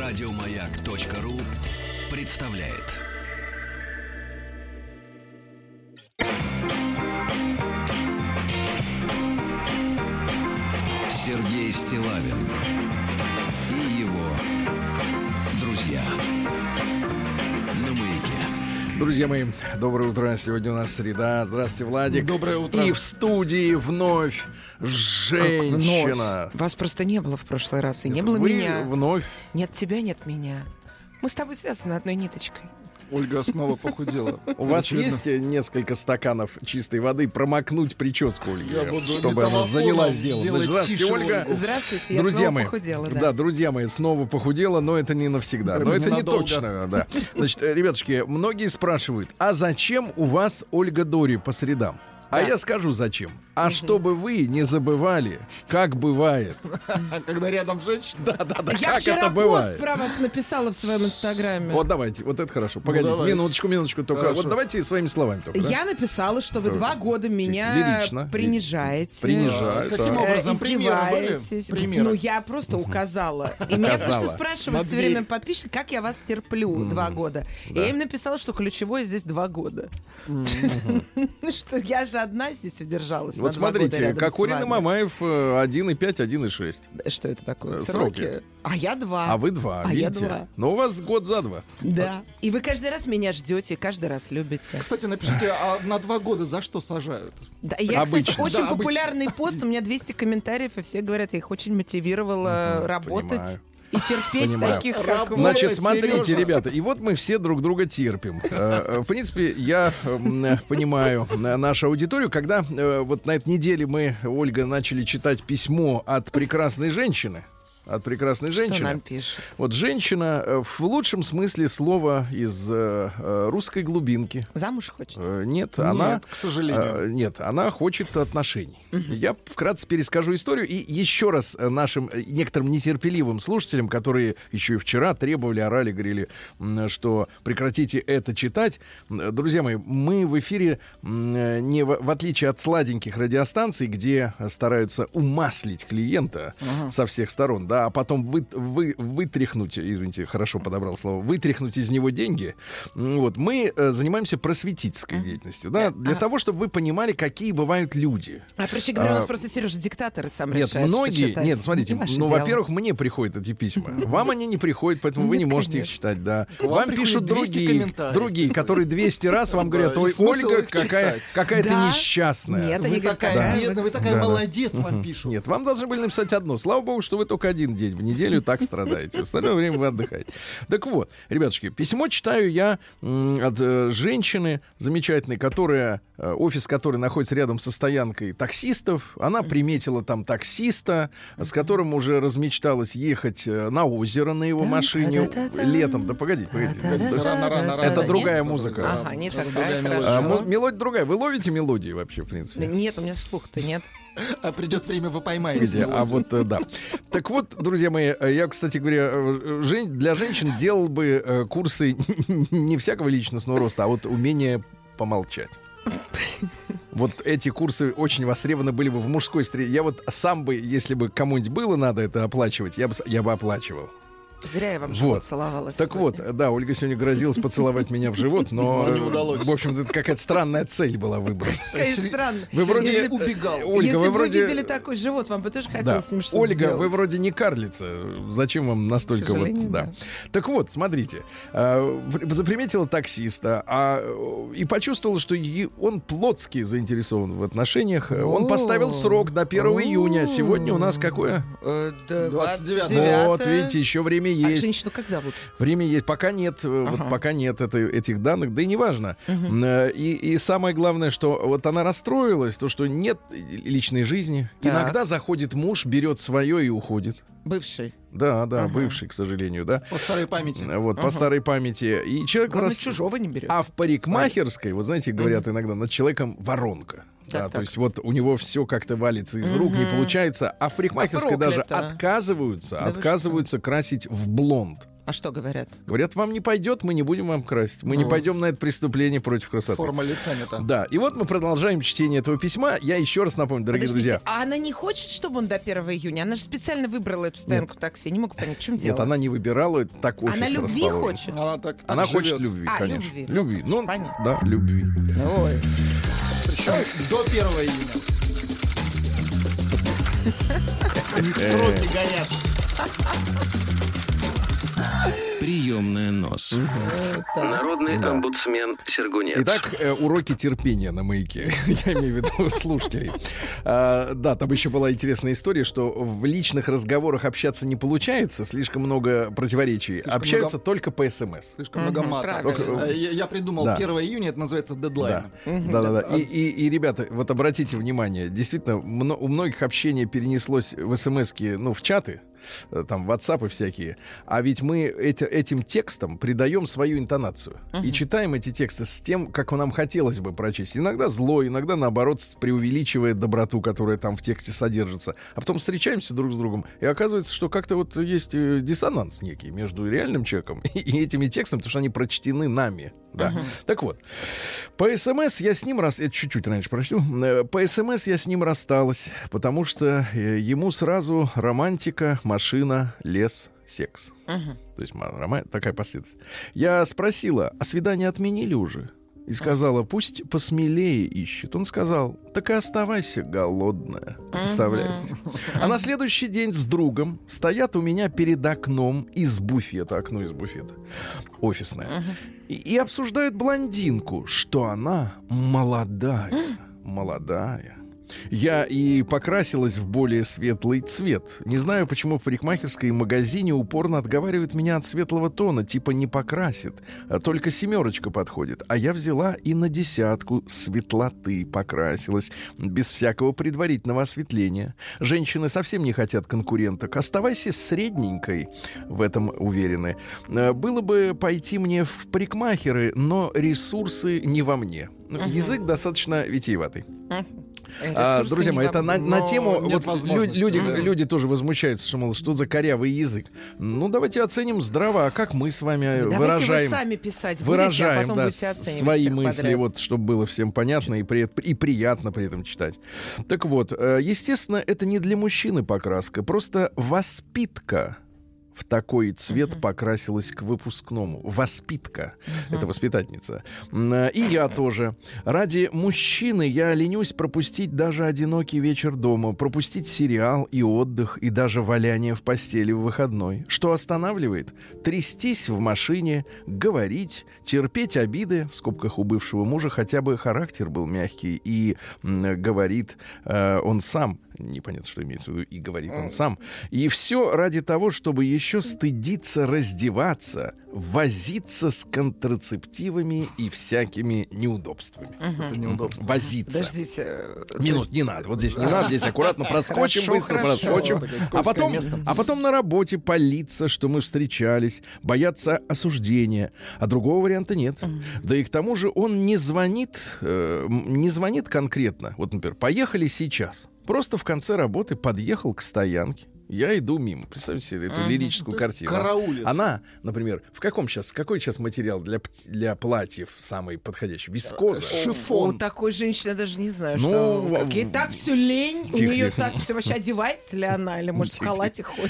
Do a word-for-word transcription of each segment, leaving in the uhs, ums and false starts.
Радиомаяк.ру представляет. Сергей Стиллавин и его друзья на Маяке. Друзья мои, доброе утро. Сегодня у нас среда. Здравствуйте, Владик. Доброе утро. И в студии вновь женщина. Вновь? Вас просто не было в прошлый раз, и не было Вы меня. Вновь. Нет тебя, нет меня. Мы с тобой связаны одной ниточкой. Ольга снова похудела. У вас Очевидно. есть несколько стаканов чистой воды промокнуть прическу Ольги, Я буду чтобы она литовофоном занялась делом? делать Здравствуйте, тише Ольга. Ольгу. Здравствуйте, я Друзья снова мои, похудела, да. да. друзья мои, снова похудела, но это не навсегда. Это но это ненадолго. не точно, да. Значит, ребятушки, многие спрашивают, а зачем у вас Ольга Дори по средам? А Да. я скажу зачем. А чтобы вы не забывали, как бывает. Когда рядом женщина. Да, да, да. Я Как вчера это пост бывает? про вас написала в своем инстаграме. Вот давайте, вот это хорошо. Погодите, давайте. минуточку, минуточку только. Хорошо. Вот давайте своими словами только. да? Я написала, что вы два года меня Лирично. принижаете. Принижаю. Каким так. э, образом? Примеры были? издеваетесь. Примеры. Ну, я просто указала. И меня Указала. потому что спрашивают На все время дверь. подписчики, как я вас терплю два года. И я им написала, что ключевое здесь два года. Что я же одна здесь удержалась. Вот на два года смотрите, рядом с Кокорин и вами. Мамаев э, один и пять, один и шесть. Что это такое? Э, Сроки? сроки. А я два. А вы два, А я видите? два. Но у вас год за два. Да. И вы каждый раз меня ждете, каждый раз любите. Кстати, напишите, а на два года за что сажают? Да, я, Обычно. кстати, очень Да, обычно. популярный пост, у меня двести комментариев, и все говорят, я их очень мотивировала Мгм, работать понимаю. и терпеть Понимаю. таких, как Работать. вы. Значит, Ой, смотрите, Серёжа. ребята, и вот мы все друг друга терпим. Э, э, В принципе, я м, понимаю э, нашу аудиторию, когда э, вот на этой неделе мы, Ольга, начали читать письмо от прекрасной женщины. От прекрасной Что женщины. нам пишет? Вот женщина э, в лучшем смысле слова из э, э, русской глубинки. Замуж хочет? Э, Нет, она... Нет, к сожалению. э, Нет, она хочет отношений. Я вкратце перескажу историю и еще раз э, нашим э, некоторым нетерпеливым слушателям, которые еще и вчера требовали, орали, говорили, м, что прекратите это читать. М, Друзья мои, мы в эфире м, э, не в, в отличие от сладеньких радиостанций, где стараются умаслить клиента со всех сторон, да, а потом вы, вы, вытряхнуть, извините, хорошо подобрал слово, вытряхнуть из него деньги. М, Вот, мы э, занимаемся просветительской деятельностью, да, для А- того, чтобы вы понимали, какие бывают люди. А, проще говоря, у нас А, просто Сережа диктатор и сам Нет, решает, что многие, читать. нет, смотрите, Не ваше ну, дело. во-первых, мне приходят эти письма. Вам они не приходят, поэтому вы не Нет, можете их конечно. читать, да. Вам Вам приходит пишут двести другие, комментариев. другие, которые двести раз вам Да, говорят, и ой, смысл Ольга их какая, читать. какая-то Да. несчастная. Нет, Вы они говорят, такая какая бедная, вы- вы такая Да, да. молодец, вам пишут. Нет, вам должны были написать одно. Слава богу, что вы только один день в неделю так страдаете. В остальное время вы отдыхаете. Так вот, ребятушки, письмо читаю я м, от э, женщины замечательной, которая, э, офис которой находится рядом со стоянкой таксистов. Она приметила там таксиста, с которым уже размечталась ехать э, на озеро на его машине та-та-та-та. летом. Да погодите, погодите. Рано, рано, рано. Это Нет? другая музыка. Ага, не Это такая, другая мелодия. А, хорошо. мо- мелодия другая. Вы ловите мелодии вообще, в Да принципе? нет, у меня слуха-то нет. А придет время, вы поймаете. Где? А вот, э, да. Так вот, друзья мои, э, я, кстати говоря, э, жен- для женщин делал бы э, курсы не всякого личностного роста, а вот умение помолчать. Вот эти курсы очень востребованы были бы в мужской среде. Я вот сам бы, если бы кому-нибудь было надо это оплачивать, я бы, с- я бы оплачивал. Зря я вам Вот. живот целовала Так сегодня. вот, да, Ольга сегодня грозилась поцеловать меня в живот, но, Но не э, удалось. в общем-то, это какая-то странная цель была выбрана. Конечно, странно. Вы вроде... Если, убегал. Ольга, если вы бы вроде... вы видели такой живот, вам бы тоже Да. хотелось с ним что-то Ольга, сделать. вы вроде не карлица. Зачем вам настолько К сожалению, вот... Да. да. Так вот, смотрите. э, при- заприметила таксиста а, э, и почувствовала, что е- он плотски заинтересован в отношениях. Он О. поставил срок до первого О. июня. Сегодня у нас какое? Э, да, двадцать девятое. девятое. Вот, видите, еще время А есть. женщину как зовут? Время есть. Пока нет, э, вот Ага. пока нет это- этих данных, да и неважно. Э, И, и самое главное, что вот она расстроилась, то, что нет личной жизни. Так. Иногда заходит муж, берет свое и уходит. Бывший. Да, да, Ага. бывший, к сожалению, да. По старой памяти. Вот, по Ага. старой памяти. И человек Главное, рас- чужого не берет. А в парикмахерской, вот знаете, говорят иногда, над человеком воронка. Да, Так, то так. есть вот у него все как-то валится из рук, не Мгм. получается. А в парикмахерской А даже проклято. отказываются, Да вы отказываются красить в блонд. А что говорят? Говорят, вам не пойдет, мы не будем вам красить. Мы Ну, не пойдем на это преступление против красоты. Форма лица не та. Да, и вот мы продолжаем чтение этого письма. Я еще раз напомню, дорогие Подождите, друзья. а она не хочет, чтобы он до первого июня? Она же специально выбрала эту стоянку такси. Не могу понять, в чем дело? Нет, она не выбирала, это так офис Она любви расположен. хочет? Она так, так Она живет. хочет любви, А, конечно. любви. Любви. Ну, Понятно. да, любви. Ой. Причем до первого июня. У них сроки горят. Приемная нос. Народный омбудсмен Сергунец. Итак, э, уроки терпения на Маяке. Я имею в виду слушателей. А, да, там еще была интересная история, что в личных разговорах общаться не получается, слишком много противоречий. Слишком Общаются много- только по СМС. Слишком много мата. правильно. Э, Я, я придумал Да. первого июня, это называется дедлайн. Да, да, да. И, и, и, ребята, вот обратите внимание, действительно, мно- у многих общение перенеслось в СМСки, ну, в чаты, э, там, WhatsApp и всякие. А ведь мы эти, этим текстом придаем свою интонацию. И читаем эти тексты с тем, как нам хотелось бы прочесть. Иногда зло, иногда, наоборот, преувеличивая доброту, которая там в тексте содержится. А потом встречаемся друг с другом, и оказывается, что как-то вот есть э, диссонанс некий между реальным человеком и, и этими текстами, потому что они прочтены нами. Да. Так вот, по СМС я с ним раз... Это чуть-чуть раньше прочту. Э, По СМС я с ним рассталась, потому что э, ему сразу романтика, машина, лес, секс. То есть ма- рома- такая последовательность. Я спросила, а свидание отменили уже? И сказала, пусть посмелее ищет. Он сказал, так и оставайся голодная. Представляете? А на следующий день с другом стоят у меня перед окном из буфета, окно из буфета, офисное, и, и обсуждают блондинку, что она молодая, молодая. Я и покрасилась в более светлый цвет. Не знаю, почему в парикмахерской и магазине упорно отговаривают меня от светлого тона, типа не покрасит, а только семерочка подходит. А я взяла и на десятку светлоты покрасилась, без всякого предварительного осветления. Женщины совсем не хотят конкуренток. Оставайся средненькой, в этом уверены. Э, Было бы пойти мне в парикмахеры, но ресурсы не во мне. Ну, язык достаточно витиеватый. А, Ресурсы друзья не мои, во это на, мне. на Но тему... нет Вот лю- возможности, люди, да. люди тоже возмущаются, что, мол, что за корявый язык. Ну, давайте оценим здраво, а как мы с вами Давайте выражаем... вы сами писать будете, а Выражаем, потом да, будете оценивать свои всех мысли, подряд. вот, чтобы было всем понятно и, при, и приятно при этом читать. Так вот, э, естественно, это не для мужчины покраска, просто воспитка в такой цвет покрасилась к выпускному. Воспитка. Это воспитательница. М, э, И я тоже. Ради мужчины я ленюсь пропустить даже одинокий вечер дома, пропустить сериал и отдых, и даже валяние в постели в выходной. Что останавливает? Трястись в машине, говорить, терпеть обиды, в скобках у бывшего мужа хотя бы характер был мягкий, и м, говорит э, он сам, непонятно, что имеется в виду, и говорит он сам. И все ради того, чтобы еще стыдиться раздеваться, возиться с контрацептивами и всякими неудобствами. Это неудобство. Возиться. Подождите. э, то Минут есть- не надо. Вот здесь не надо, здесь аккуратно проскочим, Хорошо, быстро хорошо. проскочим. Такое А скользкое потом, место. а потом на работе палиться, что мы встречались, бояться осуждения. А другого варианта нет. Да и к тому же он не звонит, э, м, не звонит конкретно. Вот, например, поехали сейчас. Просто в конце работы подъехал к стоянке. Я иду мимо. Представьте себе эту лирическую То есть картину. караулит. Она, например, в каком сейчас, какой сейчас материал для, пт- для платьев самый подходящий? Вискоза? Шифон. У такой женщины я даже не знаю, Ну, что... в- Как ей так все лень, у Тихо, нее тихо. так все вообще одевается ли она, или может в Тихо, халате ходит.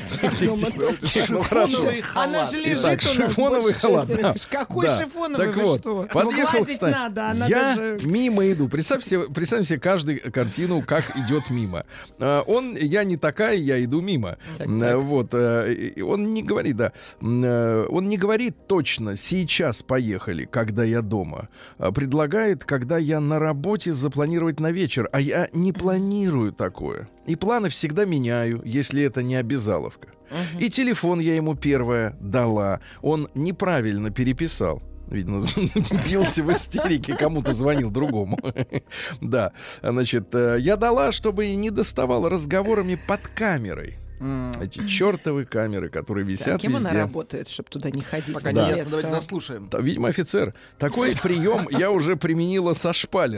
Ну, хорошо. Шифоновый халат. Она же лежит Итак, у нас шифоновый больше халат. шесть, да. Сереж. Какой Да. шифоновый, Так вы вот, что? подъехал, Гладить кстати. надо, она Я даже... мимо иду. Представьте себе, представьте себе каждую картину, как идет мимо. А, Он, я не такая, я иду мимо. Так, А, так. Вот, а, и он не говорит, да, М, а, он не говорит точно, сейчас поехали, когда я дома. А Предлагает, когда я на работе, запланировать на вечер, а я не планирую такое. И планы всегда меняю, если это не обязаловка. И телефон я ему первое дала. Он неправильно переписал. Видно, бился в истерике, кому-то звонил другому. Да, значит, э, я дала, чтобы не доставал разговорами под камерой. М, Эти чертовы камеры, которые Так, висят кем она везде. работает, чтобы туда не ходить? Пока Да. не ясно, давайте дослушаем. Та- Видимо, офицер. Такой прием я уже применила со шпалером.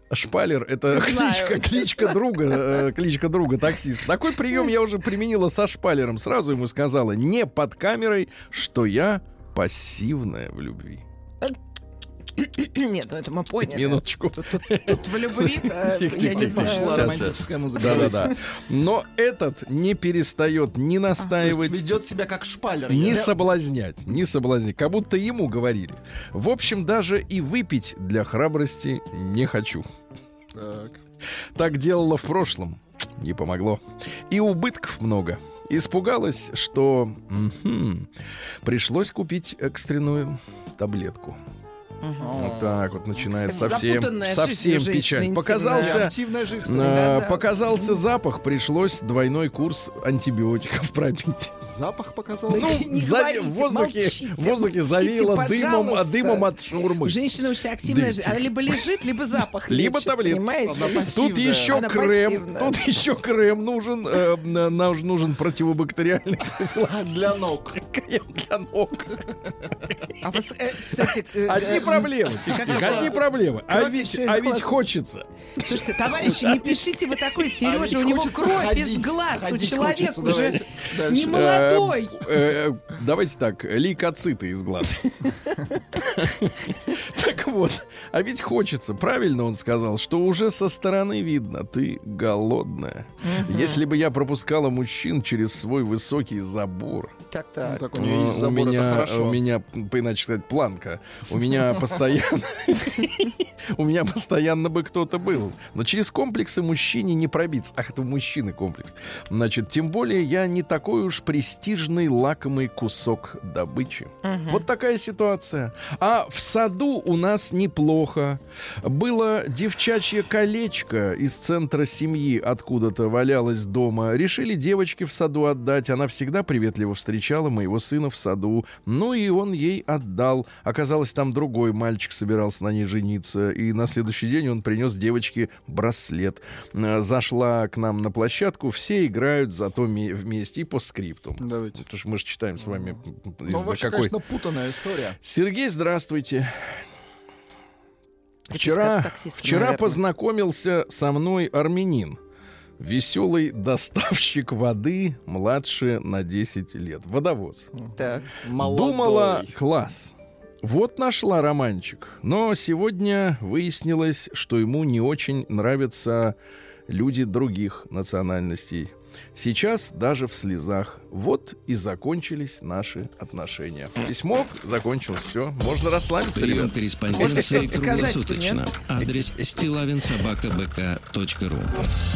Шпалер — это Знаю. кличка, кличка друга, э, кличка друга таксиста. Такой прием я уже применила со Шпалером. Сразу ему сказала, не под камерой, что я пассивная в любви. Нет, ну это мы поняли. Минуточку. Тут, тут- тут в любви, э, Тихо, я тихо, не тихо. знаю. Пошла Сейчас, романтическая музыка. Да-да-да. Но этот не перестает ни То есть настаивать, ведет себя как шпалер. не Я- соблазнять, не соблазнять, как будто ему говорили. В общем, даже и выпить для храбрости не хочу. Так. Так делала в прошлом, не помогло. И убытков много. Испугалась, что мгм, пришлось купить экстренную таблетку. Вот так вот начинает Так совсем, запутанная совсем жизнь у женщины, печаль. интимная. Показался, Активная жизнь. кстати. э, Да-да. показался запах, пришлось двойной курс антибиотиков пропить. Запах показал. Ну, Ну, не зави- говорите, в воздухе, молчите, в воздухе молчите, завеяло дымом, а пожалуйста. дымом от шаурмы. Женщина очень активная. Дым. жи- Она либо лежит, либо запах Либо лечит, таблетки. понимаете? Она пассивная. Тут еще Она крем, пассивная. тут еще крем нужен, э, на- нам нужен противобактериальный Для ног. крем для ног. А вы, с- э, кстати, э, Одни э, проблемы, тихо, как тихо, это? одни проблемы. А Кровь ведь, еще из а ведь глаз. хочется. Слушайте, товарищи, не пишите вы такой, Сережа, ведь у него хочется кровь из ходить, глаз, у ходить человека хочется, уже давайте дальше. не молодой. Э, э, Давайте так, лейкоциты из глаз. Так вот, а ведь хочется, правильно он сказал, что уже со стороны видно, ты голодная. Если бы я пропускала мужчин через свой высокий забор, Так, Ну, так. так у нее есть у забор, это меня, хорошо. у меня, по иначе сказать, планка. У меня постоянно, у меня постоянно бы кто-то был. Но через комплексы мужчине не пробиться. Ах, это у мужчины комплекс. Значит, тем более я не такой уж престижный лакомый кусок добычи. Вот такая ситуация. А в саду у нас неплохо. Было девчачье колечко из центра семьи, откуда-то валялось дома. Решили девочке в саду отдать. Она всегда приветливо встречала моего сына в саду. Ну и он ей отдал. Оказалось, там другой мальчик собирался на ней жениться. И на следующий день он принес девочке браслет. Э, Зашла к нам на площадку. Все играют зато ме- вместе. И по скрипту. Давайте. Потому что мы же читаем с вами Ну, из-за вообще, какой... конечно, путанная история. Сергей, здравствуйте. Это Вчера, из таксиста, вчера наверное. познакомился со мной армянин. Веселый доставщик воды, младше на десять лет. Водовоз. Так. Молодой. Думала, класс. Вот нашла романчик. Но сегодня выяснилось, что ему не очень нравятся люди других национальностей. Сейчас даже в слезах. Вот и закончились наши отношения. Письмо закончилось. Все. Можно расслабиться, Прием ребят. корреспонденции Можно сказать, круглосуточно. Адрес стилавин собака бэ ка точка ру.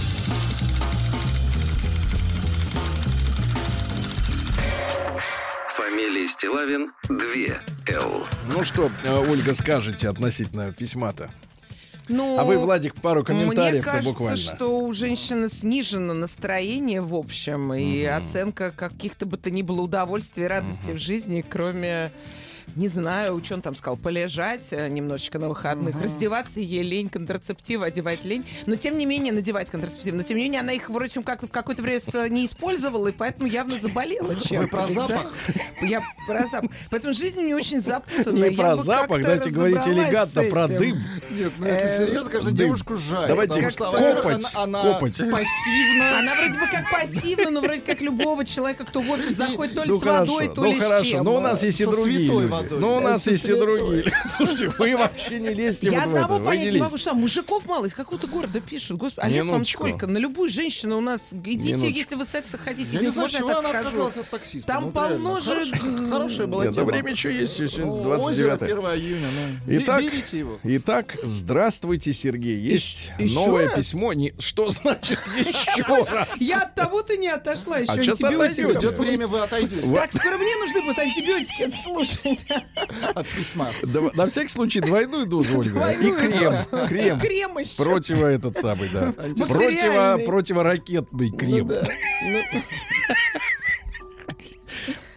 Фамилия Стилавин две Л. Ну что, э, Ольга, скажете относительно письма-то? Ну, А вы, Владик, пару мне комментариев-то кажется, буквально. что у женщины снижено настроение, в общем, и оценка каких-то бы то ни было удовольствий и радости в жизни, кроме... Не знаю, что он там сказал, полежать э, немножечко на выходных, раздеваться ей лень, контрацептивы одевать лень. Но, тем не менее, надевать контрацептивы. Но, тем не менее, она их, впрочем, как в какое-то время с- не использовала, и поэтому явно заболела чем-то. Вы про запах? Я про запах. Поэтому жизнь у нее очень запутанная. Не Я про бы запах, как-то дайте говорить разобралась элегантно, с про этим. дым. Нет, ну это Э, серьезно, конечно, дым. девушку жаль. Давайте потому что, копать, во-первых, она, она копать. пассивна. Она вроде бы как пассивна, но вроде как любого человека, кто в офис заходит то ли Ну с водой, хорошо, то ну ли с хорошо. чем. Но у нас есть и Со другие святой люди. водой. Ну у нас Со есть и святой. другие люди. Слушайте, вы вообще не лезьте Я вот в это. одного Вы понять не не могу, лезьте. что мужиков мало, из какого-то города пишут. Господи, а лет вам Минуточку. сколько? На любую женщину у нас идите, Минуточку. если вы секса хотите. Я не Здесь знаю, можно я чего так она скажу? отказалась от таксиста. Там Ну, полно реально. же... Хорош- Хорошая была Нет, да тема. время еще есть, еще Ну, двадцать озеро, девятое. первое июня. Ну, Итак, бе- берите его. Итак, здравствуйте, Сергей. Есть Ещё новое раз? письмо. Не... Что значит еще раз? Я от того-то не отошла еще А щас антибиотиков. отойдёте. Идет время, вы отойдете Вот. Так, скоро мне нужны будут антибиотики, это слушать. от письма. Да, на всякий случай двойную дозу, Ольга. Двойную И крем. дозу. Крем. Крем еще. Противо этот самый, да. Противо, Бактериальный. противоракетный крем. Ну да. Ну,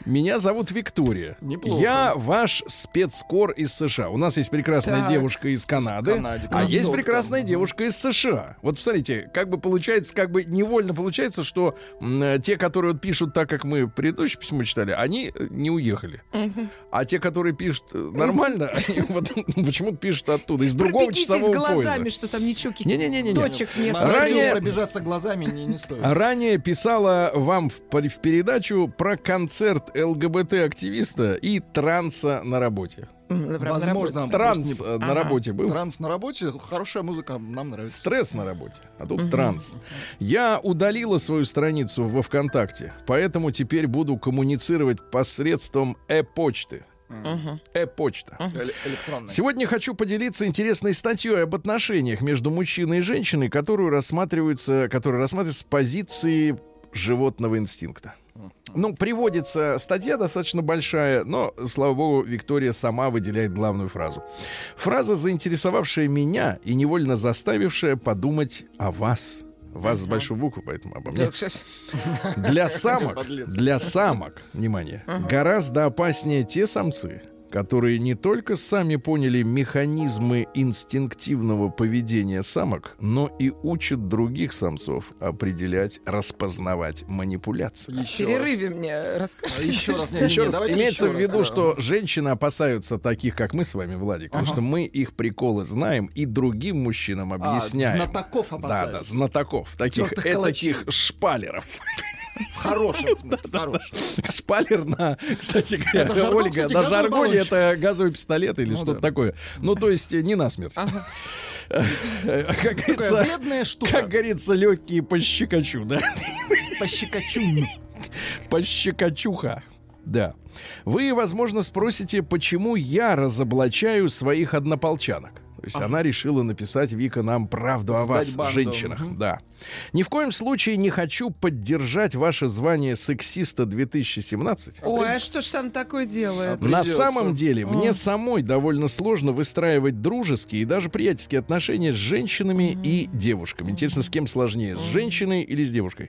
Меня зовут Виктория. Неплохо. Я ваш спецкор из США. У нас есть прекрасная Так. девушка из Канады, Канады, а есть красотка. прекрасная Мгм. девушка из США. Вот посмотрите, как бы получается, как бы невольно получается, что м, те, которые вот пишут так, как мы предыдущее письмо читали, они э, не уехали. А те, которые пишут э, нормально, они вот почему-то пишут оттуда, из другого Пробегитесь часового глазами, пояса. что там ничего, каких Не-не-не-не. точек нет. На радио Ранее- пробежаться глазами не, не стоит. Ранее писала вам в, пер- в передачу про концерт ЛГБТ-активиста и транса на работе. М, на Возможно, работе. Транс э, на Ага. работе был. Транс на работе, хорошая музыка, нам нравится. Стресс на работе, а тут транс. Я удалила свою страницу во ВКонтакте, поэтому теперь буду коммуницировать посредством э-почты. Мгм. Э-почта. Эле- электронная. Сегодня хочу поделиться интересной статьей об отношениях между мужчиной и женщиной, которую рассматривается, которая рассматривается с позиции животного инстинкта. Ну, приводится статья достаточно большая, но, слава богу, Виктория сама выделяет главную фразу. Фраза, заинтересовавшая меня и невольно заставившая подумать о вас. Вас с большой буквы, поэтому обо мне. Так, щас. Для самок, Подлец. для самок, внимание, гораздо опаснее те самцы, которые не только сами поняли механизмы инстинктивного поведения самок, но и учат других самцов определять, распознавать манипуляции. В Еще перерыве мне расскажи. А еще раз, не, Еще не, раз, давайте имеется еще в виду, раз, что да. женщины опасаются таких, как мы с вами, Владик, потому Ага. что мы их приколы знаем и другим мужчинам А, объясняем. знатоков Да, опасаются. да, знатоков, таких Чёртых этаких калачей. шпалеров. В хорошем смысле, в хорошем. Шпалер на, кстати говоря, Это жаргон, Ольга, кстати, на газовый жаргоне баллончик. это газовый пистолет или Ну что-то да. такое. Ну, то есть э, не насмерть. Ага. Как Такая говорится, вредная штука. как говорится, легкие по щекочу, да? По щекочу. По щекочуха. Да. Вы, возможно, спросите, почему я разоблачаю своих однополчанок. То есть она решила написать, Вика, нам правду о Сдать вас, банду. женщинах. Мгм. Да. Ни в коем случае не хочу поддержать ваше звание сексиста две тысячи семнадцать. Ой, а что ж там такое делает? А На Придется. самом деле, мне М. самой довольно сложно выстраивать дружеские и даже приятельские отношения с женщинами и девушками. Интересно, с кем сложнее, с женщиной или с девушкой?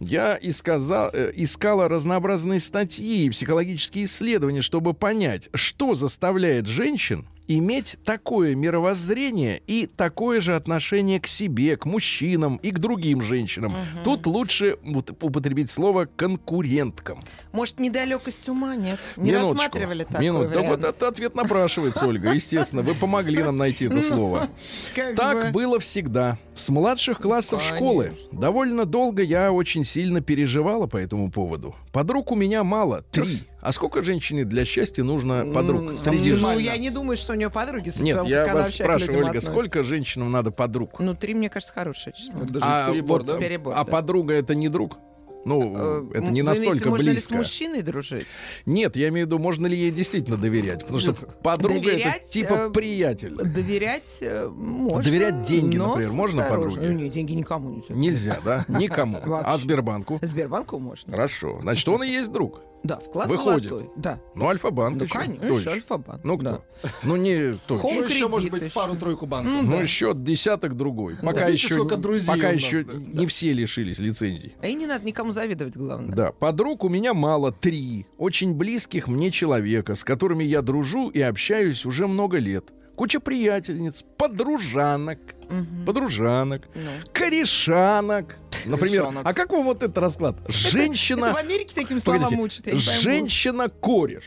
Я исказа- э, искала разнообразные статьи и психологические исследования, чтобы понять, что заставляет женщин иметь такое мировоззрение и такое же отношение к себе, к мужчинам и к другим женщинам. Тут лучше вот употребить слово «конкуренткам». Может, недалекость ума, нет? Не Минуточку. рассматривали такой Минут- Да вариант? вот этот ответ напрашивается, Ольга. Естественно, вы помогли нам найти это слово. Как Так бы. было всегда. С младших классов Конечно. школы. Довольно долго я очень сильно переживала по этому поводу. Подруг у меня мало. Три. А сколько женщине для счастья нужно подруг? М, Среди Ну, жен- я не думаю, что у нее подруги. судя Нет, по тому, я как она вас вообще к спрашиваю, людям Ольга, относится. сколько женщинам надо подруг? Ну, три, мне кажется, хорошее число. Это даже А, перебор, вот, да? Перебор, а да. подруга это не друг? Ну, Э, это м, не вы имеете, настолько можно близко. ли с мужчиной дружить? Нет, я имею в виду, можно ли ей действительно доверять? Потому что подруга Доверять, это типа э, приятель. Доверять э, можно. Доверять деньги, но например, можно осторожно. подруге? Ну, нет, деньги никому нельзя. Нельзя, да? Никому. А Вообще. Сбербанку? Сбербанку можно. Хорошо. Значит, он и есть друг. Да, вклад Выходит. золотой. Да. Ну, Альфа-банк Ну, еще. конечно, Кто еще еще? Альфа-банк. Ну, да. кто? Ну, не точно. Хом- Ну, еще, может кредит быть, еще. пару-тройку банков. Ну, Ну, да. еще десяток другой. Пока видите, еще, сколько друзей пока у нас, еще да. не все лишились лицензий. И не надо никому завидовать, главное. Да, подруг у меня мало, три. Очень близких мне человека, с которыми я дружу и общаюсь уже много лет. Куча приятельниц, подружанок, Мгм. подружанок, Ну. корешанок. Например, Корешанок. а как вам вот этот расклад? Женщина... Это в Америке такими словами Погодите, учат, я не пойму. женщина-кореш.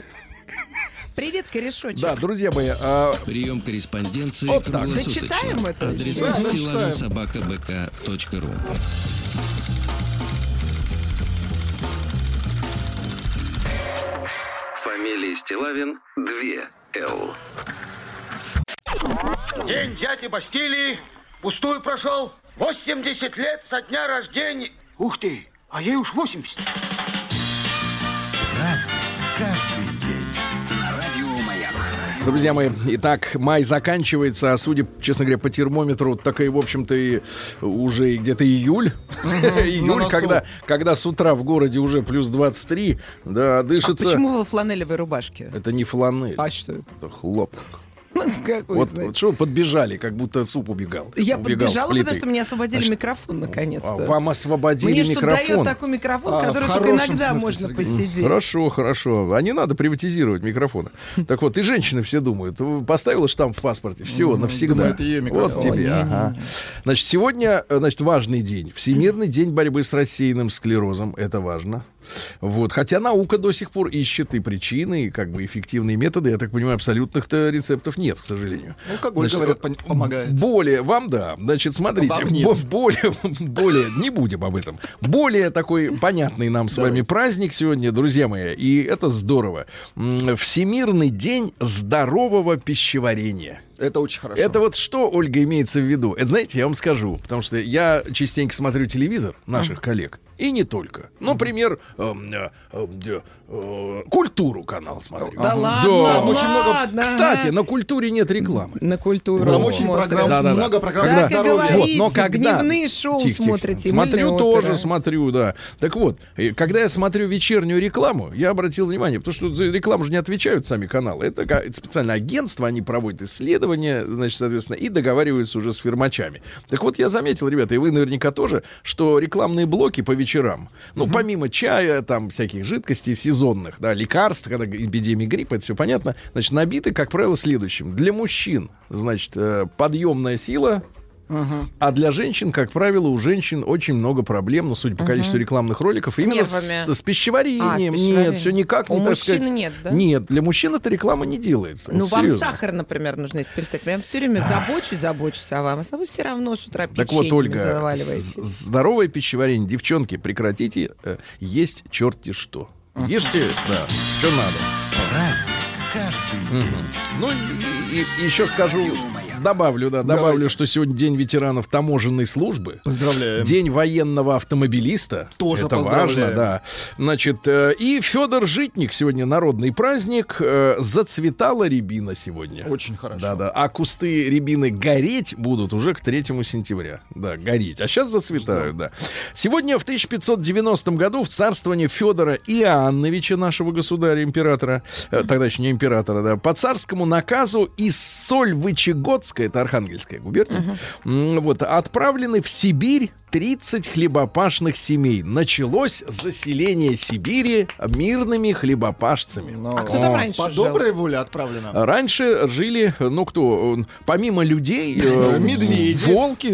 Привет, корешочек. Да, друзья мои, а, Прием корреспонденции Вот так. круглосуточно. Дочитаем это? Адрес Да, стилавин дочитаем. собака бэ ка точка ру. Фамилия Стилавин два Л. День дяди Бастилии пустую прошел. восемьдесят лет со дня рождения. Ух ты, а ей уж восемьдесят. друзья мои, итак, май заканчивается, а судя, честно говоря, по термометру, так и, в общем-то, и уже и где-то июль. Июль, носу. когда, когда с утра в городе уже плюс двадцать три, да, А дышится. почему вы в фланелевой рубашке? Это не фланель, А что это? это хлопок. Какой, Вот, знаете. вот что подбежали, как будто суп убегал. Я убегал с подбежала, плиты. потому что мне освободили Значит, микрофон наконец-то. А, Вам освободили Мне что микрофон. дает такой микрофон, А, который в только хорошем иногда смысле, можно Сергей. посидеть. Хорошо, хорошо. А не надо приватизировать микрофоны. Так вот, и женщины все думают. Поставила штамп в паспорте, все, навсегда. думают, ее микрофон. Вот тебе, Ой, ага. не-не-не. Значит, сегодня, значит, важный день. Всемирный день борьбы с рассеянным склерозом. Это важно. Вот. Хотя наука до сих пор ищет и причины, и как бы эффективные методы. Я так понимаю, абсолютных-то рецептов нет, к сожалению. Ну, алкоголь, Значит, говорят, пон- помогает. Более, вам да. Значит, смотрите, Вам нет. бо- более, более, не будем об этом. Более такой понятный нам с вами Давайте. праздник сегодня, друзья мои, и это здорово. М, Всемирный день здорового пищеварения. Это очень хорошо. Это вот что, Ольга, имеется в виду? Это, знаете, я вам скажу, потому что я частенько смотрю телевизор наших коллег, и не только. Ну, например, эм, э, э, э, э, культуру канал смотрю. Да ладно, Да. Там очень много- ладно. Кстати, на культуре нет рекламы. На культуру Там Вот. очень смотрим. программ, Да-да-да. много программ Когда- Так и здоровья. говорите, Вот, но когда... дневные шоу Тихо, тихо. смотрите. Смотрю мыльная тоже, опера. смотрю, да. Так вот, э, когда я смотрю вечернюю рекламу, я обратил внимание, потому что за рекламу же не отвечают сами каналы. Это, ка- это специальное агентство, они проводят исследования, значит, соответственно, и договариваются уже с фирмачами. Так вот, я заметил, ребята, и вы наверняка тоже, что рекламные блоки по вечерам, ну, помимо чая, там, всяких жидкостей сезонных, да, лекарств, когда эпидемия гриппа, это все понятно, значит, набиты, как правило, следующим. Для мужчин, значит, э, подъемная сила. А для женщин, как правило, у женщин очень много проблем, ну, судя по количеству рекламных роликов, С именно с, нервами. с пищеварением. А, с Нет, пищеварением. все никак У не, так мужчин сказать. нет, да? Нет, для мужчин эта реклама не делается. Ну, Вот вам серьезно. сахар, например, нужно есть перестать. Я все время забочусь, забочусь о вам, а вы все равно с утра Так печеньями вот, Ольга, заваливаете. з- здоровое пищеварение. Девчонки, прекратите э, есть черти что. Ешьте, да, что надо. Праздник каждый день. Ну и, и- и еще скажу, добавлю, да, добавлю, Давайте. что сегодня день ветеранов таможенной службы. Поздравляем. День военного автомобилиста. Тоже это поздравляем. важно, да. Значит, э, и Федор Житник сегодня народный праздник. Э, зацветала рябина сегодня. Очень хорошо. Да, да. А кусты рябины гореть будут уже к третьему сентября. Да, гореть. А сейчас зацветают, да. Сегодня в тысяча пятьсот девяностом году в царствование Федора Иоанновича, нашего государя-императора, э, тогда еще не императора, да, по царскому наказу из Сольвычегодска, это Архангельская губерния, м, вот, отправлены в Сибирь тридцать хлебопашных семей. Началось заселение Сибири мирными хлебопашцами. Но А кто там раньше по жил? доброй воле отправлено. Раньше жили, ну кто, э, помимо людей, э, Медведи. волки,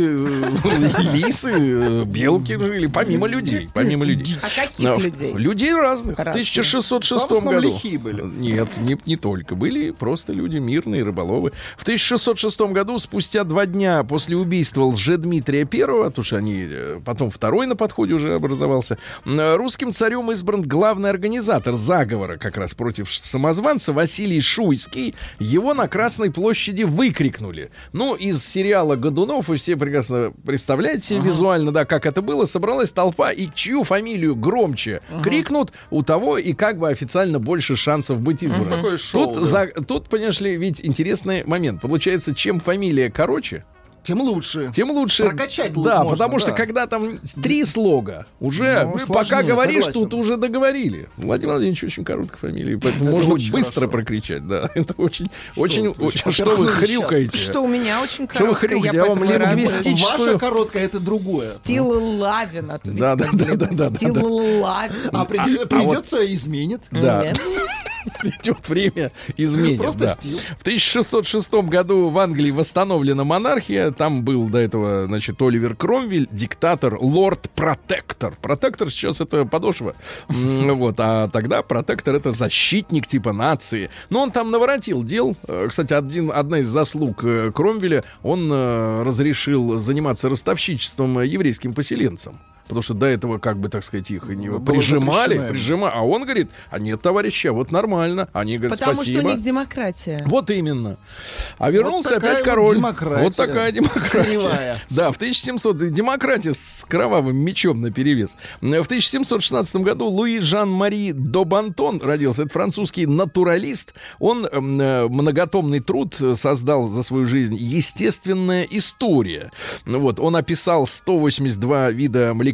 э, лисы, э, белки жили, помимо людей, помимо людей. А каких А, в- людей? Людей разных. В Разных. тысяча шестьсот Там в шестом основном году. лихие были. Нет, не, не только. Были просто люди мирные, рыболовы. В тысяча шестьсот шестом году, спустя два дня после убийства Лжедмитрия Первого, потому что они э, потом второй на подходе уже образовался, м, русским царем избран главный организатор заговора как раз против ш- самозванца Василий Шуйский. Его на Красной площади выкрикнули. Ну, из сериала «Годунов» вы все прекрасно представляете себе визуально, да, как это было. Собралась толпа, и чью фамилию громче крикнут, у того и как бы официально больше шансов быть избранным. Такое шоу, Тут, да. за- тут, понимаешь ли, ведь интересный момент. Получается, чем фамилия короче, Тем лучше. тем лучше. Прокачать лу- Да, можно, потому что да. когда там три слога, уже Ну, пока сложнее, говоришь, согласен. тут уже договорили. Владимир Владимирович очень короткая фамилия, поэтому Это можно очень быстро хорошо. прокричать. Да, это очень, очень, вы очень. сейчас Что вы поперхнулись сейчас. хрюкаете? Что у меня очень Что вы короткая, хрюкаете? я Я вам поэтому и рада. лингвистическую- Ваша короткая — это другое. Стилавин, а то видите, Да, да, как да, блин, да, да, да. Стилавин. А, приди- а придется изменит. Да. Нет. Придет время, изменит. Просто Да. стил. В тысяча шестьсот шестом году в Англии восстановлена монархия. Там был до этого, значит, Оливер Кромвель, диктатор, лорд-протектор. Протектор сейчас это подошва. М, Вот, а тогда протектор — это защитник типа нации. Но он там наворотил дел. Э, Кстати, один, одна из заслуг э, Кромвеля, он э, разрешил заниматься ростовщичеством э, еврейским поселенцам. Потому что до этого, как бы, так сказать, их не Было прижимали, запрещено им. прижимали. А он говорит: а нет, товарищи, а вот нормально. Они говорят: Потому спасибо. что у них демократия. Вот именно. А вернулся Вот такая опять вот король. демократия. Вот такая демократия. Кривая. Да, в тысяча семисотом демократия с кровавым мечом наперевес. В тысяча семьсот шестнадцатом году Луи Жан-Мари Добантон родился. Это французский натуралист. Он эм, э, многотомный труд создал за свою жизнь «Естественная история». Вот, он описал сто восемьдесят два вида млекопитающих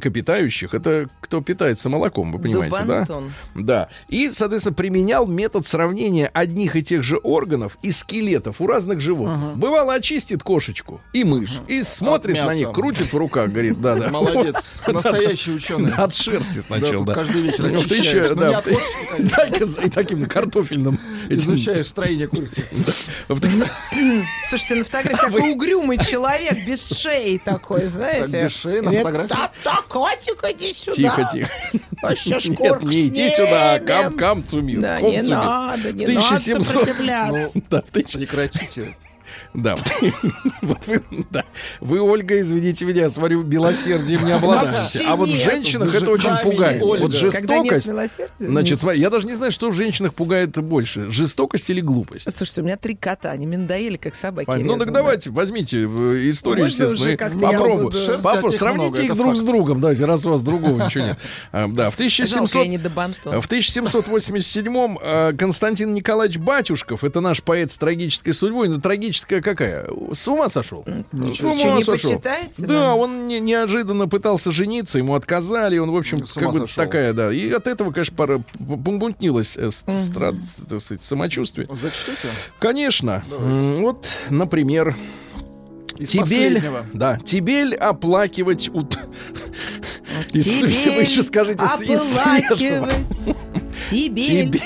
млекопитающих. Это кто питается молоком, вы понимаете, Дубантон. да? Да. И, соответственно, применял метод сравнения одних и тех же органов и скелетов у разных животных. Ага. Бывало, очистит кошечку и мышь, и смотрит От на мяса. них, крутит в руках, говорит, да-да. Молодец. Настоящий ученый. Да, от шерсти сначала, тут да. каждый вечер Ну, ты очищаешь. еще, Ну, да, не от ты- кошки, конечно. дай-ка за- и таким картофельным этим- Изучаешь строение курицы. Слушайте, на фотографии такой угрюмый человек, без шеи такой, знаете. Так, без шеи на Говорит, фотографии? «Та-та, котик, иди сюда. Тихо, тихо. Вообще Нет, шкурку не иди сюда, а кам, снимем». кам цумир. Да, ком не цумир. надо, не В надо 1700 сопротивляться. Да, в тысяч- Прекратите. Да. Вот вы, да. Вы, Ольга, извините меня, смотрю, милосердием не обладаете. Вообще А вот в нет. женщинах Вы это же очень камень, пугает. Ольга. Вот Когда нет жестокость. милосердия. Значит, смотри, я даже не знаю, что в женщинах пугает больше. Жестокость или глупость? Слушайте, у меня три кота, они мне надоели, как собаки. Понятно. Ну так резаные. давайте, возьмите э, историю, Можно естественно, уже и как-то я попробуй- буду- Шерсти попробуй- от них сравните много, их это друг факт. с другом, давайте, раз у вас другого ничего нет. А, Да, в Жалко, я 1700... не до бантон. В тысяча семьсот восемьдесят седьмом э, Константин Николаевич Батюшков, это наш поэт с трагической судьбой, но трагическая какая? С ума сошел. С ума Что, не сошел. почитаете Да, нам? он не- неожиданно пытался жениться, ему отказали, он, в общем, С ума как бы сошел. такая, да. И от этого, конечно, пара- помбунтнилось э, с- стра- так сказать, самочувствие. Зачтите? Конечно. М, Вот, например, Из Тебель, последнего. да, Тебель оплакивать ут... Из- Тебе Вы еще скажите, с- из свежего. оплакивать. Тебе Тебель.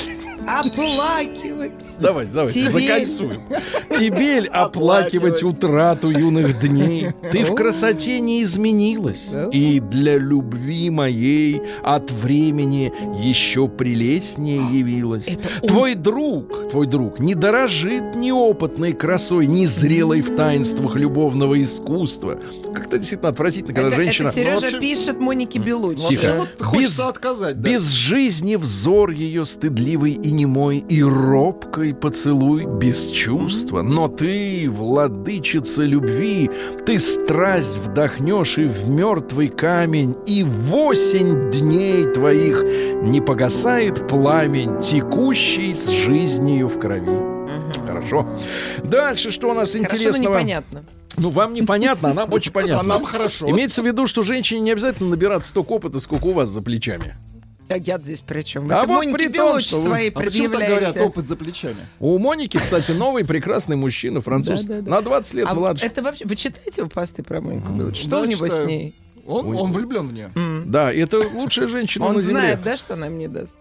оплакивать. Давайте, давайте, Тебель. закольцуем. Тебель оплакивать утрату юных дней. Ты в красоте не изменилась. И для любви моей от времени еще прелестнее явилась. Это он. Твой друг, твой друг не дорожит неопытной красой, не зрелой в таинствах любовного искусства. Как-то действительно отвратительно, когда Это, женщина... это Сережа Ну, вообще- пишет Монике Белуччи. Тихо. Вот Без- хочется отказать, да. Без жизни взор ее стыдливый и немой, и робкой поцелуй без чувства. Но ты, владычица любви, ты страсть вдохнешь и в мертвый камень, и восемь дней твоих не погасает пламень, текущий с жизнью в крови. Хорошо. Дальше что у нас Хорошо, но интересного? непонятно. Ну, вам непонятно, а нам очень понятно. А нам хорошо. Имеется в виду, что женщине не обязательно набираться столько опыта, сколько у вас за плечами. А я здесь при чем? А Это вот Монике при том, Белуччи что вы- свои А почему так говорят, предъявляете. опыт за плечами? У Моники, кстати, новый прекрасный мужчина, француз. Да, да, да. На двадцать лет А младше. это вообще... Вы читаете его посты про Монику Белуччи? Что Да, у него читаю. с ней? Он, он влюблен в нее. Да, это лучшая женщина Он на земле. знает, да, что она мне даст?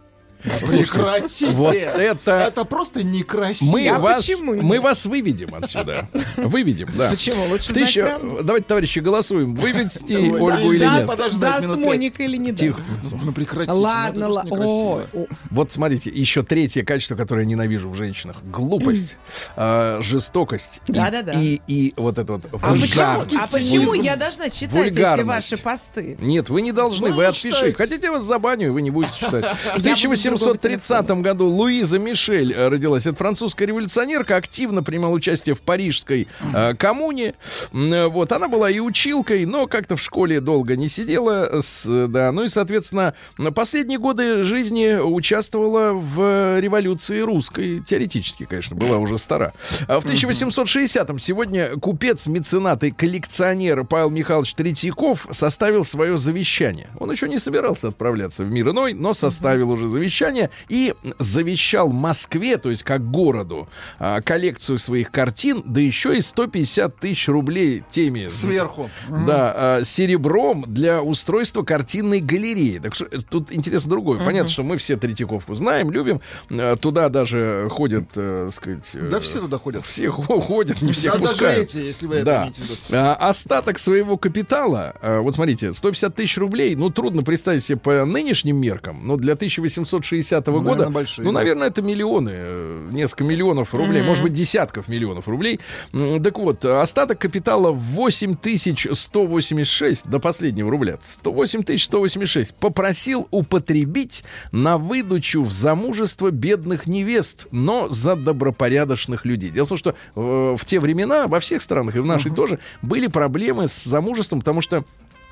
Прекратите! Вот это... Это просто некрасиво. Мы А вас, почему нет? мы вас выведем отсюда. Выведем, да. Почему? Лучше знать Тысяча... правду. Давайте, товарищи, голосуем. Вывести Ой, Ольгу да, или да, нет? подождать Даст минут пять. Моника или не даст? Тихо. Ну прекратите. Ладно, ну, это ладно. просто О, некрасиво. о. Вот смотрите, еще третье качество, которое я ненавижу в женщинах. Глупость, э, жестокость. и- Да-да-да. И, и вот это вот А почему, вульгарность. а почему я должна читать эти Вульгарность. ваши посты? Нет, вы не должны, Ну, вы не отпишите. читайте. Хотите, я вас забаню, вы не будете читать. В буду тысяча в восемьсот тридцатом другом году Луиза Мишель э, родилась. Это французская революционерка, активно принимала участие в парижской э, коммуне. М, э, Вот, она была и училкой, но как-то в школе долго не сидела. С, э, да, ну и, соответственно, на последние годы жизни участвовала в революции русской. Теоретически, конечно, была уже стара. А в тысяча восемьсот шестидесятом сегодня купец, меценат и коллекционер Павел Михайлович Третьяков составил свое завещание. Он еще не собирался отправляться в мир иной, но составил уже завещание и завещал Москве, то есть как городу, а, коллекцию своих картин, да еще и сто пятьдесят тысяч рублей теми Сверху. да, а, серебром для устройства картинной галереи. Так что э, тут интересно другое. Понятно, что мы все Третьяковку знаем, любим. А, Туда даже ходят, э, сказать... э, Да все туда ходят. все хо- ходят, не всех Да, даже пускают. эти, если вы это Да. имеете в виду. А, остаток своего капитала, а, вот смотрите, сто пятьдесят тысяч рублей, ну, трудно представить себе по нынешним меркам, но для тысяча восемьсот шестидесятого Ну, года, наверное, большие, ну, да. наверное, это миллионы, э, несколько миллионов рублей, может быть, десятков миллионов рублей. М, Так вот, остаток капитала восемь тысяч сто восемьдесят шесть до последнего рубля, сто восемь тысяч сто восемьдесят шесть, попросил употребить на выдачу в замужество бедных невест, но за добропорядочных людей. Дело в том, что э, в те времена во всех странах и в нашей тоже были проблемы с замужеством, потому что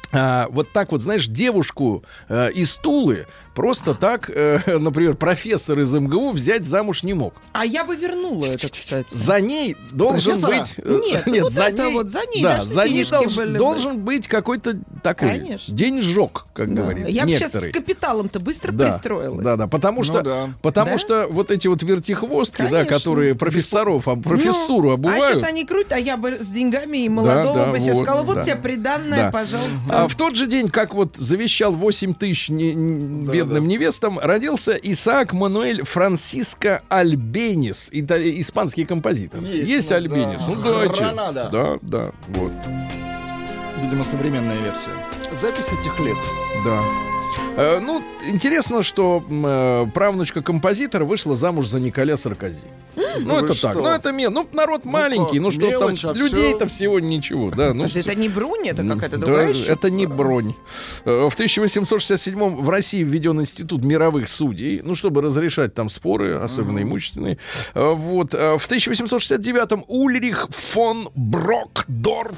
А, вот так вот, знаешь, девушку э, из Тулы просто так, э, например, профессор из эм гэ у взять замуж не мог. А я бы вернула это, кстати. За ней должен Профессора? быть... э, Нет, нет, вот за это ней, вот, за ней да, должны за ней денежки долж- были должен быть какой-то такой Конечно. деньжок, как Да. говорится, Я бы сейчас некоторый. с капиталом-то быстро Да, пристроилась. да, да, потому что, Ну да. потому Да? что вот эти вот вертихвостки, да, Конечно. которые профессоров, а профессуру Ну, обувают. А сейчас они крутят, а я бы с деньгами и молодого да, бы себе вот, сказала, вот да. тебе приданное, Да. пожалуйста. А в тот же день, как вот завещал восемь тысяч не- не- Да, бедным да. невестам, родился Исаак Мануэль Франсиско Альбенис, итали- испанский композитор. Есть Есть, у нас, Альбенис? да. Ну, давайте. Гранада. Да, да, вот, Видимо, современная версия. Запись этих лет. да. Э, ну, интересно, что м, э, правнучка композитора вышла замуж за Николя Саркози. Ну, вы это что? так. Ну, это ме- ну, народ маленький, как, ну что мелочь, там, а людей-то всё- всего ничего, да. Ну, Подожди, это не Бруни, это какая-то Да, другая штука? это не бронь. Э, В тысяча восемьсот шестьдесят седьмом в России введен институт мировых судей, ну, чтобы разрешать там споры, особенно имущественные. Э, Вот. э, В тысяча восемьсот шестьдесят девятом Ульрих фон Брокдорф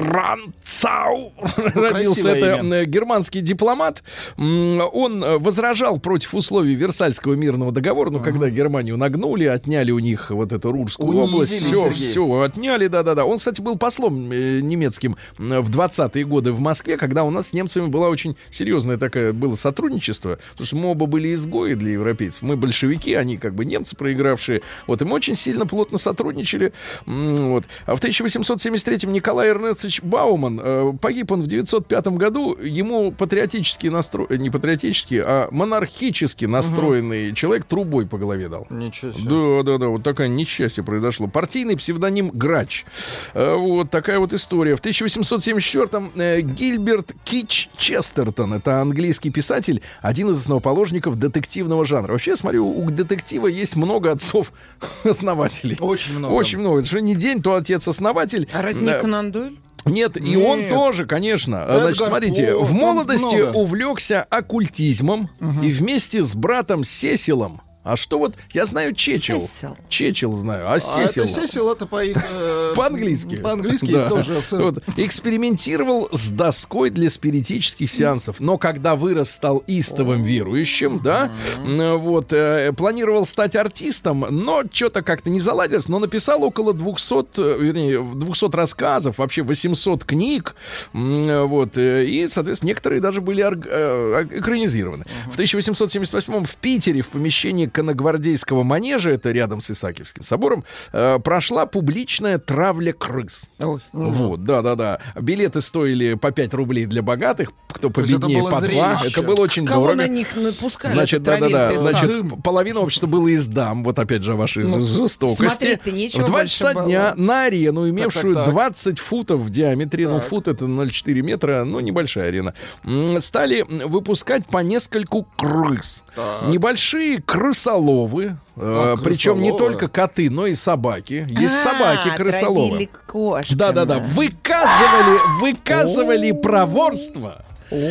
Ранцау родился. красивое Это имя. э, германский дипломат. М, Он э, возражал против условий Версальского мирного договора, ну, когда Германию нагнули, отняли у них вот эту Рурскую Унизили, область. Все, Сергей. все отняли, да-да-да. Он, кстати, был послом э, немецким э, в двадцатые годы в Москве, когда у нас с немцами была очень серьезное такое было сотрудничество, потому что мы оба были изгои для европейцев. Мы большевики, они как бы немцы проигравшие. Вот, и мы очень сильно плотно сотрудничали. М, Вот. А в тысяча восемьсот семьдесят третьем Николай Эрнестович Бауман, э, погиб он в девятьсот пятом году, ему патриотически настроенный, не патриотически, а монархически настроенный человек трубой по голове дал. Ничего себе. Да, да, да, вот такое несчастье произошло. Партийный псевдоним Грач. Э, Вот такая вот история. В тысяча восемьсот семьдесят четвёртом э, Гильберт Кич Честертон, это английский писатель, один из основоположников детективного жанра. Вообще, я смотрю, у детектива есть много отцов-основателей. Очень много. Очень много. Это что не день, то отец-основатель. А разве не Да. Конан Дойль? Нет, и Нет. он тоже, конечно. Значит, Эдгар смотрите, По, в там молодости много. увлекся оккультизмом и вместе с братом Сесилом. А что вот, я знаю Чечил. Сесил. Чечил знаю, а А Сесил. это Сесил, это по их... э, По-английски. По-английски Да. тоже. с- Вот. Экспериментировал с доской для спиритических сеансов. Но когда вырос, стал истовым верующим, да, м, вот, э, планировал стать артистом, но что-то как-то не заладилось, но написал около двухсот, э, вернее, двухсот рассказов, вообще восемьсот книг, м, вот, э, и, соответственно, некоторые даже были орг- э, экранизированы. В тысяча восемьсот семьдесят восьмом в Питере в помещении Конногвардейского манежа, это рядом с Исаакиевским собором, э, прошла публичная травля крыс. Ой. Вот, да-да-да. Билеты стоили по пять рублей для богатых, кто То есть это победнее было по два. зрелище. Это было очень Кого дорого. на них напускали? Значит, это да-да-да. травили-то их Значит, как? половина общества было из дам. Вот опять же о вашей Ну, жестокости. смотреть-то нечего В два больше часа было. дня на арену, имевшую так, так. двадцать футов в диаметре, ну, Так. фут это ноль целых четыре метра, ну, небольшая арена, м, стали выпускать по нескольку крыс. Так. Небольшие крысоловы, э, А, причем не крысоловы. только коты, но и собаки. Есть А, собаки крысоловы. травили кошками. Да-да-да, выказывали, выказывали проворство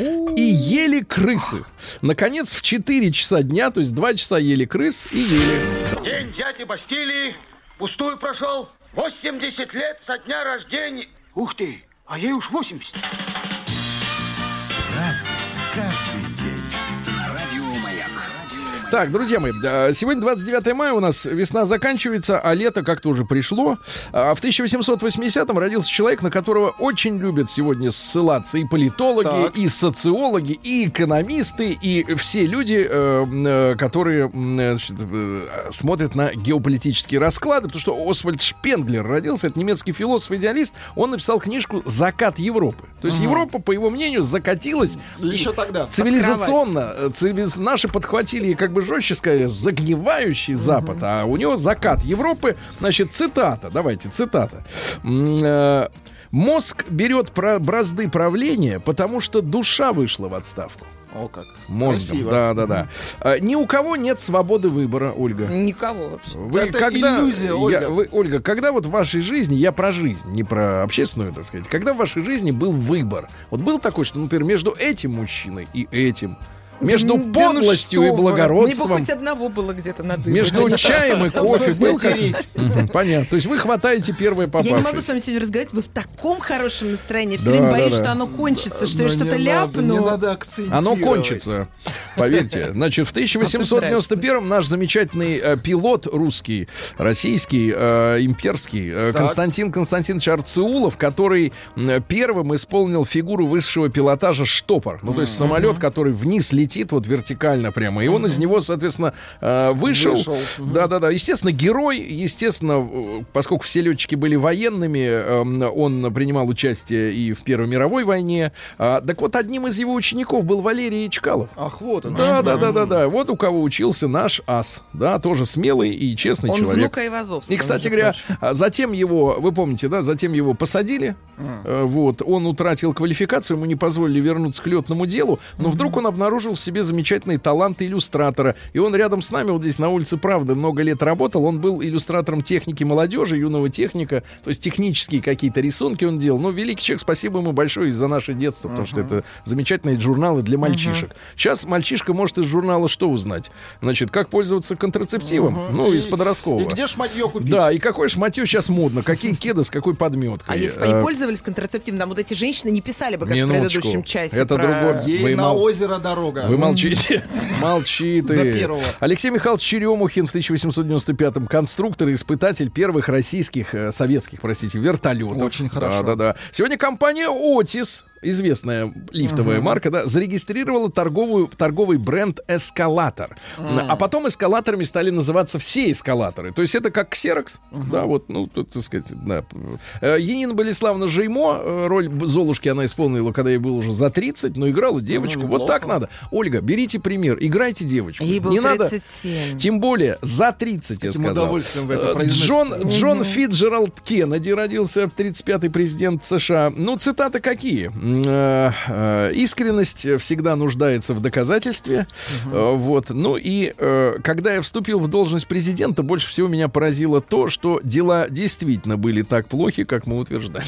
и ели крысы. Наконец, в четыре часа дня, то есть два часа ели крыс и ели. День взятия Бастилии пустую прошел. восемьдесят лет со дня рождения. Ух ты, а ей уж восемьдесят. Разный, каждый день. На радио Маяк. Так, друзья мои, э, сегодня двадцать девятое мая, у нас весна заканчивается, а лето как-то уже пришло. А В тысяча восемьсот восьмидесятом родился человек, на которого очень любят сегодня ссылаться и политологи, Так. и социологи, и экономисты, и все люди, э, э, которые м, э, значит, э, смотрят на геополитические расклады, потому что Освальд Шпенглер родился, это немецкий философ-идеалист, он написал книжку «Закат Европы». То есть Европа, по его мнению, закатилась Еще тогда. цивилизационно. э, цивилиз- Наши подхватили, как бы жестче сказали, загнивающий Запад, а у него закат Европы. Значит, цитата, давайте, цитата. М, э, Мозг берет про- бразды правления, потому что душа вышла в отставку. О, как. Мозгом, Красиво. да-да-да. А, Ни у кого нет свободы выбора, Ольга. Никого вообще. Вы Это когда, иллюзия, я- Ольга. вы, Ольга, когда вот в вашей жизни, я про жизнь, не про общественную, так сказать, когда в вашей жизни был выбор, вот был такой, что, например, между этим мужчиной и этим, Между Да ну подлостью что и вы. благородством. Мне бы хоть одного было где-то надо. Между чаем и кофе. Был Понятно. То есть вы хватаете первое попавшееся. Я не могу с вами сегодня разговаривать, вы в таком хорошем настроении. Все Да, время да, боюсь, да. что оно кончится, что я Ну, что-то не ляпну. надо, не надо акцентировать. Оно кончится, поверьте. Значит, в тысяча восемьсот девяносто первом наш замечательный э, пилот русский, российский, э, имперский, э, Константин Константинович Арцеулов, который э, первым исполнил фигуру высшего пилотажа штопор. Ну, то есть самолет, который вниз летит, вот вертикально прямо. И он из него, соответственно, э, вышел. Вышел. Да-да-да. Естественно, герой. Естественно, э, поскольку все летчики были военными, э, он принимал участие и в Первой мировой войне. А, так вот, одним из его учеников был Валерий Чкалов. Ах, вот он. Да, да, да, да, да. Вот у кого учился наш ас. Да, тоже смелый и честный Он человек. внук Айвазовского. И, кстати между говоря, прочим. а, затем его, вы помните, да, затем его посадили. Э, Вот, он утратил квалификацию, ему не позволили вернуться к летному делу, но вдруг он обнаружил в себе замечательные таланты иллюстратора. И он рядом с нами, вот здесь на улице Правды, много лет работал. Он был иллюстратором техники молодежи, юного техника. То есть технические какие-то рисунки он делал. Ну, великий человек, спасибо ему большое за наше детство, потому что это замечательные журналы для мальчишек. Сейчас мальчишка может из журнала что узнать? Значит, как пользоваться контрацептивом? Ну, И- из подросткового. И где шматье купить? Да, и какое шматье сейчас модно, какие кеды с какой подметкой. А если бы они Э, пользовались контрацептивом, там вот эти женщины не писали бы, как в минуточку. предыдущем часе. Это про- другое. Ей Вы на мол- озеро дорога. Вы молчите. Молчи До ты. первого. Алексей Михайлович Черемухин в тысяча восемьсот девяносто пятом конструктор и испытатель первых российских, э, советских, простите, вертолетов. Очень хорошо. Да, да, да. Сегодня компания Otis, известная лифтовая марка, да, зарегистрировала торговую, торговый бренд «Эскалатор». А потом эскалаторами стали называться все эскалаторы. То есть это как Xerox. Да, вот, ну, тут, так сказать, да. Э, Енина Болеславна Жеймо, э, роль Б- Золушки она исполнила, когда ей было уже за тридцать, но играла девочку. Ну, Вот неплохо. так надо. Ольга, берите пример, играйте девочку. Ей было Не надо. тридцать семь. Тем более за тридцать, я каким сказал. удовольствием вы это Э, произносите. Джон, Джон Фитджеральд Кеннеди родился, тридцать пятый президент США. Ну, цитаты какие? М, э, э, Искренность всегда нуждается в доказательстве. Э, Вот. Ну и э, когда я вступил в должность президента, больше всего меня поразило то, что дела действительно были так плохи, как мы утверждали.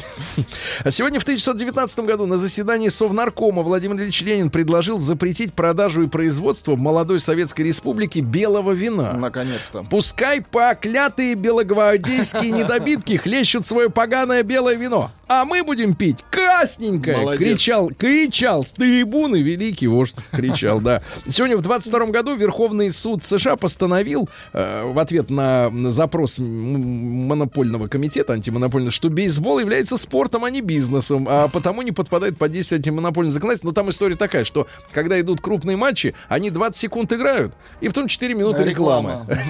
А сегодня в тысяча девятьсот девятнадцатом году на заседании Совнаркома Владимир Ильич Ленин предложил запретить продажу и производство в молодой Советской Республике белого вина. Наконец-то. Пускай поклятые белогвардейские недобитки хлещут свое поганое белое вино, а мы будем пить красненькое. Молодец. Кричал, кричал с трибуны великий вождь. Кричал, да. Сегодня в двадцать втором году Верховный суд США постановил э, в ответ на, на запрос м- монопольного комитета антимонопольного, что бейсбол является спортом, а не бизнесом, а потому не подпадает под действие антимонопольного законодательства. Но там история такая, что когда идут крупные матчи, они двадцать секунд играют, и потом четыре минуты рекламы. Реклама.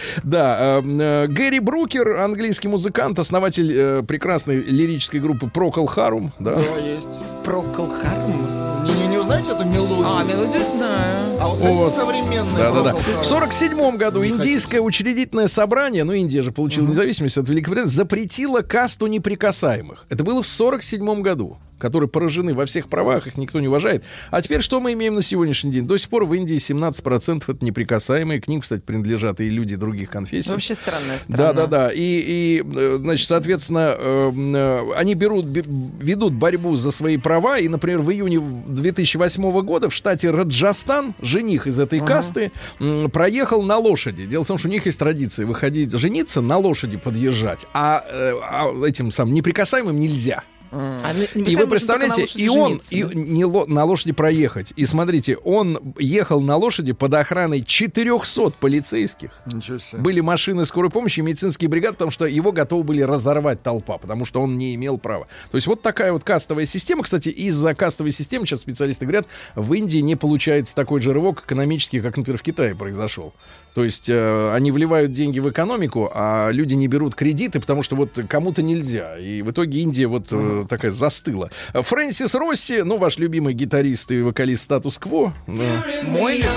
Да, э, э, Гэри Брукер, английский музыкант, основатель э, прекрасной лирической группы Procol Harum, да. Да, есть. Procol Harum. Не, не, не узнаете эту мелодию? А, мелодию знаю. А вот, Вот. это современная. Да-да-да. Procol Harum. В сорок седьмом году Не Индийское учредительное собрание, ну, Индия же получила независимость от Великобритании, запретило касту неприкасаемых. Это было в сорок седьмом году, которые поражены во всех правах, их никто не уважает. А теперь что мы имеем на сегодняшний день? До сих пор в Индии семнадцать процентов это неприкасаемые. К ним, кстати, принадлежат и люди других конфессий. Вообще странная страна. Да, да, да. И, и э, значит, соответственно, э, э, они берут, бе- ведут борьбу за свои права. И, например, в июне две тысячи восьмого года в штате Раджастан жених из этой касты м, проехал на лошади. Дело в том, что у них есть традиция выходить, жениться, на лошади подъезжать. А, э, а этим самым неприкасаемым нельзя. А, И вы представляете, и он и не ло- на лошади проехать. И смотрите, он ехал на лошади под охраной четырехсот полицейских. Ничего себе. Были машины скорой помощи, медицинские бригады, потому что его готовы были разорвать толпа, потому что он не имел права. То есть вот такая вот кастовая система. Кстати, из-за кастовой системы, сейчас специалисты говорят, в Индии не получается такой же рывок экономический, как, например, в Китае произошел. То есть э, они вливают деньги в экономику, а люди не берут кредиты, потому что вот кому-то нельзя. И в итоге Индия вот э, такая застыла. Фрэнсис Росси, ну, ваш любимый гитарист и вокалист «Статус-кво». Да. Мой любимый.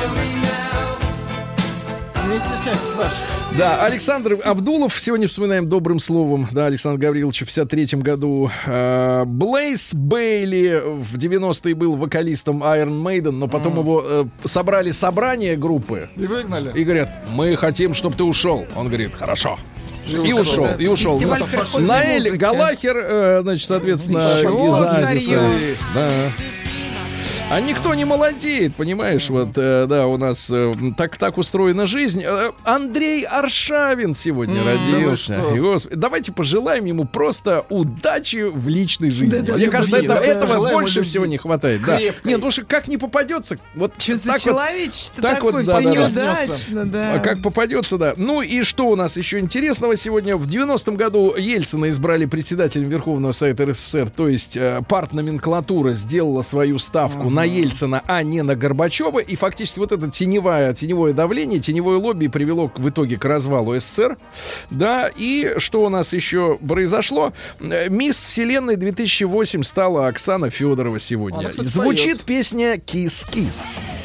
Не стесняйтесь, ваш. Да, Александр Абдулов, сегодня вспоминаем добрым словом, да, Александр Гаврилович в пятьдесят третьем году. Э, Блейз Бейли в девяностые был вокалистом Iron Maiden, но потом mm. его э, собрали собрание группы И выгнали. и говорят, мы хотим, чтобы ты ушел. Он говорит, хорошо. И ушел, и ушел. Фестиваль Ну, переходит в Наэль музыке. Газахер, э, значит, соответственно, Ничего, из Азиса. старье. Да. А никто не молодеет, понимаешь? Вот, э, да, у нас э, так, так устроена жизнь. Э, Андрей Аршавин сегодня Mm, родился. да вы И, Господи, давайте пожелаем ему просто удачи в личной жизни. Да-да, Мне любви, кажется, это- да, этого пожелаем больше любви. всего не хватает. Да. Нет, Крепкой. потому что как не попадется, вот Что за так вот, человечество так такое? вот, да, Все да, да. неудачно, да. а как попадется, да. Ну и что у нас еще интересного сегодня? В девяностом году Ельцина избрали председателем Верховного Совета РСФСР, то есть э, партноменклатура сделала свою ставку на Ельцина, а не на Горбачева, и фактически вот это теневое, теневое давление, теневое лобби привело к- в итоге к развалу СССР. Да, и что у нас еще произошло? Э, Мисс Вселенной две тысячи восемь стала Оксана Федорова сегодня. Она, кстати, Звучит поет. песня «Кис-кис».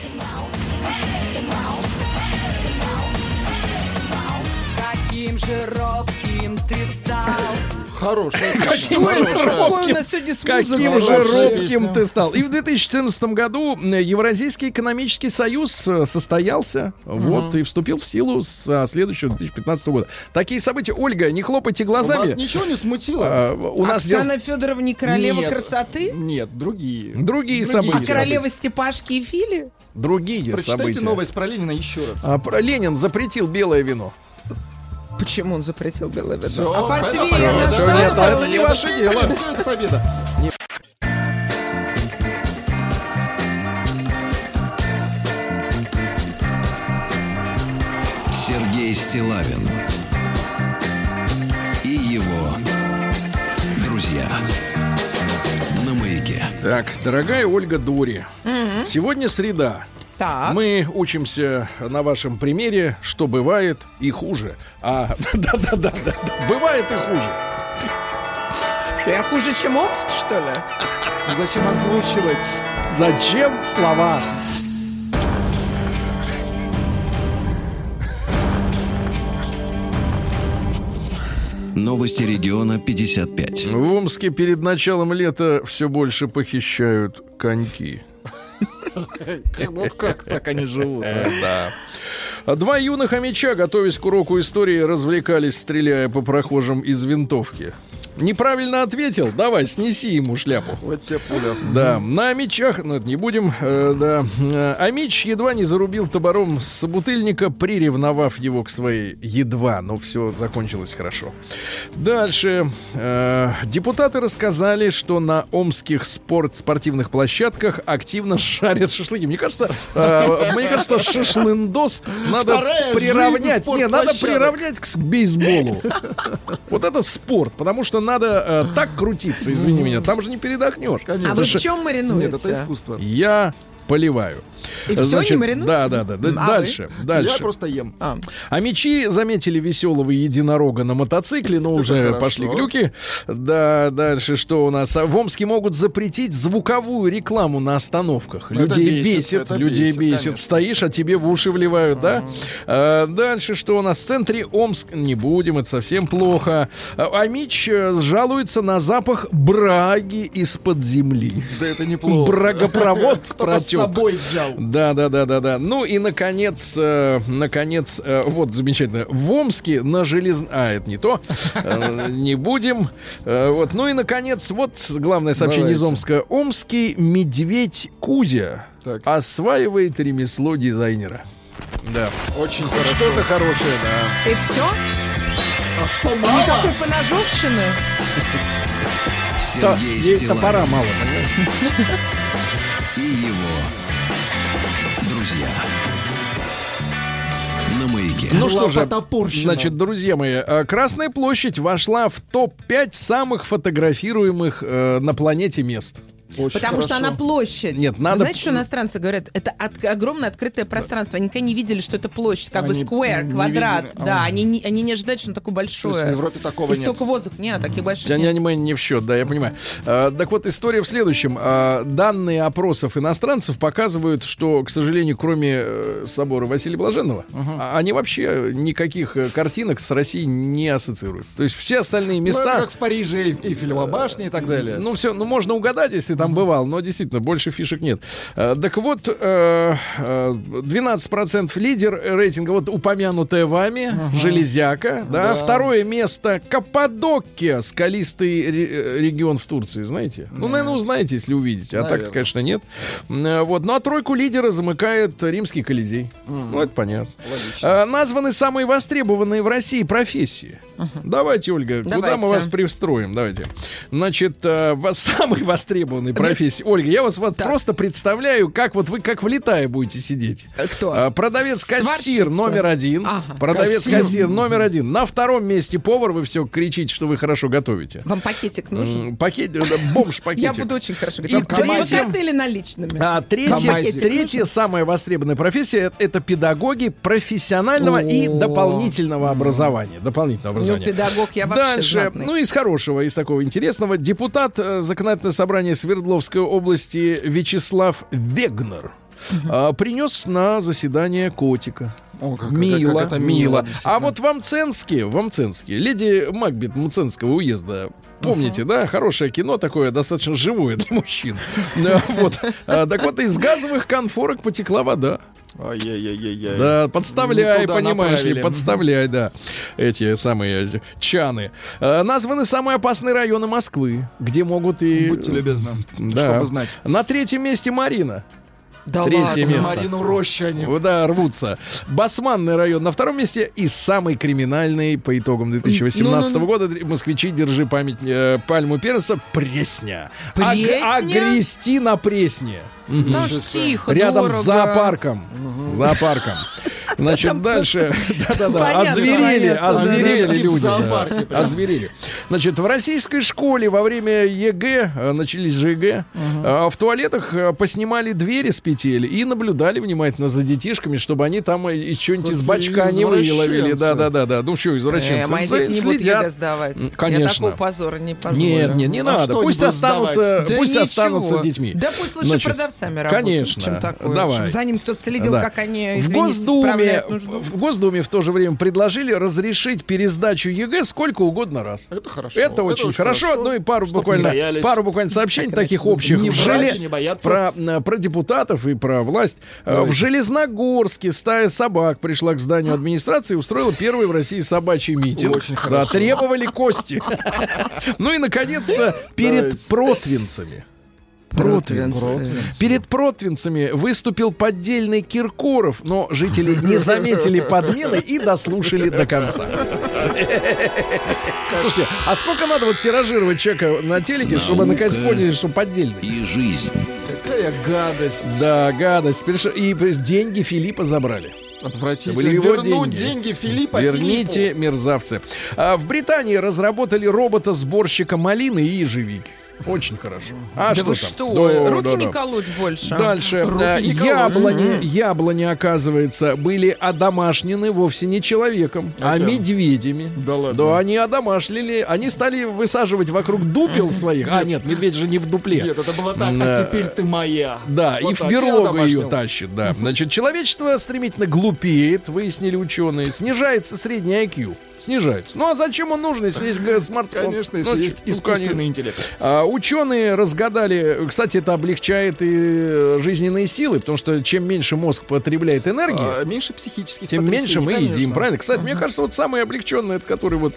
Каким же робким ты стал. Хорошая песня. Каким же Хорошая. Какой у нас сегодня с Каким музыкой? же Хорошая робким песня. ты стал. И в две тысячи четырнадцатом году э, Евразийский экономический союз э, состоялся, вот, и вступил в силу с а, следующего две тысячи пятнадцатого года. Такие события. Ольга, не хлопайте Вас глазами. ничего не смутило? А, у нас дел- Оксана Федорова не королева Нет. красоты? Нет, другие. другие Другие А события. королева Степашки и Фили? Другие Прочитайте события. новость про Ленина еще раз. А, про- Ленин запретил белое вино. Почему он запретил белое вино? Всё, а это портвейн победа. Всё, оставил? нет, а это не ваше дело. Все это победа. Сергей Стиллавин и его друзья на Маяке. Так, дорогая Ольга Дори, сегодня среда. Так. Мы учимся на вашем примере, что бывает и хуже. А, да-да-да, бывает и хуже. Я хуже, чем Омск, что ли? Зачем озвучивать? Зачем слова? Новости региона пятьдесят пять. В Омске перед началом лета все больше похищают коньки. Вот как так они живут. а? Да. Два юных хомяча, готовясь к уроку истории, развлекались, стреляя по прохожим из винтовки. Неправильно ответил? Давай, снеси ему шляпу. Вот тебе пуля. Да, на мечах, ну это не будем, э, да. Э, А меч едва не зарубил топором собутыльника, приревновав его к своей едва, но все закончилось хорошо. Дальше. Э, депутаты рассказали, что на омских спорт, спортивных площадках активно шарят шашлыки. Мне кажется, э, мне кажется, шашлындос надо Вторая приравнять. жизнь Не, надо спортплощадок. приравнять к с- бейсболу. Вот это спорт, потому что надо э, так крутиться, извини меня, там же не передохнешь. Конечно. А вы в Слушай, чем маринуете? Нет, это искусство. Я поливаю. И все, не маринуете? Да, да, да. да. А Дальше, дальше. Я просто ем. А, А мечи заметили веселого единорога на мотоцикле, но уже хорошо. пошли глюки. Да, дальше что у нас? А В Омске могут запретить звуковую рекламу на остановках. Это Людей бесит, бесит, это людей бесит, бесит. конечно. Стоишь, а тебе в уши вливают, да? А, дальше что у нас? В центре Омск не будем, это совсем плохо. А, а Мич э, жалуется на запах браги из-под земли. Да это неплохо. Брагопровод Кто-то с протек. собой взял. Да, да, да, да, да. Ну и наконец, э, наконец, э, вот замечательно. В Омске на желез... А, это не то. Э, не будем. Э, вот. Ну и наконец, вот главное сообщение из Давайте. Омска. Омский медведь Кузя Так. осваивает ремесло дизайнера. Да. Очень Хоть хорошо. что-то хорошее, да. это все? А что, мало? Никакой поножовщины? Да, Сергей ей Стиллавин топора мало, понимаешь? и его друзья на Маяке. Ну что же, Лопатопорщина. значит, друзья мои, э, Красная площадь вошла в топ пять самых фотографируемых э, на планете мест. Очень Потому что хорошо. она площадь. Нет, Вы надо- знаете, что иностранцы говорят? Это от- огромное открытое пространство. Они никогда не видели, что это площадь, как бы Они square, не квадрат. видели. Да, А. они не, они не ожидают, что оно такое То есть большое. в Европе такого И нет. столько воздуха. Нет, таких больших Тебя нет. не, не в счет, да, я понимаю. А, так вот, история в следующем. А, данные опросов иностранцев показывают, что, к сожалению, кроме э, собора Василия Блаженного, а- они вообще никаких э, картинок с Россией не ассоциируют. То есть все остальные Ну, это места... как в Париже, Эйфелева башня и так далее. Ну, все, ну, можно угадать, если там бывал, но действительно больше фишек нет. Э, так вот, э, э, двенадцать процентов лидер рейтинга, вот упомянутая вами, uh-huh. Железяка. Да? Да. Второе место Каппадокия, скалистый ре- регион в Турции, знаете? Uh-huh. Ну, наверное, узнаете, если увидите. А наверное. Так-то, конечно, нет. Э, вот. Ну, а тройку лидера замыкает Римский Колизей. Uh-huh. Ну, это понятно. Э, названы самые востребованные в России профессии. Uh-huh. Давайте, Ольга, Давайте. Куда мы вас пристроим? Давайте. Значит, э, вас самые востребованные профессии. Ольга, я вас вот просто представляю, как вот вы как в Литае будете сидеть. Кто? Э, продавец-кассир номер один. Ага. Продавец-кассир номер один. На втором месте повар. Вы все кричите, что вы хорошо готовите. Вам пакетик нужен? Пакет, бомж-пакетик. Я буду очень хорошо готовить. И коктейли наличными. А третья, третья самая востребованная профессия — это педагоги профессионального и дополнительного образования. Дополнительного образования. Ну, педагог я вообще Дальше, знатный. Ну, из хорошего, из такого интересного. Депутат э, Законодательного собрания Свердловской области Вячеслав Вегнер угу. э, принес на заседание котика. О, как мило, это, как это мило. мило. А вот в Амценске, в Амценске, леди Макбет Мценского уезда, помните, uh-huh. да, хорошее кино такое, достаточно живое для мужчин. Вот. Так вот, из газовых конфорок потекла вода. Ай-яй-яй-яй. Да, подставляй, понимаешь ли, подставляй, да, эти самые чаны. А, названы самые опасные районы Москвы, где могут и... Будьте любезны, да. чтобы знать. На третьем месте Марина. Да Третье ладно, место. Марину Рощу они. Да, рвутся. Басманный район на втором месте. И самый криминальный по итогам две тысячи восемнадцатого года москвичи, держи память, э, пальму первенства, Пресня. Пресня? А грести на Пресне. Да уж тихо, рядом дорого. с зоопарком. Угу. Зоопарком. Значит, там дальше. Да-да-да. Понятно, озверели, понятно. озверели люди. Да. Озверели. Значит, в российской школе во время ЕГЭ, начались же ЕГЭ, угу. в туалетах поснимали двери с петель и наблюдали внимательно за детишками, чтобы они там и что-нибудь из бачка не выловили. Да-да-да. Ну что, извращенцы? Э, мои дети не будут ЕГЭ сдавать. Конечно. Я такого позора не позволю. Нет, нет, не а надо. Пусть останутся, да пусть ничего. останутся детьми. Да пусть лучше Значит, продавцами работают, конечно. чем такое. Давай. Чтобы за ним кто-то следил, Да. как они, в извините, Госдуме, справляют нужду. в Госдуме в то же время предложили разрешить пересдачу ЕГЭ сколько угодно раз. Это хорошо. Это, это очень, очень хорошо. хорошо. Ну и пару буквально, пару буквально сообщений так, таких общих. Не в желе... желе... про, про депутатов и про власть. Давай. В Железногорске стая собак пришла к зданию администрации и устроила первый в России собачий митинг. Очень да, хорошо. требовали кости. Ну и, наконец, перед протвинцами. Протвинцы. Протвинцы. Перед протвинцами выступил поддельный Киркоров, но жители не заметили подмены и дослушали до конца. Слушайте, а сколько надо вот тиражировать человека на телеке, Наука чтобы наконец поняли, что поддельный? И жизнь. Какая гадость. Да, гадость. И деньги Филиппа забрали. Отвратительно. Его Вернуть деньги. деньги Филиппа Верните, Филиппу. Мерзавцы. А в Британии разработали робота-сборщика малины и ежевики. Очень хорошо. А да что вы там? что? Да, Руки да, не да. колоть больше. Дальше. Руки Да, не колоть. яблони, М-м. яблони, оказывается, были одомашнены вовсе не человеком, а, а медведями. Да ладно. Да, они одомашнили. Они стали высаживать вокруг дупел своих. А, нет, медведь же не в дупле. Нет, это было так. Да. А теперь ты моя. Да, Вот и в так. берлогу Я ее домашнего. тащит, да. Значит, человечество стремительно глупеет, выяснили ученые. Снижается средний ай кью. Снижается. Ну а зачем он нужен, если есть г- смартфон? Конечно, если Ну, есть ну, искусственный конечно. интеллект. А, ученые разгадали, кстати, это облегчает и жизненные силы, потому что чем меньше мозг потребляет энергии, А, меньше психических тем потрясений, меньше мы конечно. едим, правильно? Кстати, мне кажется, вот самый облегченный, это который вот...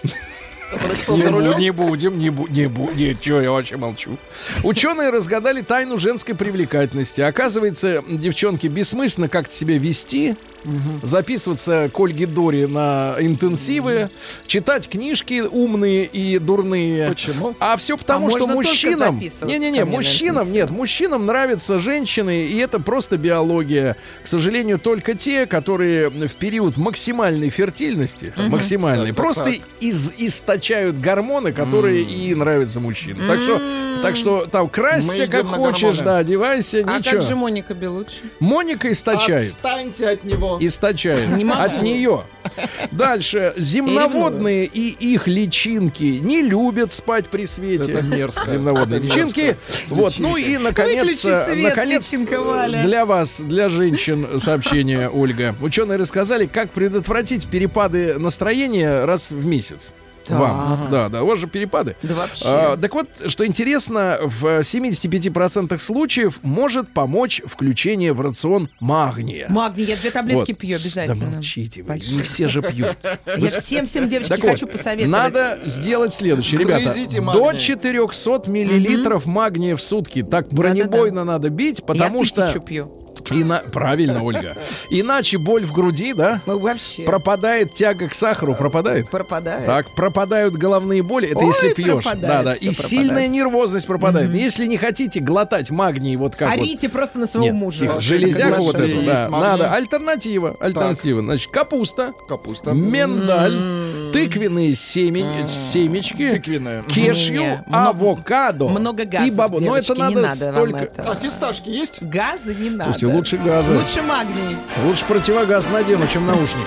Который спал Не, за бу- рулем? не будем, не будем, не будем. Ничего, я вообще молчу. Ученые разгадали тайну женской привлекательности. Оказывается, девчонки, бессмысленно как-то себя вести, записываться к Ольге Дори на интенсивы, читать книжки умные и дурные. Почему? А все потому, А что можно только мужчинам... записываться Не-не-не, ко мне на мужчинам, интенсив. нет, мужчинам нравятся женщины, и это просто биология. К сожалению, только те, которые в период максимальной фертильности, максимальной, Так, так, просто так. из, источают гормоны, которые и нравятся мужчинам. Так что, так что там Мы красься идем как на хочешь, гормоны. да, одевайся, А ничего. как же Моника Белуччи? Моника источает. Отстаньте от него. Источает Не могу. от нее. Дальше. Земноводные и их личинки не любят спать при свете. Это мерзко. Земноводные Это личинки. мерзко. Вот. Ну и наконец, Выключи свет, наконец личинка Валя. для вас, для женщин сообщение, Ольга. Ученые рассказали, как предотвратить перепады настроения раз в месяц. Вам. Ага. Да, да, у вас же перепады. Да вообще. А, так вот, что интересно, в семьдесят пять процентов случаев может помочь включение в рацион магния. Магний, я две таблетки Вот. пью обязательно. Да молчите вы, Большие. не все же пьют. Я всем-всем девочки Так вот, хочу посоветовать. надо сделать следующее, ребята. Грызите До магний. четыреста миллилитров магния в сутки. Так бронебойно надо бить, потому я что... тысячу пью. Ина- Правильно, Ольга. Иначе боль в груди, да? Ну, вообще. Пропадает тяга к сахару, пропадает. Пропадает. Так, пропадают головные боли. Это Ой, если пьешь. пропадает, Да, да. всё И пропадает. сильная нервозность пропадает. Если не хотите глотать магний, вот как вот. Орите просто на своего Нет, мужа. тихо, железяку вот Есть эту, да. магний. Надо. Альтернатива. Альтернатива. Значит, капуста, Капуста. миндаль, тыквенные семень, семечки, Тыквенная. кешью, Не-не, много- авокадо много газов, и бабу. Но это девочки, не надо надо вам столько... это. А фисташки есть? Газы не надо. Слушайте, лучше газы. Лучше магний. Лучше противогаз надену, чем наушник.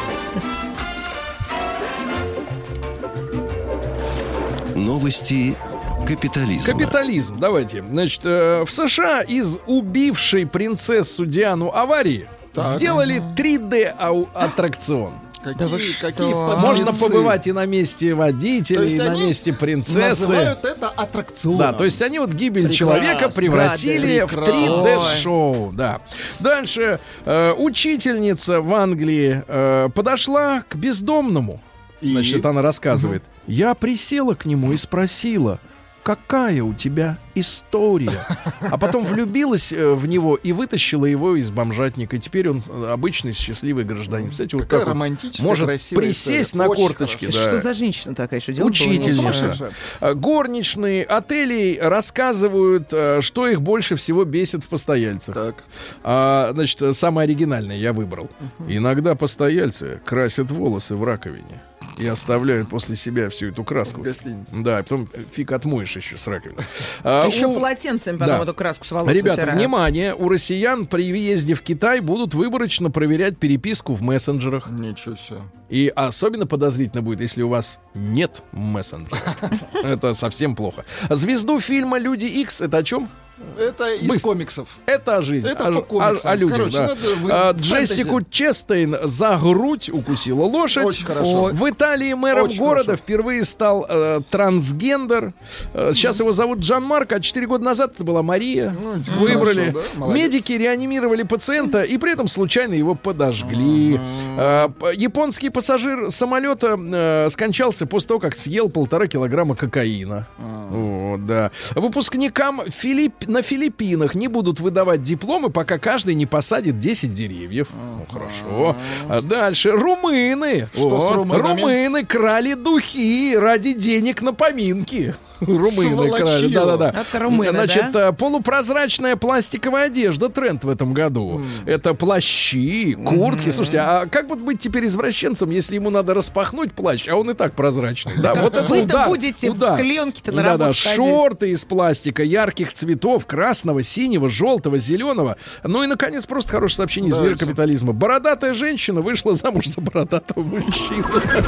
Новости капитализма. Капитализм. Давайте. Значит, э, в США из убившей принцессу Диану аварии Так. сделали три дэ ау- аттракцион. Какие, вы что? какие Можно подлецы. побывать и на месте водителя, То есть и на они месте принцессы. Называют это аттракционом. Да, то есть они вот гибель Прекрасно. человека превратили в Прекрасно. три дэ-шоу. Да. Дальше. э, учительница в Англии э, подошла к бездомному. И? Значит, она рассказывает. Я присела к нему и спросила, какая у тебя история? А потом влюбилась э, в него и вытащила его из бомжатника. И теперь он э, обычный счастливый гражданин. Кстати, вот Какая так вот романтическая, может красивая присесть история. на Очень корточки. хорошо. Да. Что за женщина такая еще делала? Учительница. сумасшедшая. А, Горничные отелей рассказывают, э, что их больше всего бесит в постояльцах. Так. А, значит, э, самое оригинальное я выбрал. Иногда постояльцы красят волосы в раковине и оставляют после себя всю эту краску. В гостинице. Да, и потом фиг отмоешь еще с раковины. А, Еще у- полотенцем потом Да. эту краску с волос Ребята, вытирают. внимание, у россиян при въезде в Китай будут выборочно проверять переписку в мессенджерах. Ничего себе. И особенно подозрительно будет, если у вас нет мессенджера. Это совсем плохо. Звезду фильма «Люди Икс» — это о чем? Это из Быстро. комиксов. Это о жизни. Это о, по комиксам. о- о людях, Короче, да. надо вы- А, фэнтези. Джессику Честейн за грудь укусила лошадь. Очень хорошо. В Италии мэром Очень города хорошо. впервые стал э, трансгендер. Э, сейчас его зовут Джан Марко, а четыре года назад это была Мария. Ну, Выбрали. хорошо, да? Молодец. Медики реанимировали пациента и при этом случайно его подожгли. Э, п- японский пассажир самолета э, скончался после того, как съел полтора килограмма кокаина. Вот, да. Выпускникам Филипп... на Филиппинах не будут выдавать дипломы, пока каждый не посадит десять деревьев. Ну, хорошо. А дальше. Румыны. Что с Вот. румынами? Румыны крали духи ради денег на поминки. Румыны Сволочило. крали. Да-да-да. Это румыны, Значит, да? а, полупрозрачная пластиковая одежда тренд в этом году. Это плащи, куртки. Слушайте, а как вот быть теперь извращенцем, если ему надо распахнуть плащ, а он и так прозрачный? Да, вот это Вы-то удар, будете в удар. клеенке-то на Да-да, работу ходить. шорты из пластика, ярких цветов, красного, синего, желтого, зеленого. Ну и, наконец, просто хорошее сообщение из мира Давайте. капитализма. Бородатая женщина вышла замуж за бородатого мужчину.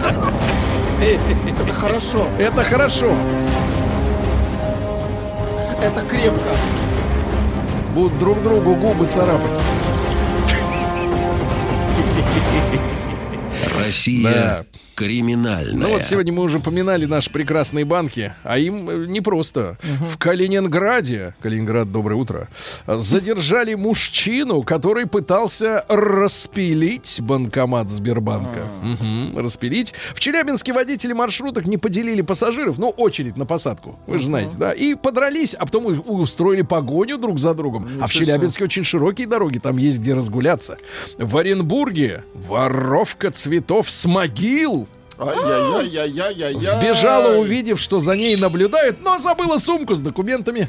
Это хорошо. Это хорошо. Это крепко. Будут друг другу губы царапать. Россия Да. криминальная. Ну вот сегодня мы уже поминали наши прекрасные банки, а им э, непросто. В Калининграде, Калининград, доброе утро, задержали мужчину, который пытался распилить банкомат Сбербанка. Мгм, распилить. В Челябинске водители маршруток не поделили пассажиров, ну, очередь на посадку, вы же знаете, да, и подрались, а потом у- устроили погоню друг за другом. А в Челябинске очень широкие дороги, там есть где разгуляться. В Оренбурге воровка цветов с могил Ай-яй-яй-яй-яй-яй. сбежала, увидев, что за ней наблюдают, но забыла сумку с документами.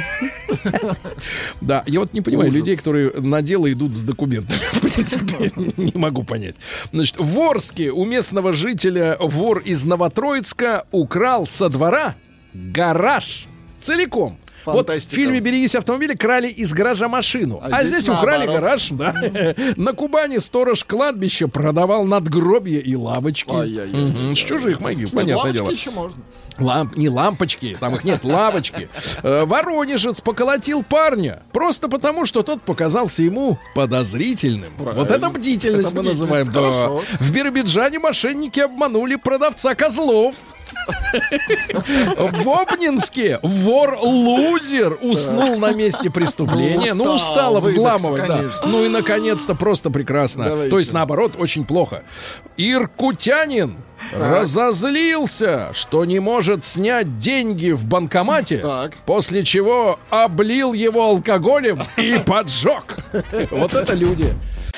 Да, я вот не понимаю Ужас. людей, которые на дело идут с документами. В принципе, не могу понять. Значит, в Орске у местного жителя вор из Новотроицка украл со двора гараж целиком. Вот в Фантастика. фильме «Берегись автомобиля» крали из гаража машину, а, А здесь, здесь украли наоборот. гараж. Да. На Кубани сторож кладбища продавал надгробья и лавочки. Ай-яй-яй. Мгм. С чужих могил, Нет, понятное лампочки дело. еще можно. Ламп, не лампочки, там их нет, лавочки. Э, Воронежец поколотил парня просто потому, что тот показался ему подозрительным. Правильно. Вот это бдительность Это мы бдительность, называем. Да. хорошо. В Биробиджане мошенники обманули продавца козлов. В Обнинске вор-лузер уснул на месте преступления. Ну, устал взламывать, да. Ну и, наконец-то, просто прекрасно. То есть, наоборот, очень плохо. Иркутянин разозлился, что не может снять деньги в банкомате, Так. после чего облил его алкоголем и поджег. Вот это люди.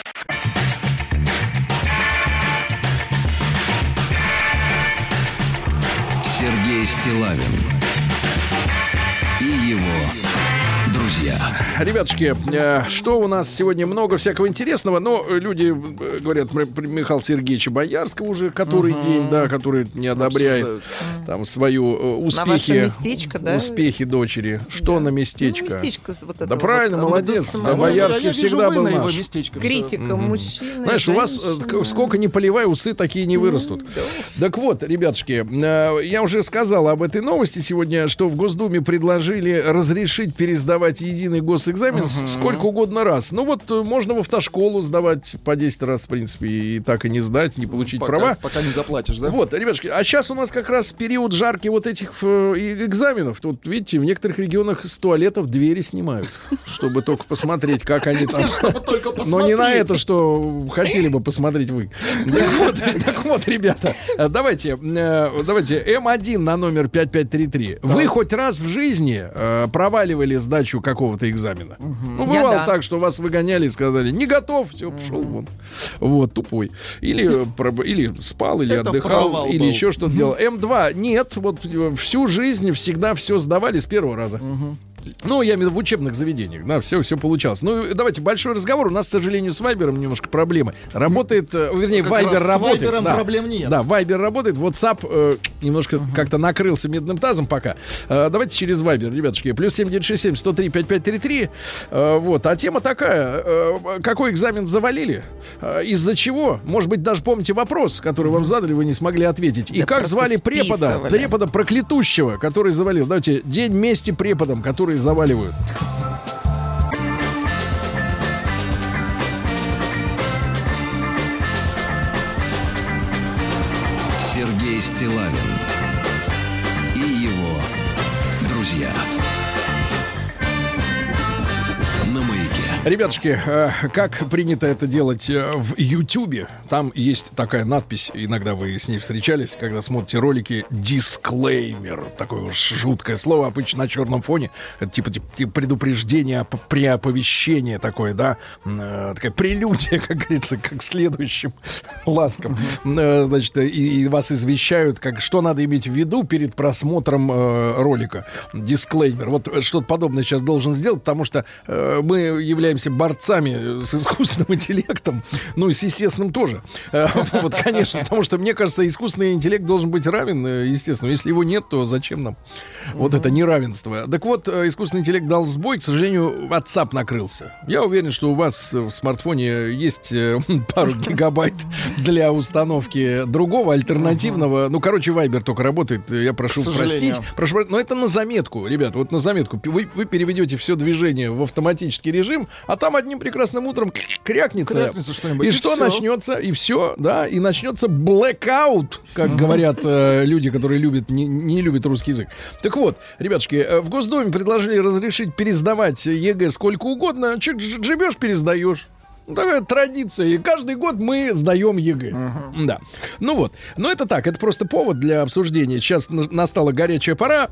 Сергей Стиллавин и его друзья. Ребятушки, э, что у нас сегодня много всякого интересного, но люди э, говорят про про Михаила Сергеевича Боярского уже который uh-huh. день, да, который не одобряет uh-huh. там свою э, успехи, на ваше местечко, да? успехи дочери. Что да. на местечко? Ну, местечко вот это да вот, правильно, вот, молодец. Вот, да, Боярский я всегда вижу, был вы наш. Местечко, критика mm-hmm. мужчины. Знаешь, у вас э, сколько не поливай, усы такие не вырастут. Mm-hmm. Так вот, ребятушки, э, я уже сказал об этой новости сегодня, что в Госдуме предложили разрешить пересдавать единый госэкзамен uh-huh. сколько угодно раз. Ну вот можно в автошколу сдавать по десять раз, в принципе, и так и не сдать, не получить пока, права. Пока не заплатишь, да? Вот, ребятушки, а сейчас у нас как раз период жаркий вот этих э, экзаменов. Тут, видите, в некоторых регионах с туалетов двери снимают, чтобы только посмотреть, как они там. Но не на это, что хотели бы посмотреть вы. Так вот, ребята, давайте, давайте эм один на номер пять пять три три. Вы хоть раз в жизни проваливали сдачу какого-то экзамена? Ну, бывало да. так, что вас выгоняли и сказали, не готов, все, пошел вон. Вот, тупой. Или, или спал, или Это отдыхал, или был. еще что-то делал. эм два нет, вот всю жизнь всегда все сдавали с первого раза. Ну, я имею в виду в учебных заведениях, да, все, все получалось. Ну, давайте большой разговор. У нас, к сожалению, с Вайбером немножко проблемы. Работает, э, вернее, Вайбер работает. С Вайбером да, проблем нет. Да, Вайбер работает. WhatsApp э, немножко uh-huh. как-то накрылся медным тазом пока. Э, давайте через Вайбер, ребятушки. Плюс семь девять шесть семь сто три пять пять три три. Э, вот. А тема такая. Э, какой экзамен завалили? Э, из-за чего? Может быть, даже помните вопрос, который uh-huh. вам задали, вы не смогли ответить. И да как звали препода, препода проклятущего, который завалил? Давайте, день мести преподам, который заваливают. Сергей Стиллавин и его друзья. На маяке. Ребятушки, э, как принято это делать э, в Ютубе, там есть такая надпись, иногда вы с ней встречались, когда смотрите ролики, дисклеймер, такое уж жуткое слово, обычно на черном фоне, это типа, типа предупреждение, преоповещение такое, да, э, такая прелюдия, как говорится, как к следующим ласкам, э, значит, и, и вас извещают, как, что надо иметь в виду перед просмотром э, ролика, дисклеймер, вот что-то подобное сейчас должен сделать, потому что э, мы являемся борцами с искусственным интеллектом, ну и с естественным тоже. Вот, конечно, потому что, мне кажется, искусственный интеллект должен быть равен, естественно. Если его нет, то зачем нам вот это неравенство? Так вот, искусственный интеллект дал сбой, к сожалению, WhatsApp накрылся. Я уверен, что у вас в смартфоне есть пару гигабайт для установки другого, альтернативного. Ну, короче, Viber только работает. Я прошу простить. Прошу, но это на заметку, ребят, вот на заметку. Вы, вы переведете все движение в автоматический режим, а там одним прекрасным утром крякнется, крякнется что-нибудь, и, и что все. начнется, и все, да, и начнется blackout, как uh-huh. говорят э, люди, которые любят, не, не любят русский язык. Так вот, ребятушки, э, в Госдуме предложили разрешить пересдавать ЕГЭ сколько угодно. Чуть живешь, пересдаешь. Такая традиция. И каждый год мы сдаем ЕГЭ. Uh-huh. Да. Ну вот. Но это так, это просто повод для обсуждения. Сейчас настала горячая пора.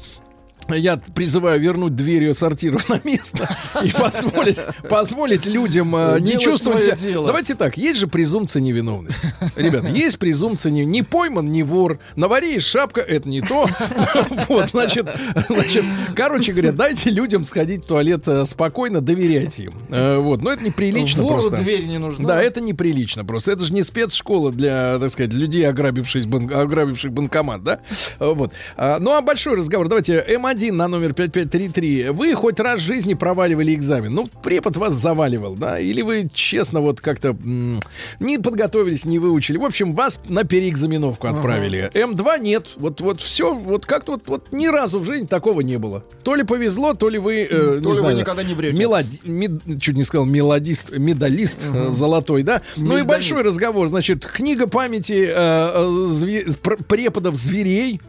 Я призываю вернуть двери сортира на место и позволить, позволить людям э, не чувствовать себя. Давайте так, есть же презумпция невиновности. Ребята, есть презумпция не, не пойман, не вор. На варе есть шапка, это не то. Вот, значит, значит, короче говоря, дайте людям сходить в туалет спокойно, доверяйте им. Вот, но это неприлично Вору просто. Дверь не нужна. Да, это неприлично просто. Это же не спецшкола для, так сказать, людей, ограбивших, бан- ограбивших банкомат, да? Вот. А, ну, а большой разговор. Давайте эм один на номер пять пять три три. Вы хоть раз в жизни проваливали экзамен? Ну, препод вас заваливал, да? Или вы честно вот как-то м- не подготовились, не выучили? В общем, вас на переэкзаменовку отправили. Uh-huh. эм два нет. Вот, вот все, вот как-то вот, вот ни разу в жизни такого не было. То ли повезло, то ли вы... Э, то не ли знаю, вы никогда не врете. Мелоди, мед, чуть не сказал мелодист, медалист uh-huh. э, золотой, да? Медалист. Ну и большой разговор. Значит, книга памяти э, зве- преподов зверей.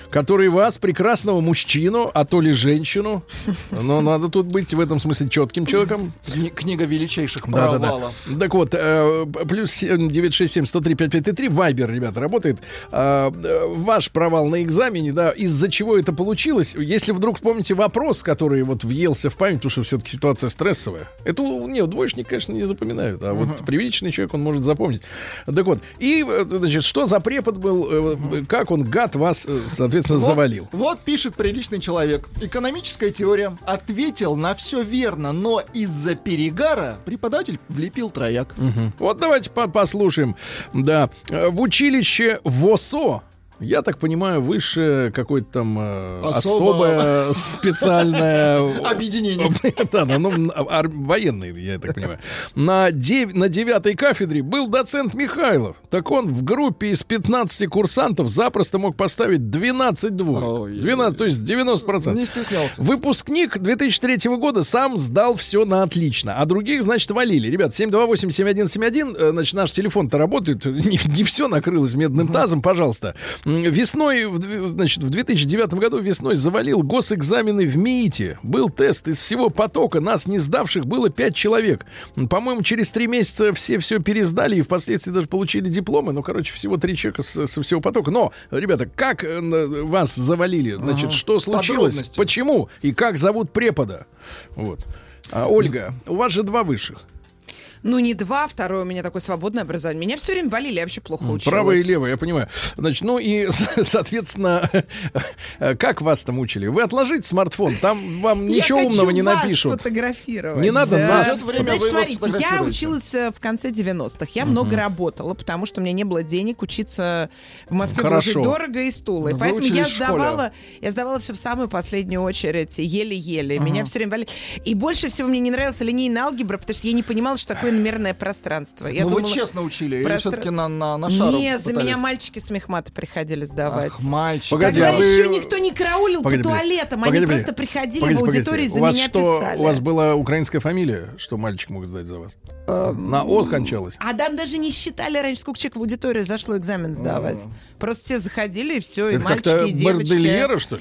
который вас, прекрасного мужчину, а то ли женщину, но надо тут быть в этом смысле четким человеком. Кни- Книга величайших Да, да, провалов. да. Так вот, э, плюс девять шесть семь сто три пять пять три, Вайбер, ребята, работает. Э, э, ваш провал на экзамене, да, из-за чего это получилось? Если вдруг помните вопрос, который вот въелся в память, потому что все-таки ситуация стрессовая. Это, не, двоечник, конечно, не запоминают, а вот uh-huh. приличный человек, он может запомнить. Так вот, и, значит, что за препод был, э, как он, гад, вас, соответственно, Вот, завалил? Вот пишет приличный человек. Экономическая теория. Ответил на все верно, но из-за перегара преподаватель влепил трояк. Угу. Вот давайте по- послушаем. Да. В училище ВОСО, я так понимаю, высшее какое-то там э, Особо. особое специальное Объединение. Да, да, ну, ар- военный, я так понимаю. На, дев... на девятой кафедре был доцент Михайлов. Так он в группе из пятнадцати курсантов запросто мог поставить двенадцать двоек. Ой, двенадцать, то есть девяносто процентов. Не стеснялся. Выпускник две тысячи третьего года сам сдал все на отлично, а других, значит, валили. Ребят, семь два восемь семь один семь один, э, значит, наш телефон-то работает, не, не все накрылось медным тазом, пожалуйста. Весной, в дв- значит, в две тысячи девятом году весной завалил госэкзамены в МИИТе. Был тест, из всего потока нас не сдавших было пять человек. По-моему, через три месяца все все пересдали и впоследствии даже получили дипломы. Ну, короче, всего три человека с- со всего потока. Но, ребята, как э, вас завалили? Значит, Ага. что случилось? Подробности. Почему? И как зовут препода? Вот. А, Ольга, у вас же два высших. Ну, не два, второе у меня такое свободное образование. Меня все время валили, я вообще плохо училась. Правое и левое, я понимаю. Значит, ну и, соответственно, как вас там учили? Вы отложите смартфон, там вам ничего я умного не хочу вас напишут. сфотографировать. Не надо Да. нас. В это время Значит, вы его смотрите, я сфотографируете. училась э, в конце девяностых. Я много работала, потому что у меня не было денег учиться в Москве. Было Хорошо. жить дорого и стуло. И Вы поэтому я учились в школе. сдавала, я сдавала все в самую последнюю очередь, еле-еле. Меня все время валили. И больше всего мне не нравилась линейная алгебра, потому что я не понимала, что такое номерное пространство. Я Ну, вы думала, честно учили, или пространство- все-таки на, на, на шару Нет, за пытались? меня мальчики с мехмата приходили сдавать. Ах, мальчик. Погоди, Тогда а вы- еще никто не караулил Погоди, по погоди. туалетам, Погоди, они погоди. просто приходили Погодите, в аудиторию и погодите. за у вас меня что, писали. У вас была украинская фамилия, что мальчик мог сдать за вас? На «о» кончалось? А там даже не считали раньше, сколько человек в аудиторию зашло экзамен сдавать. Просто все заходили, и все, и Это мальчики, как-то и девочки. бордельера, что ли?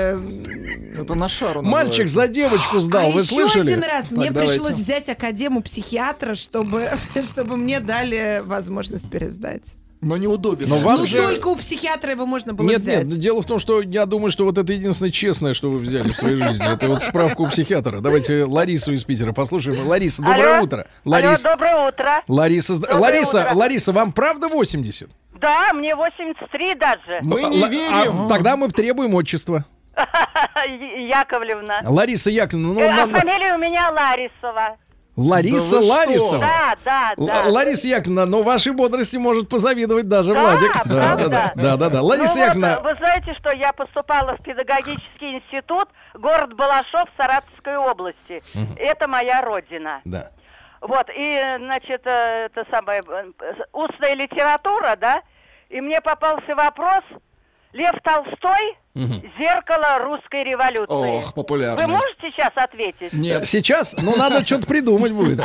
Эм, Это на шару Мальчик называется. за девочку сдал, а вы еще слышали? один раз мне давайте. пришлось взять академу психиатра, чтобы, чтобы мне дали возможность пересдать. Но неудобен. Но вам Ну, же- только у психиатра его можно было Нет, взять. нет, дело в том, что я думаю, что вот это единственное честное, что вы взяли в своей жизни. Это вот справку у психиатра. Давайте Ларису из Питера послушаем. Лариса, доброе Алло. утро. Алло, Лариса, доброе утро. Лариса, зд- Доброе Лариса, утро. Лариса, вам правда восемьдесят? Да, мне восемьдесят три даже. Мы не Ла- верим. а тогда мы требуем отчества. Яковлевна. Лариса Яковлевна, ну, Э, А нам- фамилия у меня Ларисова. Лариса Да вы что? Ларисова. Да, да, Л- да. Лариса Яковлевна, но вашей бодрости может позавидовать даже Да, Владик. Да, да, правда? да, да, да, да. Лариса Ну вот, Яковлевна, вы знаете, что я поступала в педагогический институт, город Балашов, Саратовской области. Это моя родина. да. Вот, и, значит, э, это самое, э, устная литература, да, и мне попался вопрос Лев Толстой, зеркало русской революции. Ох, популярность. Вы можете сейчас ответить? Нет. Сейчас, ну, надо что-то придумать будет.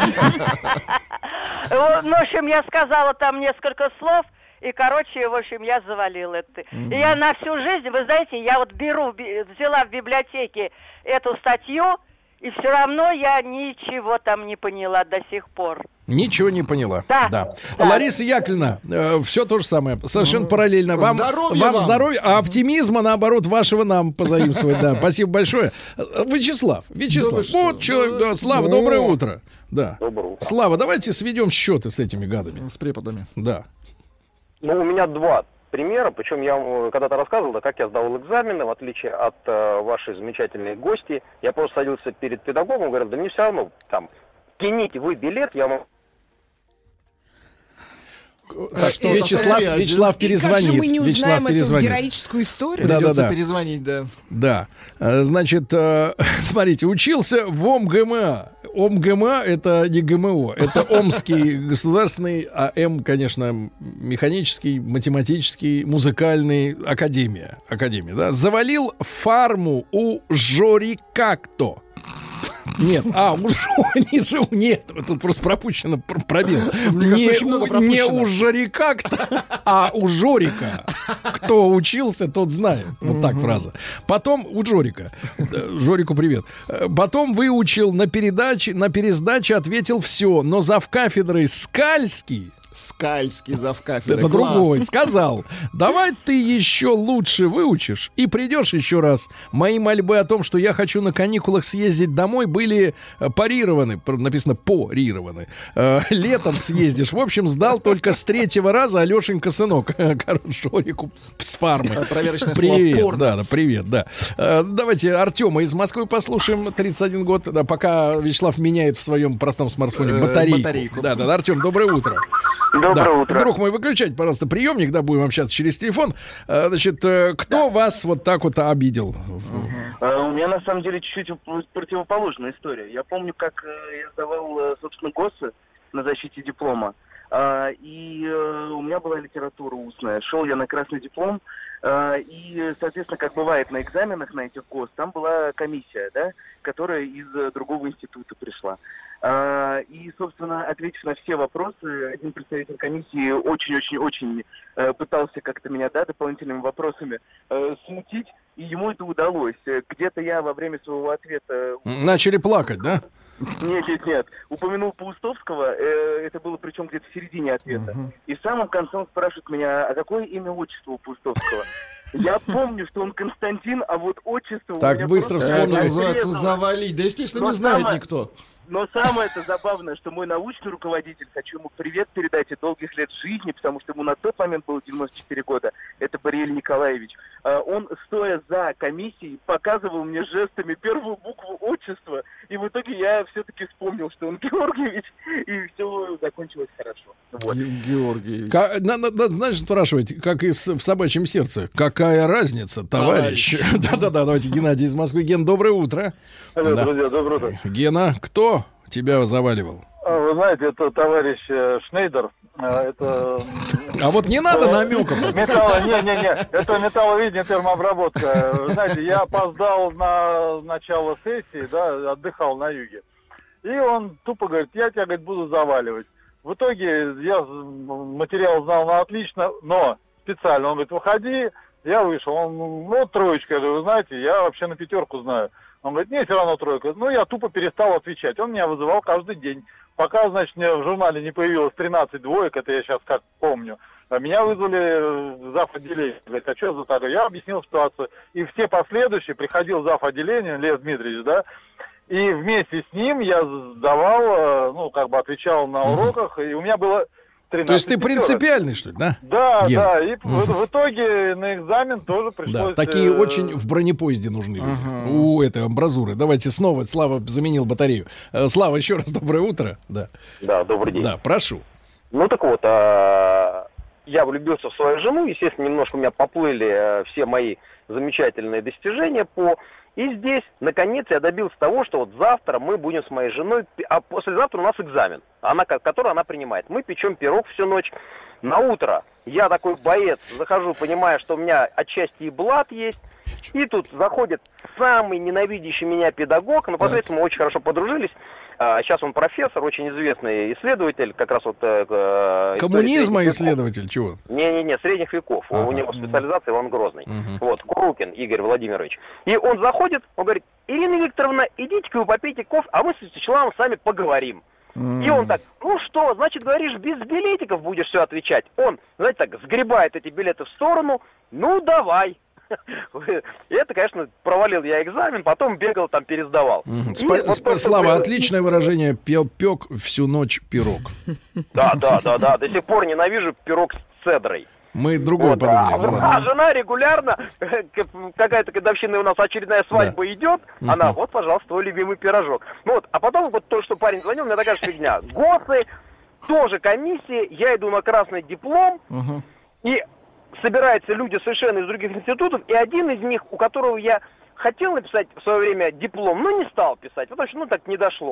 Э, Ну, в общем, я сказала там несколько слов, и, короче, в общем, я завалила это. И я на всю жизнь, вы знаете, я вот беру, би- взяла в библиотеке эту статью, и все равно я ничего там не поняла до сих пор. Ничего не поняла. Да. Да. Да. Лариса Яковлевна, все то же самое. Совершенно параллельно. Вам здоровья вам вам. здоровья, а оптимизма, наоборот, вашего нам позаимствовать. Да. Спасибо большое. Э, Вячеслав, Вячеслав. Да вы что? Вот человек, да, Слава, О. доброе утро. Да. Доброе утро. Слава, давайте сведем счеты с этими гадами. С преподами. Да. Ну, у меня два примера, причем я э, когда-то рассказывал, да, как я сдавал экзамены, в отличие от э, вашей замечательной гости. Я просто садился перед педагогом, говорил, да мне все равно, там, кините вы билет, я вам... Так, что-то Вячеслав, со связью. Вячеслав И перезвонит. как же мы не Вячеслав узнаем эту перезвонит. героическую историю? Да, Придется да. перезвонить, да. Да. Э, Значит, э, смотрите, учился в ОМГМА. ОМГМА — это не ГМО, это Омский государственный, а М, конечно, механический, математический, музыкальный академия. Академия, да. Завалил фарму у Жорикакто. Нет, а, у не жу, нет, тут просто пропущено, пр- пробил. Мне кажется, очень Не, много у, пропущено. не у Жорика, а у Жорика. Кто учился, тот знает. Вот так фраза. Потом у Жорика. Э, Жорику привет. Э, Потом выучил на передаче, на пересдаче ответил все, но завкафедрой Скальский, Скальский завкафедрой. это Класс. другой, сказал: давай ты еще лучше выучишь и придешь еще раз. Мои мольбы о том, что я хочу на каникулах съездить домой, были э, парированы. Пр- Написано парированы. Э, летом съездишь. В общем, сдал только с третьего раза, Алешенька, сынок. Короче, Жорику с фармы. Проверочное слово Привет, «порно». да, да, привет, да. Э, давайте Артема из Москвы послушаем. тридцать один год, да, пока Вячеслав меняет в своем простом смартфоне Э, батарейку. батарейку. Да, да, Артем, доброе утро. Доброе Да. утро. Друг мой, выключайте, пожалуйста, приемник, да, будем общаться через телефон. Э, Значит, э, кто вас вот так вот обидел? А, У меня на самом деле чуть-чуть уп- противоположная история. Я помню, как э, я сдавал, э, собственно, ГОСы на защите диплома. А, И э, у меня была литература устная. Шел я на красный диплом. а, И, соответственно, как бывает на экзаменах на этих ГОС, там была комиссия, да, которая из э, другого института пришла. А, И, собственно, ответив на все вопросы, один представитель комиссии очень-очень-очень э, пытался как-то меня, да, дополнительными вопросами э, смутить, и ему это удалось. Э, Где-то я во время своего ответа... Начали плакать, да? Нет, нет, нет. Упомянул Паустовского, э, это было причем где-то в середине ответа. И в самом конце он спрашивает меня, а какое имя, отчество у Паустовского? Я помню, что он Константин, а вот отчество... у Так меня быстро просто Это вспомнили. называется отрезало. завалить. Да, естественно, Но не знает самое- никто. Но самое это забавное, что мой научный руководитель, хочу ему привет передать и долгих лет жизни, потому что ему на тот момент было девяносто четыре года, это Бориэль Николаевич, а, он, стоя за комиссией, показывал мне жестами первую букву отчества, и в итоге я все-таки вспомнил, что он Георгиевич, и все закончилось хорошо. Вот. Ге- Георгиевич. Ка- надо, надо, знаешь, спрашивать, как и с- в собачьем сердце. Какая разница, товарищ? Да-да-да, давайте Геннадий из Москвы. Ген, доброе утро. Алло, Да. друзья, доброе утро. Гена, кто тебя заваливал? А, Вы знаете, это товарищ э, Шнейдер. А, Это... А вот не надо намеков. Металло, не-не-не, это металловидение, термообработка. Вы знаете, я опоздал на начало сессии, да, отдыхал на юге. И он тупо говорит, я тебя, говорит, буду заваливать. В итоге я материал знал на отлично, но специально. Он говорит, выходи, я вышел. Он, ну, троечка, я говорю, вы знаете, я вообще на пятерку знаю. Он говорит, не, все равно тройка. Ну, я тупо перестал отвечать. Он меня вызывал каждый день. Пока, значит, мне в журнале не появилось тринадцать двоек, это я сейчас как помню. А меня вызвали зав. Отделения. Говорит, а что за такое? Я объяснил ситуацию. И все последующие, приходил зав. Отделения, Лев Дмитриевич, да, и вместе с ним я сдавал, ну, как бы отвечал на уроках, и у меня было тринадцать То есть ты пятерок. принципиальный, что ли, да? Да, Ген? да, и в, в итоге на экзамен тоже Да, пришлось... такие э, очень в бронепоезде нужны люди. У этой амбразуры. Давайте снова, Слава заменил батарею. Э, Слава, еще раз доброе утро. Да, Да, добрый день. да, прошу. Ну так вот, а, я влюбился в свою жену, естественно, немножко у меня поплыли а, все мои замечательные достижения по... И здесь, наконец, я добился того, что вот завтра мы будем с моей женой, пи- а послезавтра у нас экзамен, она, ко- который она принимает. Мы печем пирог всю ночь. На утро я такой боец, захожу, понимая, что у меня отчасти и блат есть, и тут заходит самый ненавидящий меня педагог, но посредством мы очень хорошо подружились. А, сейчас он профессор, очень известный исследователь, как раз вот... э, э, Коммунизма истории- исследователь, чего? Не-не-не, средних веков. Ага. У него специализация Иван Грозный. Мгм. Вот, Крукин Игорь Владимирович. И он заходит, он говорит, Ирина Викторовна, идите-ка вы попейте кофе, а мы с Вячеславом с вами поговорим. И он так, ну что, значит, говоришь, без билетиков будешь все отвечать. Он, знаете, так, сгребает эти билеты в сторону, ну давай. И это, конечно, провалил я экзамен, потом бегал, там, пересдавал. Мгм. И Спа- вот спа- то, что Слава, было- отличное выражение. Пел пек всю ночь пирог. Да, да, да, да, до сих пор ненавижу пирог с цедрой. Мы другой Вот, подумали. а, ну ладно. а жена регулярно, какая-то годовщина у нас очередная свадьба идет, она, вот, пожалуйста, твой любимый пирожок. Ну вот, а потом вот то, что парень звонил, у меня такая же фигня. ГОСы, тоже комиссия, я иду на красный диплом, и собираются люди совершенно из других институтов, и один из них, у которого я хотел написать в свое время диплом, но не стал писать, потому что, ну, так не дошло.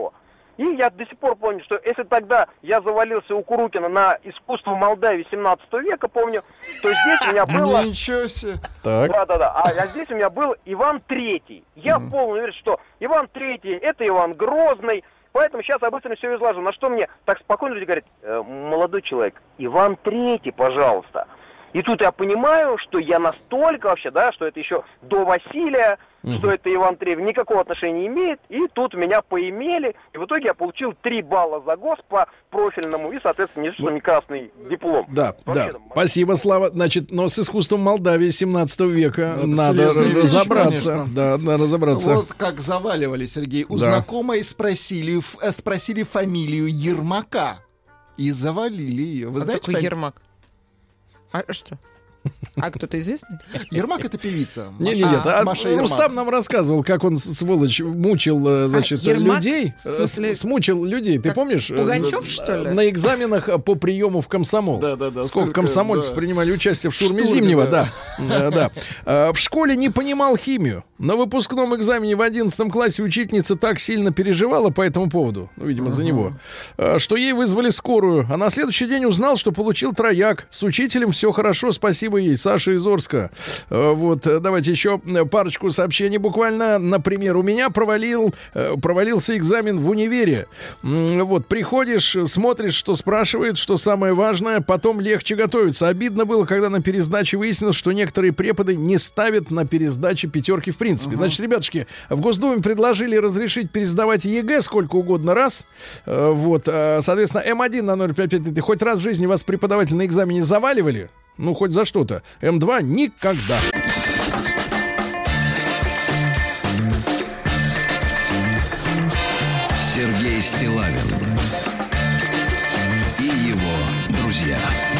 И я до сих пор помню, что если тогда я завалился у Курукина на искусство Молдавии семнадцатого века, помню, то здесь у меня было... Ничего себе. Да-да-да. А, а здесь у меня был Иван Третий. Я mm-hmm. полный уверен, что Иван Третий — это Иван Грозный. Поэтому сейчас я быстро все изложу. На что мне так спокойно люди говорят: э, молодой человек, Иван Третий, пожалуйста. И тут я понимаю, что я настолько вообще, да, что это еще до Василия, угу. что это Иван Третий, никакого отношения не имеет. И тут меня поимели. И в итоге я получил три балла за гос по профильному и, соответственно, не, не красный диплом. Да, вообще, да. Там, спасибо, Слава. Значит, но с искусством Молдавии семнадцатого века это надо разобраться. Вещь, да, надо разобраться. Вот как заваливали, Сергей. У да. знакомой спросили, спросили фамилию Ермака. И завалили ее. Вы а знаете, такой фами... Ермак? А что? А кто-то известный? Ермак — это певица. Не, не, нет. А Рустам нам рассказывал, как он, сволочь, мучил, значит, а, людей. В смысле... Смучил людей. Ты помнишь? Пугачев, что ли? На экзаменах по приему в комсомол. Да, да, да. Сколько комсомольцев да. принимали участие в штурме Зимнего, да. да. да, да. В школе не понимал химию. На выпускном экзамене в одиннадцатом классе учительница так сильно переживала по этому поводу, ну, видимо, uh-huh. за него, что ей вызвали скорую. А на следующий день узнал, что получил трояк. С учителем все хорошо, спасибо ей. Саша из Орска. Вот, давайте еще парочку сообщений буквально. Например, у меня провалил, провалился экзамен в универе. Вот, приходишь, смотришь, что спрашивают, что самое важное, потом легче готовиться. Обидно было, когда на пересдаче выяснилось, что некоторые преподы не ставят на пересдаче пятерки в принципе. Uh-huh. Значит, ребятушки, в Госдуме предложили разрешить пересдавать ЕГЭ сколько угодно раз. Вот, соответственно, эм один на ноль пять пять. Хоть раз в жизни вас преподаватель на экзамене заваливали? Ну, хоть за что-то. эм два никогда. Сергей Стиллавин и его друзья.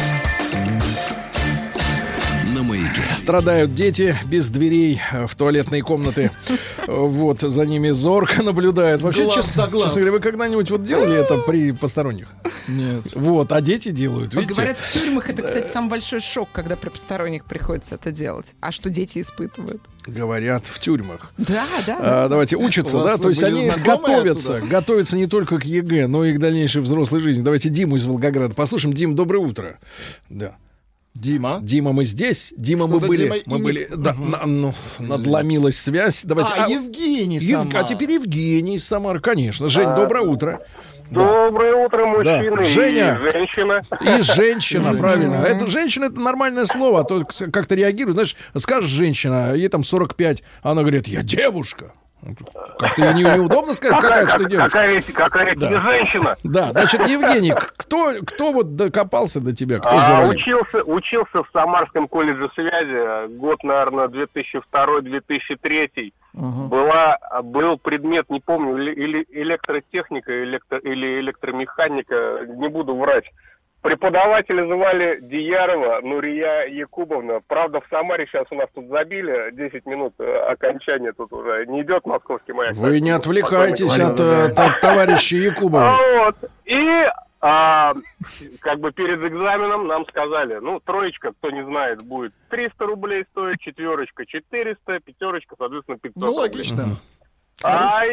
Страдают дети без дверей в туалетные комнаты. Вот, за ними зорко наблюдают. Вообще, глаз честно, глаз. честно говоря, вы когда-нибудь вот делали это при посторонних? Нет. Вот, а дети делают, видите? Говорят, в тюрьмах это, кстати, самый большой шок, когда при посторонних приходится это делать. А что дети испытывают? Говорят, в тюрьмах. Да, да. А, да. давайте учатся, да? То есть они готовятся, оттуда? готовятся не только к ЕГЭ, но и к дальнейшей взрослой жизни. Давайте Диму из Волгограда послушаем. Дим, доброе утро. Да. Дима. Дима, мы здесь. Дима, Что-то мы были. Дима мы не... были. Да, угу. на, ну, надломилась связь. Давайте. А, а Евгений Ев... Самар. А теперь Евгений из Самары, конечно. Жень, а... доброе утро. Доброе да. утро, мужчины да. Женя. и женщина. И женщина, правильно. Это женщина, это нормальное слово, а то как-то реагирует. Знаешь, скажешь женщина, ей там сорок пять, а она говорит: я девушка. Как-то не, неудобно сказать, какая, какая что девушка. Какая, какая да. не женщина. Да, значит, Евгений, кто, кто вот докопался до тебя? Кто а, учился, учился в Самарском колледже связи. Год, наверное, две тысячи второй - две тысячи третий. Угу. Была, был предмет, не помню, или электротехника, электро, или электромеханика, не буду врать. Преподавателя звали Диярова Нурия Якубовна. Правда, в Самаре сейчас у нас тут забили. десять минут окончания тут уже не идет московский маяк. Вы не отвлекайтесь от, от, от товарища Якубова. Вот. И а, как бы перед экзаменом нам сказали, ну, троечка, кто не знает, будет триста рублей стоить, четверочка четыреста, пятерочка, соответственно, пятьсот ну, логично. Рублей. А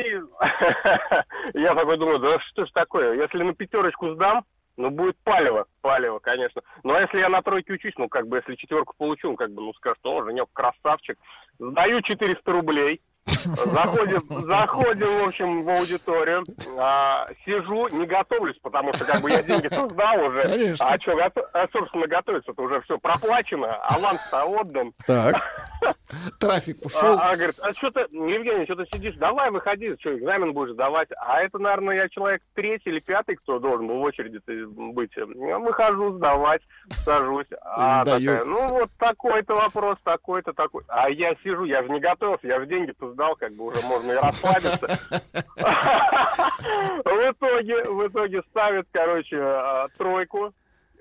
я такой думаю, да что ж такое, если на пятерочку сдам, ну, будет палево, палево, конечно. Ну, а если я на тройке учусь, ну, как бы, если четверку получу, ну, как бы, ну, скажут, о, Женек, красавчик. Сдаю четыреста рублей. Заходим, заходим, в общем, в аудиторию. А, сижу, не готовлюсь, потому что, как бы, я деньги-то сдал уже. Конечно. А что, гото- а, собственно, готовиться-то уже все проплачено, аванс-то отдан. Так. Трафик пошел. А, а говорит, а что ты, Евгений, что ты сидишь? Давай, выходи, что, экзамен будешь давать. А это, наверное, я человек третий или пятый, кто должен был в очереди быть. Я выхожу сдавать, сажусь. А такая, ну, вот такой-то вопрос, такой-то, такой. А я сижу, я же не готовился, я же деньги-то сдал, как бы уже можно и расслабиться. В итоге, в итоге ставят, короче, тройку,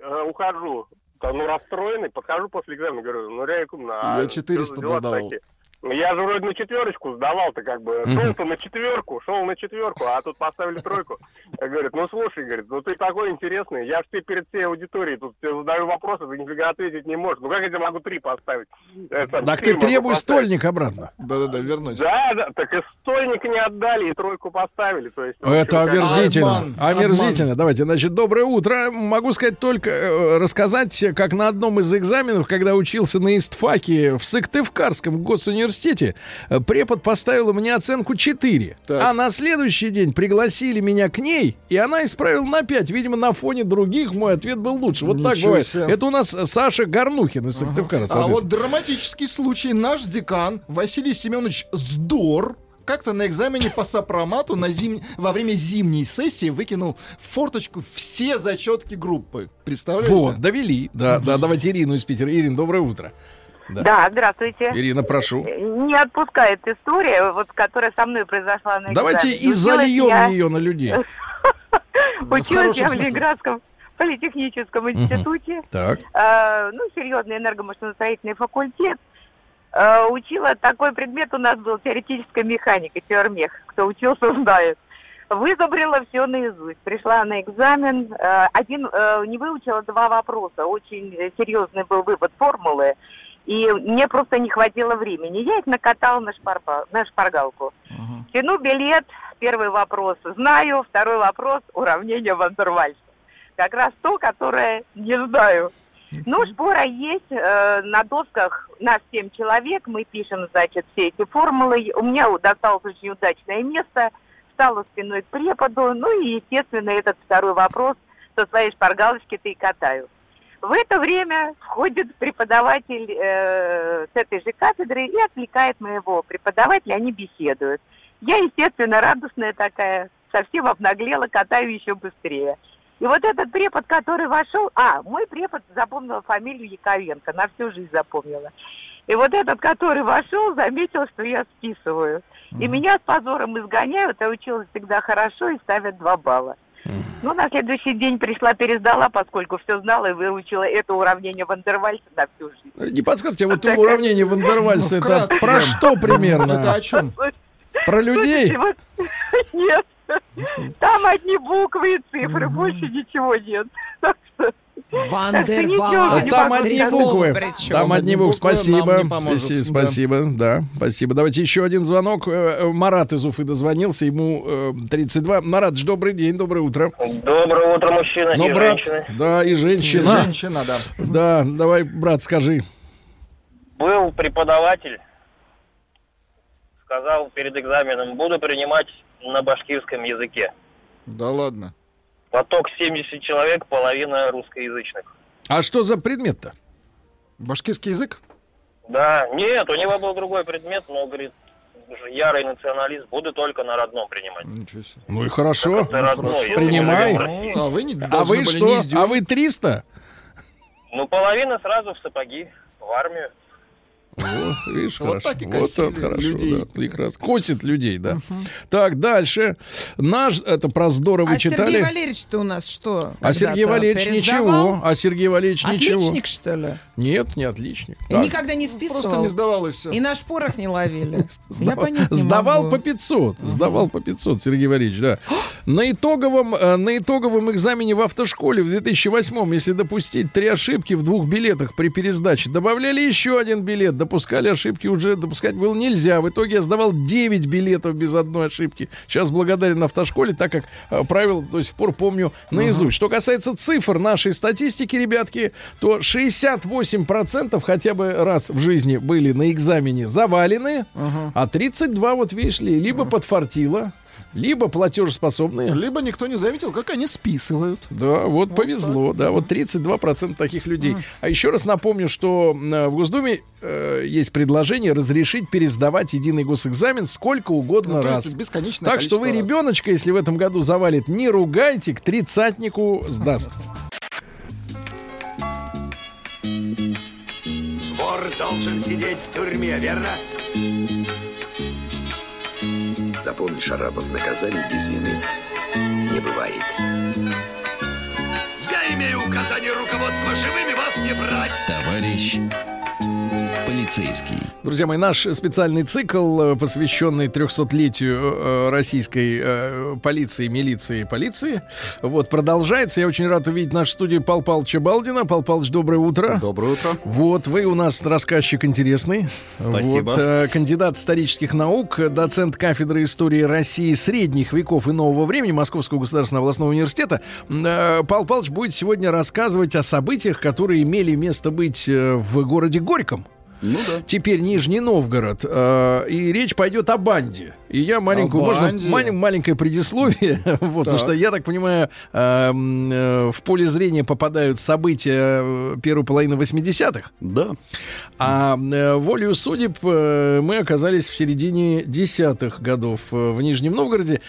ухожу. Ну, расстроенный, подхожу после экзамена, говорю, ну, Рия Якубовна, я четыреста был давал. Я же вроде на четверочку сдавал-то как бы. Мгм. Шел-то на четверку, шел на четверку, а тут поставили тройку. Говорит, ну слушай, говорит, ну ты такой интересный, я ж тебе перед всей аудиторией тут тебе задаю вопросы, ты нифига ответить не можешь. Ну как я тебе могу три поставить? Э, там, Так четыре ты могу требуй поставить. стольник обратно. Да-да-да, вернуть. Да, да, так и стольник не отдали, и тройку поставили. То есть, в Это общем, как- омерзительно. Обман, Омерзительно. Давайте, значит, доброе утро. Могу сказать только, э, рассказать, как на одном из экзаменов, когда учился на истфаке в Сыктывкарском госуниверситете, э, препод поставила мне оценку четыре. Так. А на следующий день пригласили меня к ней, и она исправила на пять. Видимо, на фоне других мой ответ был лучше. Вот так Ничего бывает. себе. Это у нас Саша Горнухин из Сыктывкара. А соответственно. вот драматический случай. Наш декан Василий Семенович Здор как-то на экзамене по сопромату на зим... во время зимней сессии выкинул в форточку все зачетки группы. Представляете? Вот, довели. Да, да, давайте Ирину из Питера. Ирина, доброе утро. Да. Да, здравствуйте. Ирина, прошу. Не отпускает история, вот, которая со мной произошла на Давайте экзамене. и зальем Училась я- ее на людей. В Училась хорошем я в смысле. Ленинградском политехническом институте. Так. Э, ну, серьезный энергомашиностроительный факультет. Э, учила такой предмет у нас был теоретическая механика, теормех. Кто учился, знает. Вызубрила все наизусть. Пришла на экзамен. Э, один э, не выучила два вопроса. Очень э, серьезный был вывод формулы. И мне просто не хватило времени. Я их накатала на, шпарпа, на шпаргалку. Тяну билет. Первый вопрос знаю. Второй вопрос уравнение Вандервальса. Как раз то, которое не знаю. Ну, шпора есть. Э, на досках нас семь человек. Мы пишем, значит, все эти формулы. У меня досталось очень удачное место. Встала спиной к преподу. Ну и, естественно, этот второй вопрос со своей шпаргалочки-то и катаю. В это время входит преподаватель э, с этой же кафедры и отвлекает моего преподавателя. Они беседуют. Я, естественно, радостная такая, совсем обнаглела, катаю еще быстрее. И вот этот препод, который вошел... А, мой препод запомнила фамилию Яковенко, на всю жизнь запомнила. И вот этот, который вошел, заметил, что я списываю. И меня с позором изгоняют, я училась всегда хорошо и ставят два балла. Ну, на следующий день пришла, пересдала, поскольку все знала и выучила это уравнение Вандервальса на всю жизнь. Не подскажете, а вот уравнение Вандервальса, Ну, это вкратце, про да. что примерно? Это о чем? Про людей? Слушайте, вот- Нет. Там одни буквы и цифры, больше ничего нет. Так что- Вандервал. не Там подумайте. одни Слово буквы. причем. Там одни буквы. буквы Спасибо. нам не поможет, Спасибо, да. спасибо. Да, спасибо. Давайте еще один звонок. Э, э, Марат из Уфы дозвонился. Ему э, тридцать два. Марат, добрый день, доброе утро. Доброе утро, мужчина Ну, и брат, женщины. да, и женщина. Женщина, да. Да, давай, брат, скажи. Был преподаватель, сказал перед экзаменом, буду принимать на башкирском языке. Да ладно. Поток семьдесят человек, половина русскоязычных. А что за предмет-то? Башкирский язык? Да, нет, у него был другой предмет, но, говорит, ярый националист, буду только на родном принимать. Ничего себе. Ну и хорошо. Это родной, если мы Принимай. живем в России. А вы не А должны вы были что? не издеваться. А вы триста? Ну, половина сразу в сапоги, в армию. Вот, видишь, Вот хорошо. так и Вот косили это хорошо, людей. да, прекрасно. Косит людей, да. Так, дальше. Наш, это про здорово А читали. Сергей Валерьевич-то у нас что? А Сергей когда-то Валерьевич пересдавал? ничего. А Сергей Валерьевич ничего. Отличник, что ли? Нет, не отличник. И Так, никогда не списывал? Просто не сдавал и все. И на шпорах не ловили? Я сдавал, понять не сдавал могу. по пятьсот. Сдавал по пятьсот, Сергей Валерьевич, да. На итоговом, э, на итоговом экзамене в автошколе в две тысячи восьмом, если допустить три ошибки в двух билетах при пересдаче, добавляли еще один билет. Допускали ошибки, уже допускать было нельзя. В итоге я сдавал девять билетов без одной ошибки. Сейчас благодарен автошколе, так как э, правила до сих пор помню наизусть. Что касается цифр нашей статистики, ребятки, то шестьдесят восемь процентов хотя бы раз в жизни были на экзамене завалены, а тридцать два, вот видишь ли, либо подфартило, либо платежеспособные. Либо никто не заметил, как они списывают. Да, вот, повезло, да, вот тридцать два процента таких людей. А еще раз напомню, что э, в Госдуме э, есть предложение разрешить пересдавать единый госэкзамен сколько угодно Ну, то раз. есть бесконечное Так что вы количество раз. ребеночка, если в этом году завалит, не ругайте, к тридцатнику сдаст. Вор должен сидеть в тюрьме, верно? Запомни, Шарапов, наказаний без вины не бывает. Я имею указание руководства живыми вас не брать. Товарищ Полицейский. Друзья мои, наш специальный цикл, посвященный трехсотлетию российской полиции, милиции и полиции, вот, продолжается. Я очень рад увидеть в нашей студии Павла Павловича Балдина. Павел Павлович, доброе утро. Доброе утро. Вот, вы у нас рассказчик интересный. Спасибо. Вот, кандидат исторических наук, доцент кафедры истории России средних веков и нового времени Московского государственного областного университета. Павел Павлович будет сегодня рассказывать о событиях, которые имели место быть в городе Горьком. Ну да. Теперь Нижний Новгород. Э, и речь пойдет о банде. И я маленькую, можно малень, маленькое предисловие, вот, потому что, я так понимаю, э, э, в поле зрения попадают события первой половины восьмидесятых. Да. А э, волею судеб э, мы оказались в середине десятых годов э, в Нижнем Новгороде.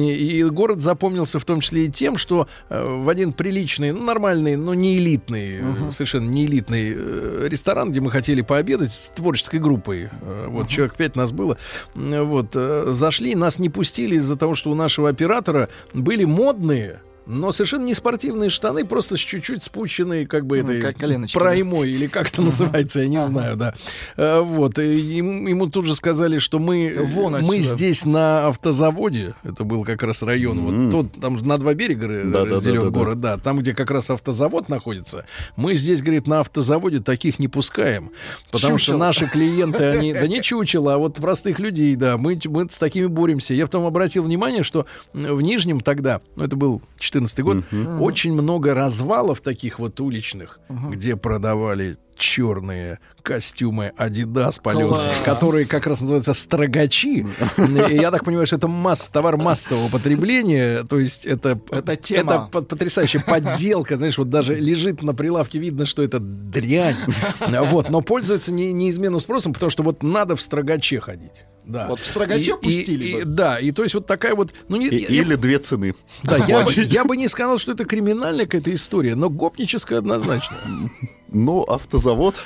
И город запомнился в том числе и тем, что э, в один приличный, ну, нормальный, но не элитный, uh-huh. совершенно не элитный э, ресторан, где мы хотели пообедать с творческой группой. Вот, uh-huh. человек пять нас было. Вот, зашли, нас не пустили из-за того, что у нашего оператора были модные, но совершенно не спортивные штаны, просто с чуть-чуть спущенной, как бы, этой как проймой, или как это называется, я не знаю, да. Вот, и ему тут же сказали, что мы, мы здесь на автозаводе, это был как раз район, вот тот, там на два берега разделен город, да, там, где как раз автозавод находится, мы здесь, говорит, на автозаводе таких не пускаем, потому что наши клиенты, они, да не чучело, а вот простых людей, да, мы, мы с такими боремся. Я потом обратил внимание, что в Нижнем тогда, ну, это был четырнадцатый год, uh-huh. очень много развалов таких вот уличных, uh-huh. где продавали черные костюмы Adidas паленые, которые как раз называются строгачи. И я так понимаю, что это масс, товар массового потребления, то есть это, это, тема. это потрясающая подделка, знаешь, вот даже лежит на прилавке, видно, что это дрянь, вот, но пользуется не, неизменным спросом, потому что вот надо в строгаче ходить. Да. Вот в строгаче и, пустили и, бы. И, да, и то есть вот такая вот... Ну, не, и, я, или две цены. Да, я, бы, я бы не сказал, что это криминальная какая-то история, но гопническая однозначно. Ну, автозавод,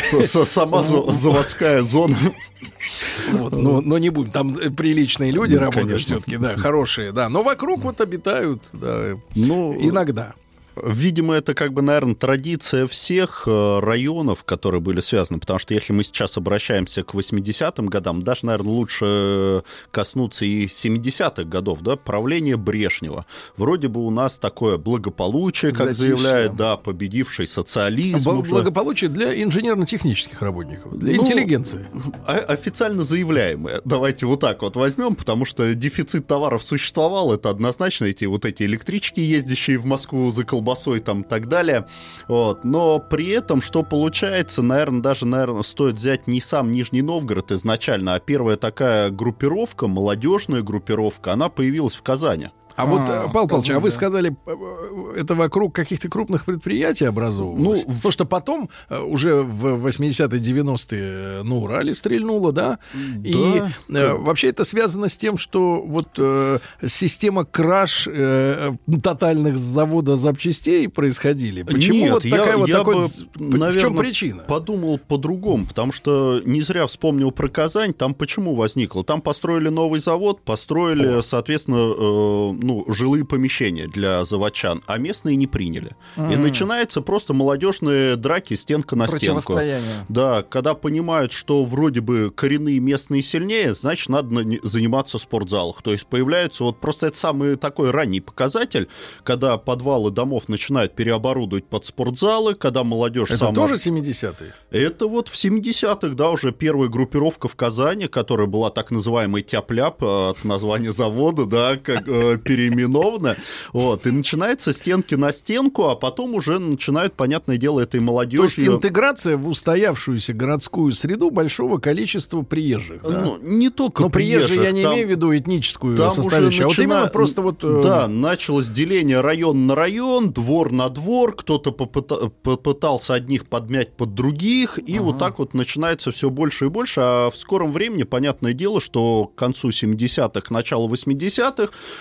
сама заводская зона. Вот, но, но не будем, там приличные люди ну, работают все-таки, да, хорошие, да. Но вокруг вот обитают, да, ну, иногда. Видимо, это как бы, наверное, традиция всех районов, которые были связаны, потому что если мы сейчас обращаемся к восьмидесятым годам, даже, наверное, лучше коснуться и семидесятых годов, да, правление Брежнева. Вроде бы у нас такое благополучие, как Затишье. заявляют, да, победивший социализм. Бл- благополучие для инженерно-технических работников, для ну, интеллигенции. Официально заявляемое. Давайте вот так вот возьмем, потому что дефицит товаров существовал, это однозначно, эти вот эти электрички, ездящие в Москву за колбасой, басой там и так далее, вот. Но при этом, что получается, наверное, даже, наверное, стоит взять не сам Нижний Новгород изначально, а первая такая группировка, молодежная группировка, она появилась в Казани. А, а вот, Павел Павлович, а вы сказали, это вокруг каких-то крупных предприятий образовывалось? Ну, потому что потом, уже в восьмидесятые, девяностые на Урале стрельнуло, да? Да. И да. вообще это связано с тем, что вот э, система краж э, тотальных с завода запчастей происходили. Почему Нет, вот такая я, вот я такой... бы, наверное, в чем причина? Подумал по-другому, потому что не зря вспомнил про Казань. Там почему возникло? Там построили новый завод, построили, О. соответственно, э, ну, жилые помещения для заводчан, а местные не приняли. Mm. И начинается просто молодежные драки стенка на стенку. Да, когда понимают, что вроде бы коренные местные сильнее, значит, надо заниматься в спортзалах. То есть появляется вот просто это самый такой ранний показатель, когда подвалы домов начинают переоборудовать под спортзалы, когда молодежь... Это сама... тоже семидесятые? Это вот в семидесятых, да, уже первая группировка в Казани, которая была так называемый тяп-ляп от названия завода, да, как переименована, вот, и начинается стенки на стенку, а потом уже начинают, понятное дело, этой молодежью... То есть интеграция в устоявшуюся городскую среду большого количества приезжих, да? Ну, не только Но приезжих. приезжие я не там, имею в виду этническую там составляющую, начина... а вот именно просто вот... Да, началось деление район на район, двор на двор, кто-то попыта... попытался одних подмять под других, и ага. вот так вот начинается все больше и больше, а в скором времени, понятное дело, что к концу семидесятых, к началу восьмидесятых тут появляется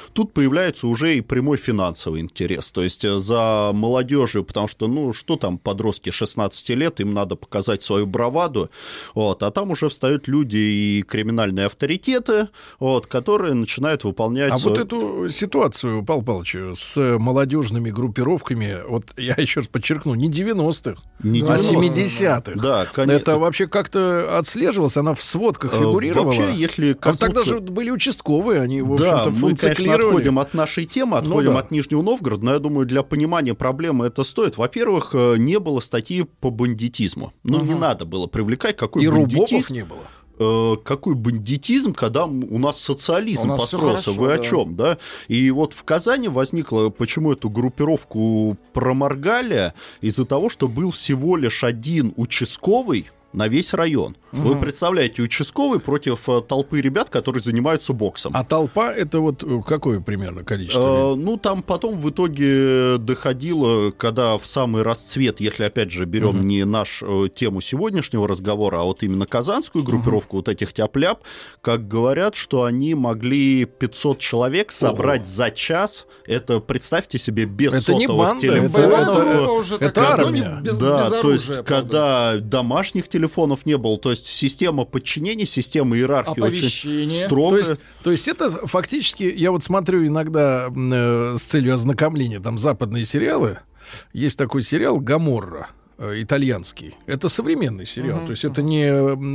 появляется уже и прямой финансовый интерес. То есть за молодежью, потому что, ну, что там подростки шестнадцати лет, им надо показать свою браваду, вот, а там уже встают люди и криминальные авторитеты, вот, которые начинают выполнять... А свою... вот эту ситуацию, Павел Павлович, с молодежными группировками, вот я еще раз подчеркну, не девяностых, не а девяностых. семидесятых. Да, конечно. Это вообще как-то отслеживалось, она в сводках фигурировала. Вообще, если коснуться... А тогда же были участковые, они, в да, общем-то, мы, конечно, отходим от нашей темы, отходим ну, да. от Нижнего Новгорода, но я думаю, для понимания проблемы это стоит. Во-первых, не было статьи по бандитизму. Ну, ага. не надо было привлекать, какой и бандитизм. И рубопов не было. Какой бандитизм, когда у нас социализм у нас построился, хорошо, вы да. о чем, да? И вот в Казани возникло, почему эту группировку проморгали, из-за того, что был всего лишь один участковый на весь район. Угу. Вы представляете, участковый против толпы ребят, которые занимаются боксом. А толпа — это вот какое примерно количество? Э, ну, там потом в итоге доходило, когда в самый расцвет, если, опять же, берем угу. не нашу тему сегодняшнего разговора, а вот именно казанскую группировку, угу. вот этих тяп-ляп, как говорят, что они могли пятьсот человек собрать Ого. за час. Это, представьте себе, без это сотовых не банда, телефонов. Это, это, это армия. Без, да, без оружия, то есть, правда. когда домашних телефонов телефонов не было, то есть система подчинения, система иерархии очень строгая. То есть, то есть это фактически, я вот смотрю иногда э, с целью ознакомления, там западные сериалы, есть такой сериал «Гоморра», итальянский. Это современный сериал. Uh-huh. То есть это не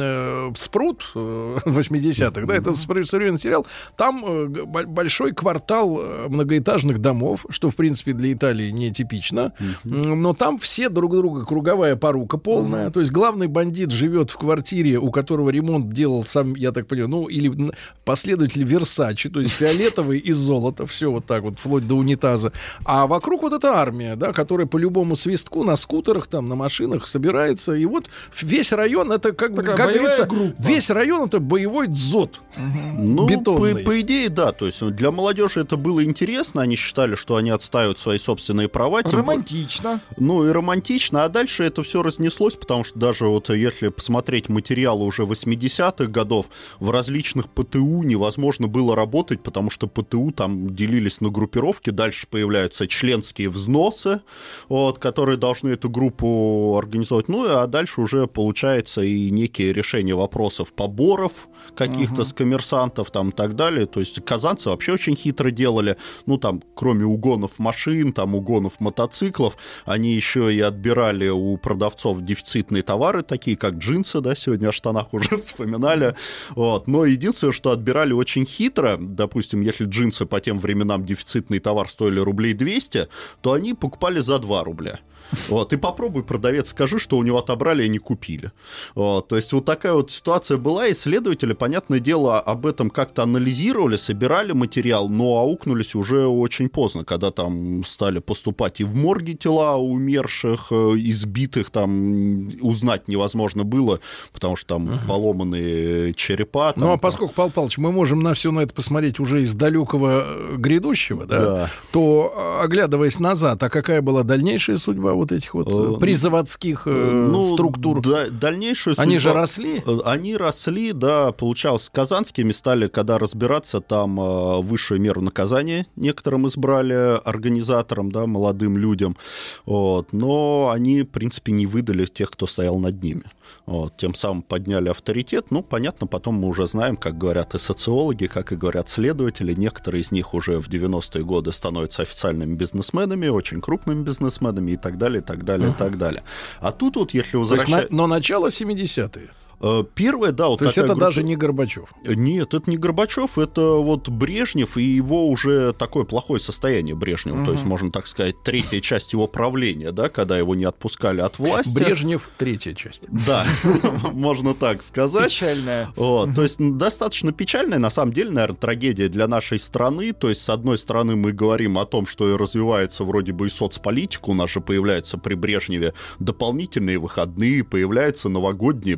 э, Спрут э, восьмидесятых, да, это современный сериал. Там э, большой квартал многоэтажных домов, что, в принципе, для Италии нетипично. Uh-huh. Но там все друг друга, круговая порука полная. Uh-huh. То есть главный бандит живет в квартире, у которого ремонт делал сам, я так понимаю, ну, или последователь Версачи, то есть фиолетовый и золото, все вот так вот, вплоть до унитаза. А вокруг вот эта армия, да, которая по любому свистку на скутерах там, на машинах собирается, и вот весь район, это как, как говорится, группа. Весь район это боевой дзот. Угу. Ну, по, по идее, да, то есть для молодежи это было интересно, они считали, что они отстаивают свои собственные права. Романтично. Тем, ну и романтично, а дальше это все разнеслось, потому что даже вот если посмотреть материалы уже восьмидесятых годов, в различных ПТУ невозможно было работать, потому что ПТУ там делились на группировки, дальше появляются членские взносы, вот, которые должны эту группу организовать. Ну, а дальше уже получается и некие решения вопросов поборов каких-то uh-huh. с коммерсантов там и так далее. То есть казанцы вообще очень хитро делали. Ну, там, кроме угонов машин, там, угонов мотоциклов, они еще и отбирали у продавцов дефицитные товары, такие как джинсы, да, сегодня о штанах уже вспоминали. Вот. Но единственное, что отбирали очень хитро, допустим, если джинсы по тем временам дефицитный товар стоили рублей двести, то они покупали за два рубля. Вот, и попробуй, продавец, скажи, что у него отобрали и не купили. Вот, то есть вот такая вот ситуация была, исследователи, понятное дело, об этом как-то анализировали, собирали материал, но аукнулись уже очень поздно, когда там стали поступать и в морги тела умерших, избитых, там узнать невозможно было, потому что там uh-huh. поломанные черепа. Там, ну, а там... поскольку, Павел Павлович, мы можем на все на это посмотреть уже из далекого грядущего, да, да. то, оглядываясь назад, а какая была дальнейшая судьба вот этих вот призаводских э, ну, структур? Да, дальнейшую судьба... Они же росли? Они росли, да, получалось, казанскими стали, когда разбираться, там э, высшую меру наказания некоторым избрали организаторам, да, молодым людям, вот, но они, в принципе, не выдали тех, кто стоял над ними. Вот, тем самым подняли авторитет. Ну, понятно, потом мы уже знаем, как говорят и социологи, как и говорят следователи. Некоторые из них уже в девяностые годы становятся официальными бизнесменами, очень крупными бизнесменами и так далее, и так далее, uh-huh. и так далее. А тут вот, если возвращать... На... Но начало семидесятые. Первое, да, вот то есть такая это группа... даже не Горбачев? Нет, это не Горбачев, это вот Брежнев и его уже такое плохое состояние Брежнева, uh-huh. то есть, можно так сказать, третья часть его правления, да, когда его не отпускали от власти. Брежнев третья часть. Да, можно так сказать. Печальная. Вот, то есть достаточно печальная, на самом деле, наверное, трагедия для нашей страны, то есть, с одной стороны, мы говорим о том, что развивается вроде бы и соцполитика, у нас же появляются при Брежневе дополнительные выходные, появляются новогодние праздники,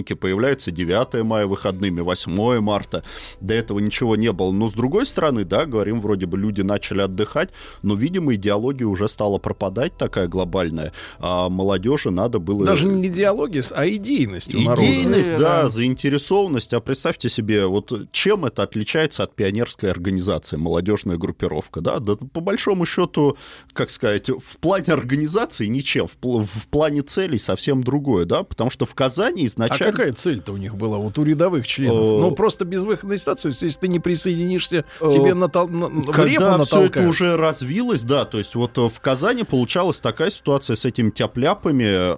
праздники, появляется девятое мая выходными, восьмое марта. До этого ничего не было. Но, с другой стороны, да, говорим, вроде бы люди начали отдыхать, но, видимо, идеология уже стала пропадать такая глобальная, а молодежи надо было... Даже не идеология, а идейность у народа. Идейность, да, заинтересованность. А представьте себе, вот чем это отличается от пионерской организации, молодежная группировка, да? Да по большому счету, как сказать, в плане организации ничем, в, пл- в плане целей совсем другое, да, потому что в Казани изначально... А какая цель-то у них была, вот у рядовых членов? Ну, просто безвыходная ситуация, то есть если ты не присоединишься, тебе натол... в репу Когда натолкают. все это уже развилось, да, то есть вот в Казани получалась такая ситуация с этими тяп-ляпами,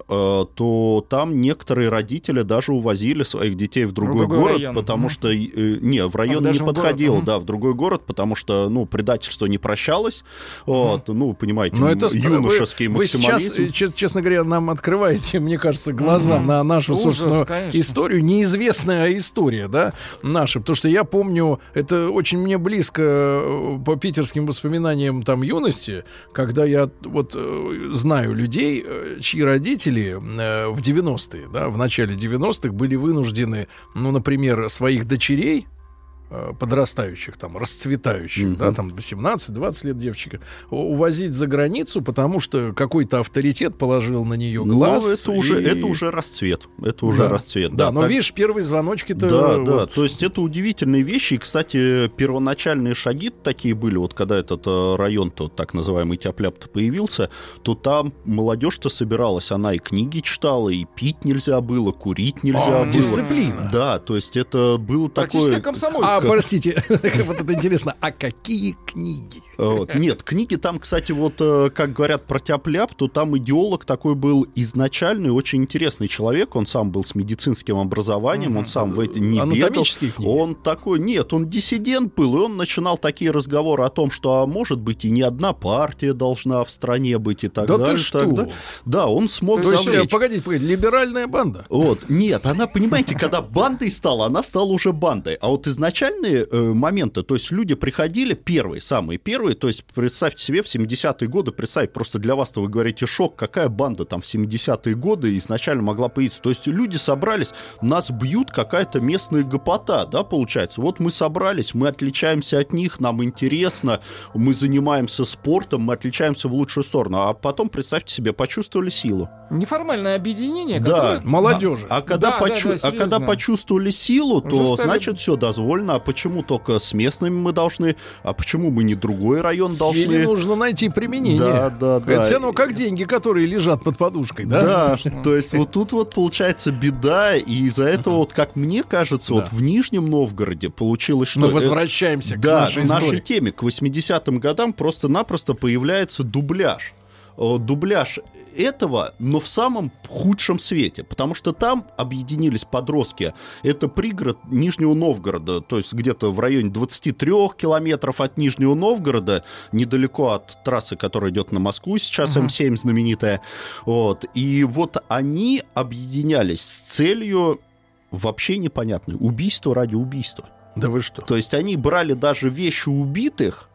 то там некоторые родители даже увозили своих детей в другой, другой город, район. Потому mm-hmm. что... Не, в район а, не подходил, город, да, в другой город, потому что, ну, предательство не прощалось, mm-hmm. вот, ну, понимаете, но это юношеский вы, максимализм. Вы сейчас, честно говоря, нам открываете, мне кажется, глаза mm-hmm. на нашу Ужас, собственную конечно. историю, неизвестная история, да, наша, потому что я помню, это очень мне близко по питерским воспоминаниям там юности, когда я вот знаю людей, чьи родители в девяностые, да, в начале девяностых были вынуждены, ну, например, своих дочерей, подрастающих, там, расцветающих, mm-hmm. да, там, восемнадцать-двадцать лет девочка, увозить за границу, потому что какой-то авторитет положил на нее глаз. Ну, это, и... уже, это уже расцвет. Это уже да. расцвет. Да, да, но так... видишь, первые звоночки-то... Да, вот... да, то есть это удивительные вещи. И, кстати, первоначальные шаги такие были, вот когда этот район-то, так называемый тяп-ляп-то появился, то там молодежь-то собиралась, она и книги читала, и пить нельзя было, курить нельзя а, было. Дисциплина. Да, то есть это был такой... А, простите, вот это интересно, а какие книги? Вот. Нет, книги там, кстати, вот как говорят про тяп-ляп, то там идеолог такой был изначальный, очень интересный человек, он сам был с медицинским образованием, mm-hmm. он сам в эти не бегал. Он такой, нет, он диссидент был, и он начинал такие разговоры о том, что, а может быть, и не одна партия должна в стране быть и так да далее. Ты что? Тогда... Да, он смог то завлечь. Есть, погодите, погодите, либеральная банда? Вот, нет, она, понимаете, когда бандой стала, она стала уже бандой, а вот изначальные э, моменты, то есть люди приходили, первые, самые первые, то есть представьте себе, в семидесятые годы, представьте, просто для вас-то вы говорите, шок, какая банда там в семидесятые годы изначально могла появиться, то есть люди собрались, нас бьют, какая-то местная гопота, да, получается, вот мы собрались, мы отличаемся от них, нам интересно, мы занимаемся спортом, мы отличаемся в лучшую сторону, а потом, представьте себе, почувствовали силу. Неформальное объединение, да, которое... молодежи. А, а, когда да, почу... да, да, а когда почувствовали силу, уже то стали... значит все дозволено. А почему только с местными мы должны? А почему мы не другой район должны? Силе нужно найти применение. Да, да, да. Это все равно как деньги, которые лежат под подушкой, да? Да, то есть вот тут вот получается беда, и из-за этого, вот как мне кажется, вот в Нижнем Новгороде получилось, что... Мы возвращаемся к нашей Да, к нашей теме, к восьмидесятым годам просто-напросто появляется дубляж. Дубляж этого, но в самом худшем свете, потому что там объединились подростки. Это пригород Нижнего Новгорода, то есть где-то в районе двадцати трёх километров от Нижнего Новгорода, недалеко от трассы, которая идет на Москву, сейчас uh-huh. эм семь знаменитая. Вот. И вот они объединялись с целью вообще непонятной. Убийство ради убийства. Да вы что? То есть они брали даже вещи убитых,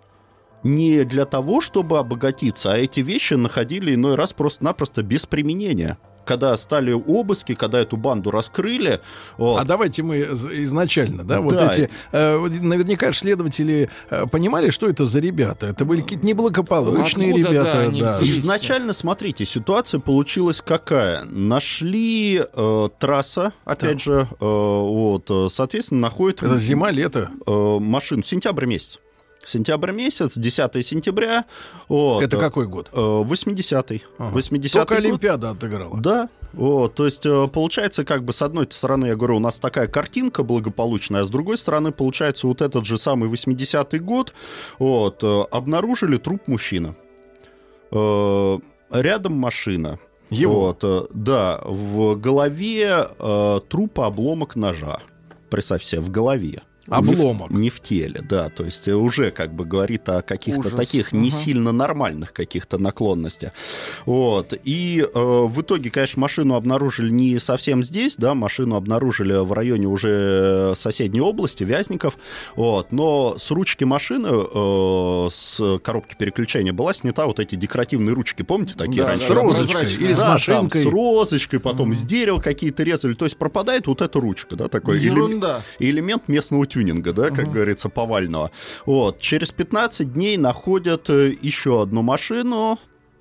не для того, чтобы обогатиться, а эти вещи находили иной раз просто-напросто без применения. Когда стали обыски, когда эту банду раскрыли... Вот. А давайте мы изначально, да, вот да. эти... Э, наверняка следователи э, понимали, что это за ребята. Это были какие-то неблагополучные Откуда, ребята. Да, да. Изначально, смотрите, ситуация получилась какая. Нашли э, трасса, опять да. же, э, вот, соответственно, находят... Это зима, лето? Э, машину, сентябрь месяц. Сентябрь месяц, десятое сентября. Вот. Это какой год? восьмидесятый. Ага. восьмидесятый Только год. Олимпиада отыграла. Да. Вот, то есть получается, как бы с одной стороны, я говорю, у нас такая картинка благополучная, а с другой стороны, получается, вот этот же самый восьмидесятый год, вот, обнаружили труп мужчины. Рядом машина. Его? Вот, да, в голове трупа обломок ножа. Представь себе, в голове. Обломок. Не в, не в теле, да. То есть уже как бы говорит о каких-то Ужас. таких не Ага. сильно нормальных каких-то наклонностях. Вот. И э, в итоге, конечно, машину обнаружили не совсем здесь, да, машину обнаружили в районе уже соседней области, Вязников. Вот. Но с ручки машины, э, с коробки переключения была снята вот эти декоративные ручки, помните, такие Да, раньше? С розочкой прозрачная. или с Да, там машинкой. с розочкой, потом с дерева какие-то резали. То есть пропадает вот эта ручка, да, такой элемент, Ерунда. элемент местного тюнинга, да, как говорится, повального. Вот. Через пятнадцать дней находят э, еще одну машину.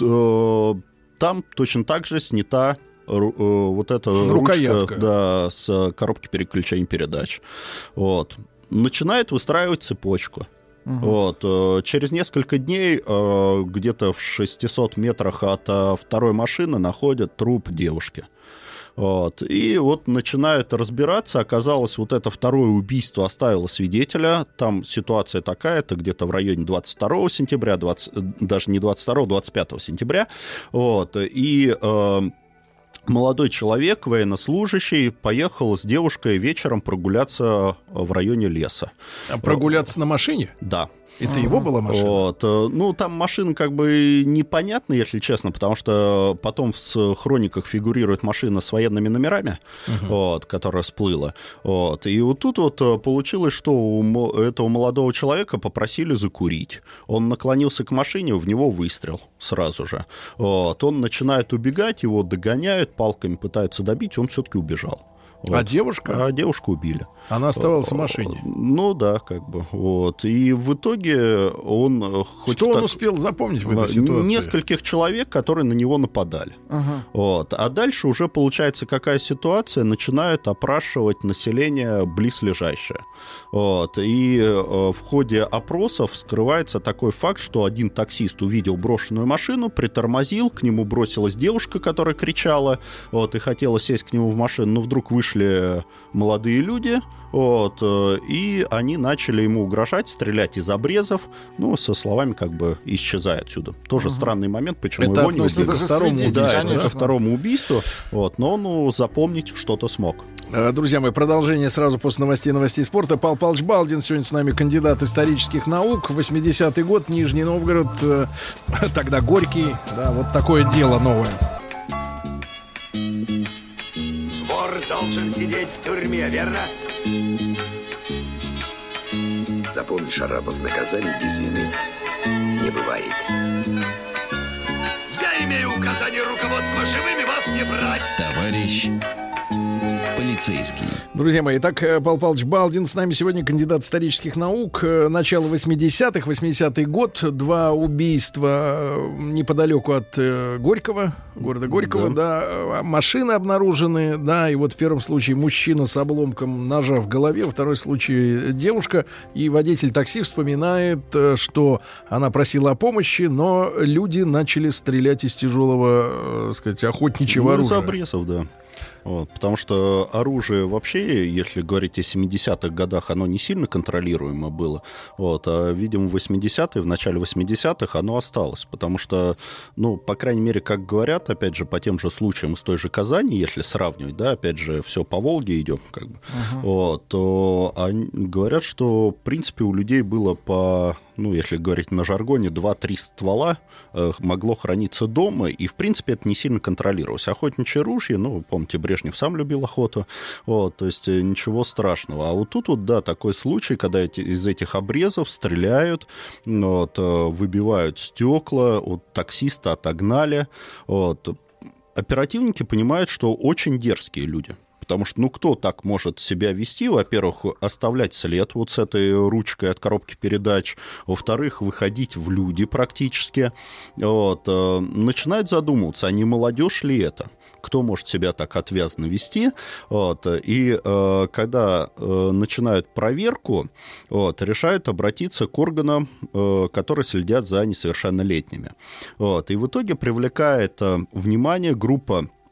э, Там точно так же снята ру- э, вот эта Рукоятка. ручка, да, с коробки переключения передач. Вот. Начинает выстраивать цепочку. Вот. э, Через несколько дней э, где-то в шестисот метрах от э, второй машины находят труп девушки. Вот. И вот начинают разбираться. Оказалось, вот это второе убийство оставило свидетеля. Там ситуация такая, это где-то в районе двадцать второго сентября, двадцать, даже не двадцать второго, двадцать пятого сентября. Вот. И э, молодой человек, военнослужащий, поехал с девушкой вечером прогуляться в районе леса. А прогуляться на машине? Да. Это его была машина? Вот. Ну, там машина как бы непонятна, если честно, потому что потом в хрониках фигурирует машина с военными номерами, uh-huh. вот, которая всплыла. Вот. И вот тут вот получилось, что у этого молодого человека попросили закурить. Он наклонился к машине, в него выстрел сразу же. Вот. Он начинает убегать, его догоняют, палками пытаются добить, он все-таки убежал. Вот. А девушка? А девушку убили. Она оставалась в машине? Ну да, как бы. Вот. И в итоге он... Хоть Что он так, успел запомнить в этой ситуации? Нескольких человек, которые на него нападали. Ага. Вот. А дальше уже получается какая ситуация? Начинают опрашивать население близлежащее. Вот. И э, в ходе опросов вскрывается такой факт, что один таксист увидел брошенную машину, притормозил, к нему бросилась девушка, которая кричала, вот, и хотела сесть к нему в машину, но вдруг вышли молодые люди, вот, и они начали ему угрожать, стрелять из обрезов, ну, со словами как бы «исчезай отсюда». Тоже угу. странный момент, почему это его не убили. ко второму, да, да, ко второму убийству, вот, но он ну, запомнить что-то смог. Друзья мои, продолжение сразу после новостей новостей спорта. Павел Павлович Балдин сегодня с нами, кандидат исторических наук. восьмидесятый год, Нижний Новгород, э, тогда Горький. Да, вот такое дело новое. Вор должен сидеть в тюрьме, верно? Запомни, Шарапов, наказаний без вины не бывает. Я имею указание руководства живыми вас не брать. Товарищ полицейский. Друзья мои, итак, Павел Павлович Балдин с нами сегодня, кандидат исторических наук. Начало восьмидесятых, восьмидесятый год, два убийства неподалеку от Горького, города Горького, да. да, машины обнаружены, да, и вот в первом случае мужчина с обломком ножа в голове, во второй случае девушка, и водитель такси вспоминает, что она просила о помощи, но люди начали стрелять из тяжелого, так сказать, охотничьего ну, оружия. Из обрезов, да. Вот, потому что оружие вообще, если говорить о семидесятых годах, оно не сильно контролируемо было. Вот, а, видимо, в восьмидесятые, в начале восьмидесятых оно осталось. Потому что, ну, по крайней мере, как говорят, опять же, по тем же случаям из той же Казани, если сравнивать, да, опять же, все по Волге идем, как бы, uh-huh. вот, то они говорят, что, в принципе, у людей было по... ну, если говорить на жаргоне, два-три ствола э, могло храниться дома, и, в принципе, это не сильно контролировалось. Охотничье ружье, ну, вы помните, Брежнев сам любил охоту, вот, то есть э, ничего страшного. А вот тут вот, да, такой случай, когда эти, из этих обрезов стреляют, вот, э, выбивают стекла, вот, таксиста отогнали, вот. Оперативники понимают, что очень дерзкие люди. Потому что, ну, кто так может себя вести? Во-первых, оставлять след вот с этой ручкой от коробки передач. Во-вторых, выходить в люди практически. Вот. Начинают задумываться, а не молодежь ли это? Кто может себя так отвязно вести? Вот. И э, когда э, начинают проверку, вот, решают обратиться к органам, э, которые следят за несовершеннолетними. Вот. И в итоге привлекает э, внимание группа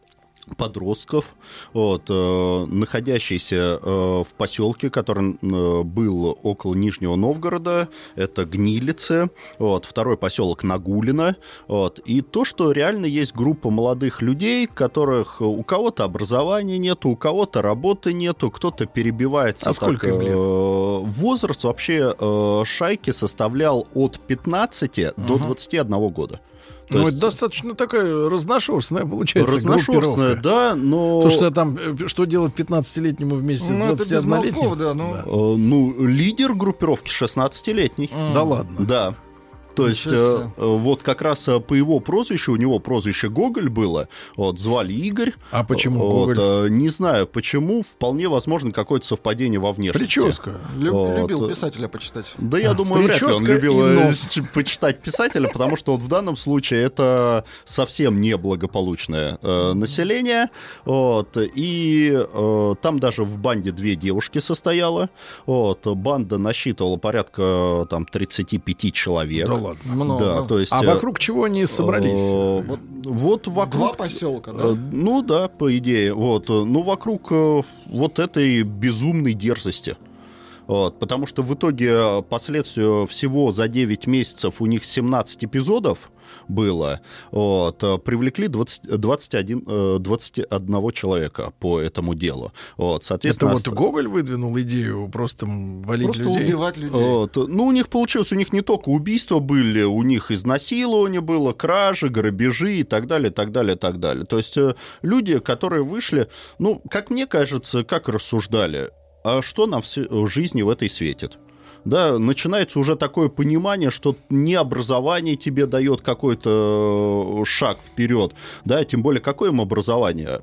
подростков, вот, э, находящийся э, в поселке, который э, был около Нижнего Новгорода, это Гнилице, вот, второй поселок Нагулино, вот, и то, что реально есть группа молодых людей, которых у кого-то образования нету, у кого-то работы нету, кто-то перебивается. А сколько так, им лет? Э, возраст вообще э, шайки составлял от пятнадцати до двадцати одного года. То ну, есть... это достаточно такая разношерстная получается Разношерстная, да, но... То, что там, что делать пятнадцатилетнему вместе ну, с двадцатиоднолетним? Да, ну... Э, ну, лидер группировки шестнадцатилетний. Mm. Да ладно? Да. То есть, э, вот как раз по его прозвищу, у него прозвище Гоголь было, вот, звали Игорь. А почему вот, Гоголь? Э, не знаю, почему, вполне возможно какое-то совпадение во внешности. Прическа. Люб, вот. Любил писателя почитать. Да, я думаю, вряд ли он Прическа любил и э, нос. почитать писателя, потому что вот в данном случае это совсем неблагополучное э, население. Вот, и э, там даже в банде две девушки состояло. Вот, банда насчитывала порядка там тридцать пять человек. Да ладно. Много. Да, то есть, А вокруг чего они собрались? Э, вот, вот вокруг... Два поселка, да? Э, ну да, по идее. Вот, э, ну, вокруг э, вот этой безумной дерзости. Вот, потому что в итоге последствия всего за девять месяцев у них семнадцать эпизодов было, вот, привлекли двадцать, двадцать один, двадцать один человека по этому делу. Вот, соответственно, это вот Гоголь выдвинул идею просто валить просто людей? убивать людей. Вот, ну, у них получилось, у них не только убийства были, у них изнасилование было, кражи, грабежи и так далее, так далее, так далее. То есть люди, которые вышли, ну, как мне кажется, как рассуждали, а что нам в жизни в этой светит? Да, начинается уже такое понимание, что не образование тебе дает какой-то шаг вперед, да, тем более какое им образование?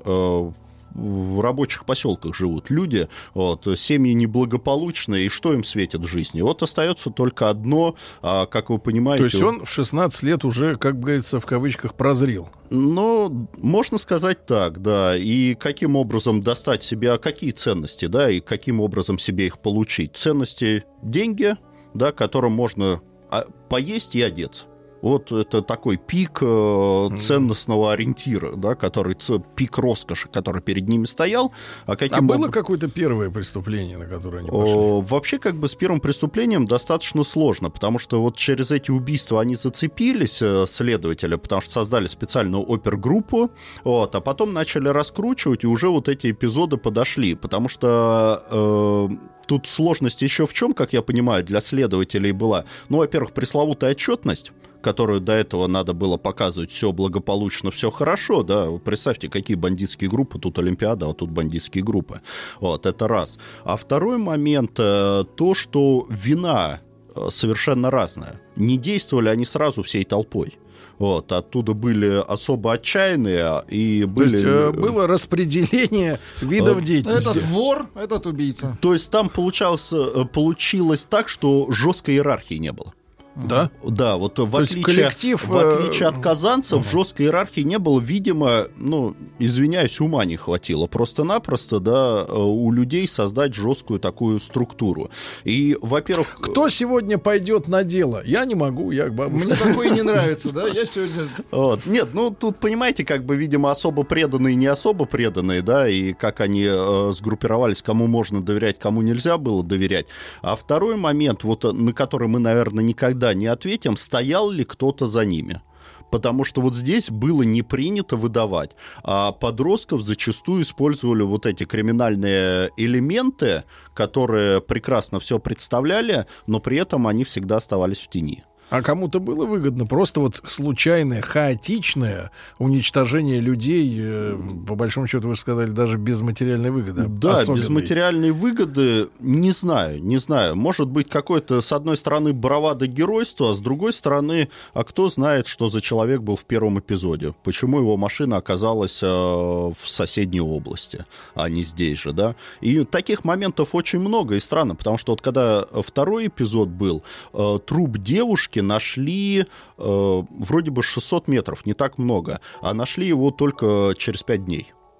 В рабочих поселках живут люди, вот, семьи неблагополучные, и что им светит в жизни? Вот остается только одно, а, как вы понимаете... То есть он в шестнадцать лет уже, как говорится, в кавычках, прозрел? Ну, можно сказать так, да. И каким образом достать себе, какие ценности, да, и каким образом себе их получить? Ценности — деньги, да, которым можно поесть и одеться. Вот это такой пик э, ценностного ориентира, да, который, пик роскоши, который перед ними стоял. А, каким а было образом... какое-то первое преступление, на которое они пошли? О, вообще, как бы с первым преступлением достаточно сложно, потому что вот через эти убийства они зацепились, следователи, потому что создали специальную опергруппу, вот, а потом начали раскручивать, и уже вот эти эпизоды подошли, потому что... Э, тут сложность еще в чем, как я понимаю, для следователей была? Ну, во-первых, пресловутая отчетность, которую до этого надо было показывать, все благополучно, все хорошо, да, представьте, какие бандитские группы, тут Олимпиада, а тут бандитские группы, вот, это раз. А второй момент, то, что вина совершенно разная, не действовали они сразу всей толпой. Вот, оттуда были особо отчаянные и были... То есть э, было распределение видов деятельности. Этот вор, этот убийца. То есть там получалось, получилось так, что жесткой иерархии не было. Да? Да, вот в То отличие, коллектив, в отличие э... от казанцев, угу. жесткой иерархии не было. Видимо, ну, извиняюсь, ума не хватило. Просто-напросто, да, у людей создать жесткую такую структуру. И, во-первых... Кто сегодня пойдет на дело? Я не могу, я к бабушке. Мне такое не нравится, да? Я сегодня... Вот. Нет, ну, тут, понимаете, как бы, видимо, особо преданные, не особо преданные, да, и как они э, сгруппировались, кому можно доверять, кому нельзя было доверять. А второй момент, вот, на который мы, наверное, никогда не ответим, стоял ли кто-то за ними. Потому что вот здесь было не принято выдавать. А подростков зачастую использовали вот эти криминальные элементы, которые прекрасно все представляли, но при этом они всегда оставались в тени. А кому-то было выгодно просто вот случайное, хаотичное уничтожение людей, э, по большому счету, вы же сказали, даже без материальной выгоды. Да, особенной. Без материальной выгоды, не знаю, не знаю. Может быть, какое-то, с одной стороны, бравада геройства, а с другой стороны, а кто знает, что за человек был в первом эпизоде? Почему его машина оказалась э, в соседней области, а не здесь же, да? И таких моментов очень много, и странно, потому что вот когда второй эпизод был, э, труп девушки нашли э, вроде бы шестьсот метров, не так много, а нашли его только через пять дней.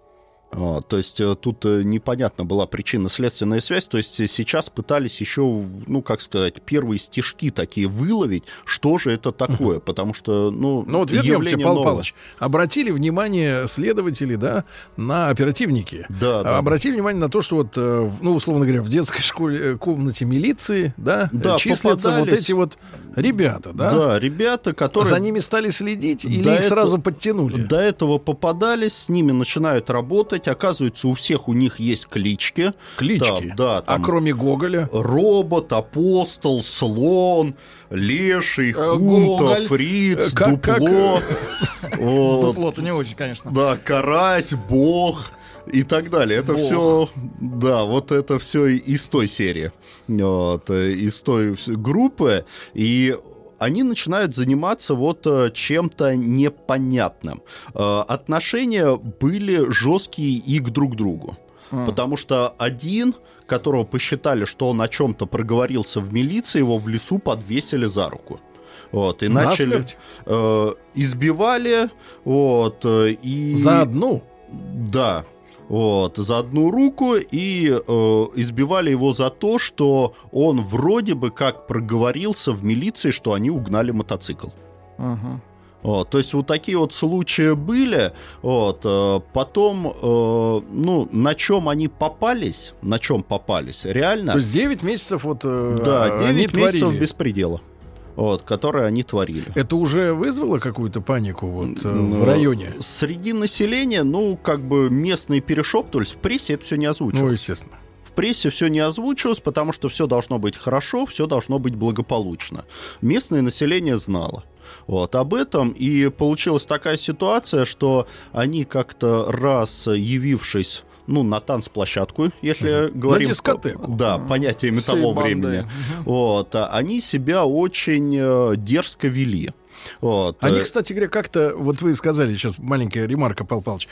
А, то есть тут непонятна была причинно-следственная связь, то есть сейчас пытались еще, ну, как сказать, первые стежки такие выловить, что же это такое, потому что, ну, ну вот вернемся, Павел Павлович, обратили внимание следователи, да, на оперативники, да, да. обратили внимание на то, что вот, ну, условно говоря, в детской школе, комнате милиции, да, да числятся попадались... вот эти вот ребята, да? Да, ребята, которые... За ними стали следить или до их это... сразу подтянули? До этого попадались, с ними начинают работать. Оказывается, у всех у них есть клички. Клички? Там, да, там а кроме Гоголя? Робот, Апостол, Слон, Леший, Хунта, Фриц, как, Дупло. Как... Вот. Дупло-то не очень, конечно. Да, Карась, Бог и так далее. Это все, да, вот это все из той серии, вот, из той группы. И они начинают заниматься вот чем-то непонятным. Отношения были жесткие и к друг другу. Mm. Потому что один, которого посчитали, что он о чем-то проговорился в милиции, его в лесу подвесили за руку. Вот, и начали э, избивали. Вот, и... За одну? Да. Вот, за одну руку, и э, избивали его за то, что он вроде бы как проговорился в милиции, что они угнали мотоцикл. Uh-huh. Вот, то есть вот такие вот случаи были. Вот, э, потом, э, ну, на чем они попались, на чем попались, реально... То есть девять месяцев вот э, да, девять месяцев творили. Беспредела. Вот, которые они творили. Это уже вызвало какую-то панику вот, э, ну, в районе? Среди населения, ну, как бы местные перешептывались, в прессе это все не озвучивалось. Ну, естественно. В прессе все не озвучивалось, потому что все должно быть хорошо, все должно быть благополучно. Местное население знало вот об этом, и получилась такая ситуация, что они как-то раз, явившись, ну, на танцплощадку, если uh-huh. говорим... На дискотеку. Да, uh-huh. понятиями Всей того бандой. Времени. Uh-huh. Вот, они себя очень дерзко вели. Вот. Они, кстати говоря, как-то, вот вы сказали сейчас, маленькая ремарка, Павел Павлович,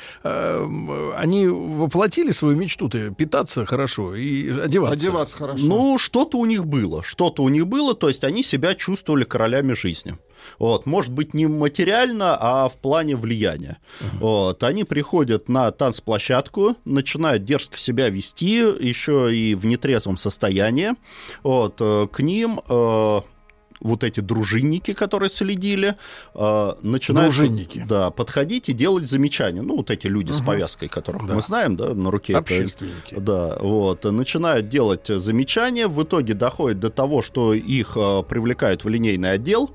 э, они воплотили свою мечту-то питаться хорошо и одеваться. Одеваться хорошо. Ну, что-то у них было, что-то у них было, то есть они себя чувствовали королями жизни. Вот, может быть, не материально, а в плане влияния. Uh-huh. Вот, они приходят на танцплощадку, начинают дерзко себя вести, еще и в нетрезвом состоянии. Вот, к ним... Э, вот эти дружинники, которые следили, э, начинают дружинники. Да, подходить и делать замечания. Ну, вот эти люди uh-huh. с повязкой, которых да. мы знаем, да, на руке. Общественники. Это, да, вот, начинают делать замечания, в итоге доходит до того, что их э, привлекают в линейный отдел.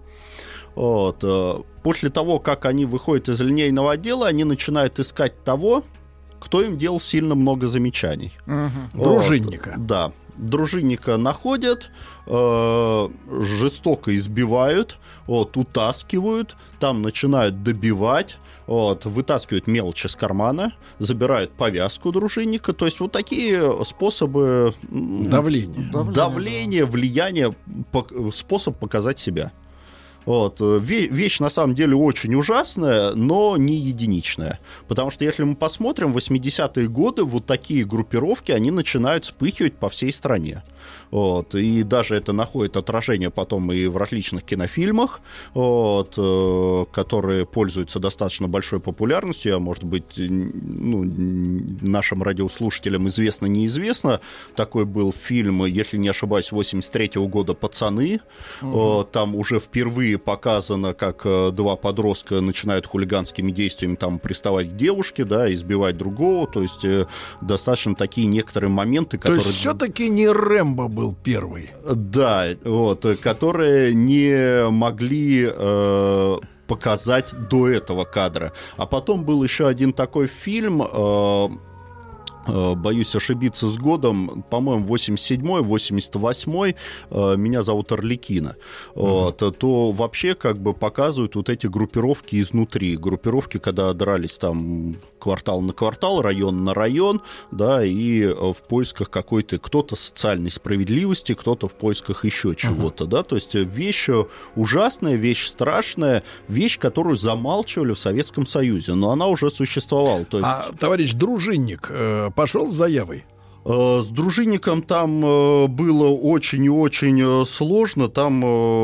Вот, э, после того, как они выходят из линейного отдела, они начинают искать того, кто им делал сильно много замечаний. Uh-huh. Вот, дружинника. Да. Дружинника находят, э, жестоко избивают, вот, утаскивают, там начинают добивать, вот, вытаскивают мелочь из кармана, забирают повязку дружинника. То есть вот такие способы давления, давления, давления влияния, способ показать себя. Вот. Вещь, на самом деле, очень ужасная, но не единичная. Потому что, если мы посмотрим, в восьмидесятые годы вот такие группировки, они начинают вспыхивать по всей стране. Вот. И даже это находит отражение потом и в различных кинофильмах, вот, которые пользуются достаточно большой популярностью. А может быть, ну, нашим радиослушателям известно, неизвестно. Такой был фильм, если не ошибаюсь, восемьдесят третьего года «Пацаны». Угу. Там уже впервые показано, как два подростка начинают хулиганскими действиями там приставать к девушке, да, избивать другого. То есть достаточно такие некоторые моменты, которые... То есть все-таки не Рэмбо был первый. Да, вот, которые не могли э, показать до этого кадра. А потом был еще один такой фильм... Э, боюсь ошибиться с годом, по-моему, восемьдесят седьмой восемьдесят восьмой, «Меня зовут Арлекино», mm-hmm. вот, то вообще как бы показывают вот эти группировки изнутри. Группировки, когда дрались там квартал на квартал, район на район, да, и в поисках какой-то, кто-то социальной справедливости, кто-то в поисках еще чего-то, mm-hmm. да, то есть вещь ужасная, вещь страшная, вещь, которую замалчивали в Советском Союзе, но она уже существовала. То есть... А, товарищ дружинник, пошел с заявой? С дружинником там было очень и очень сложно. Там,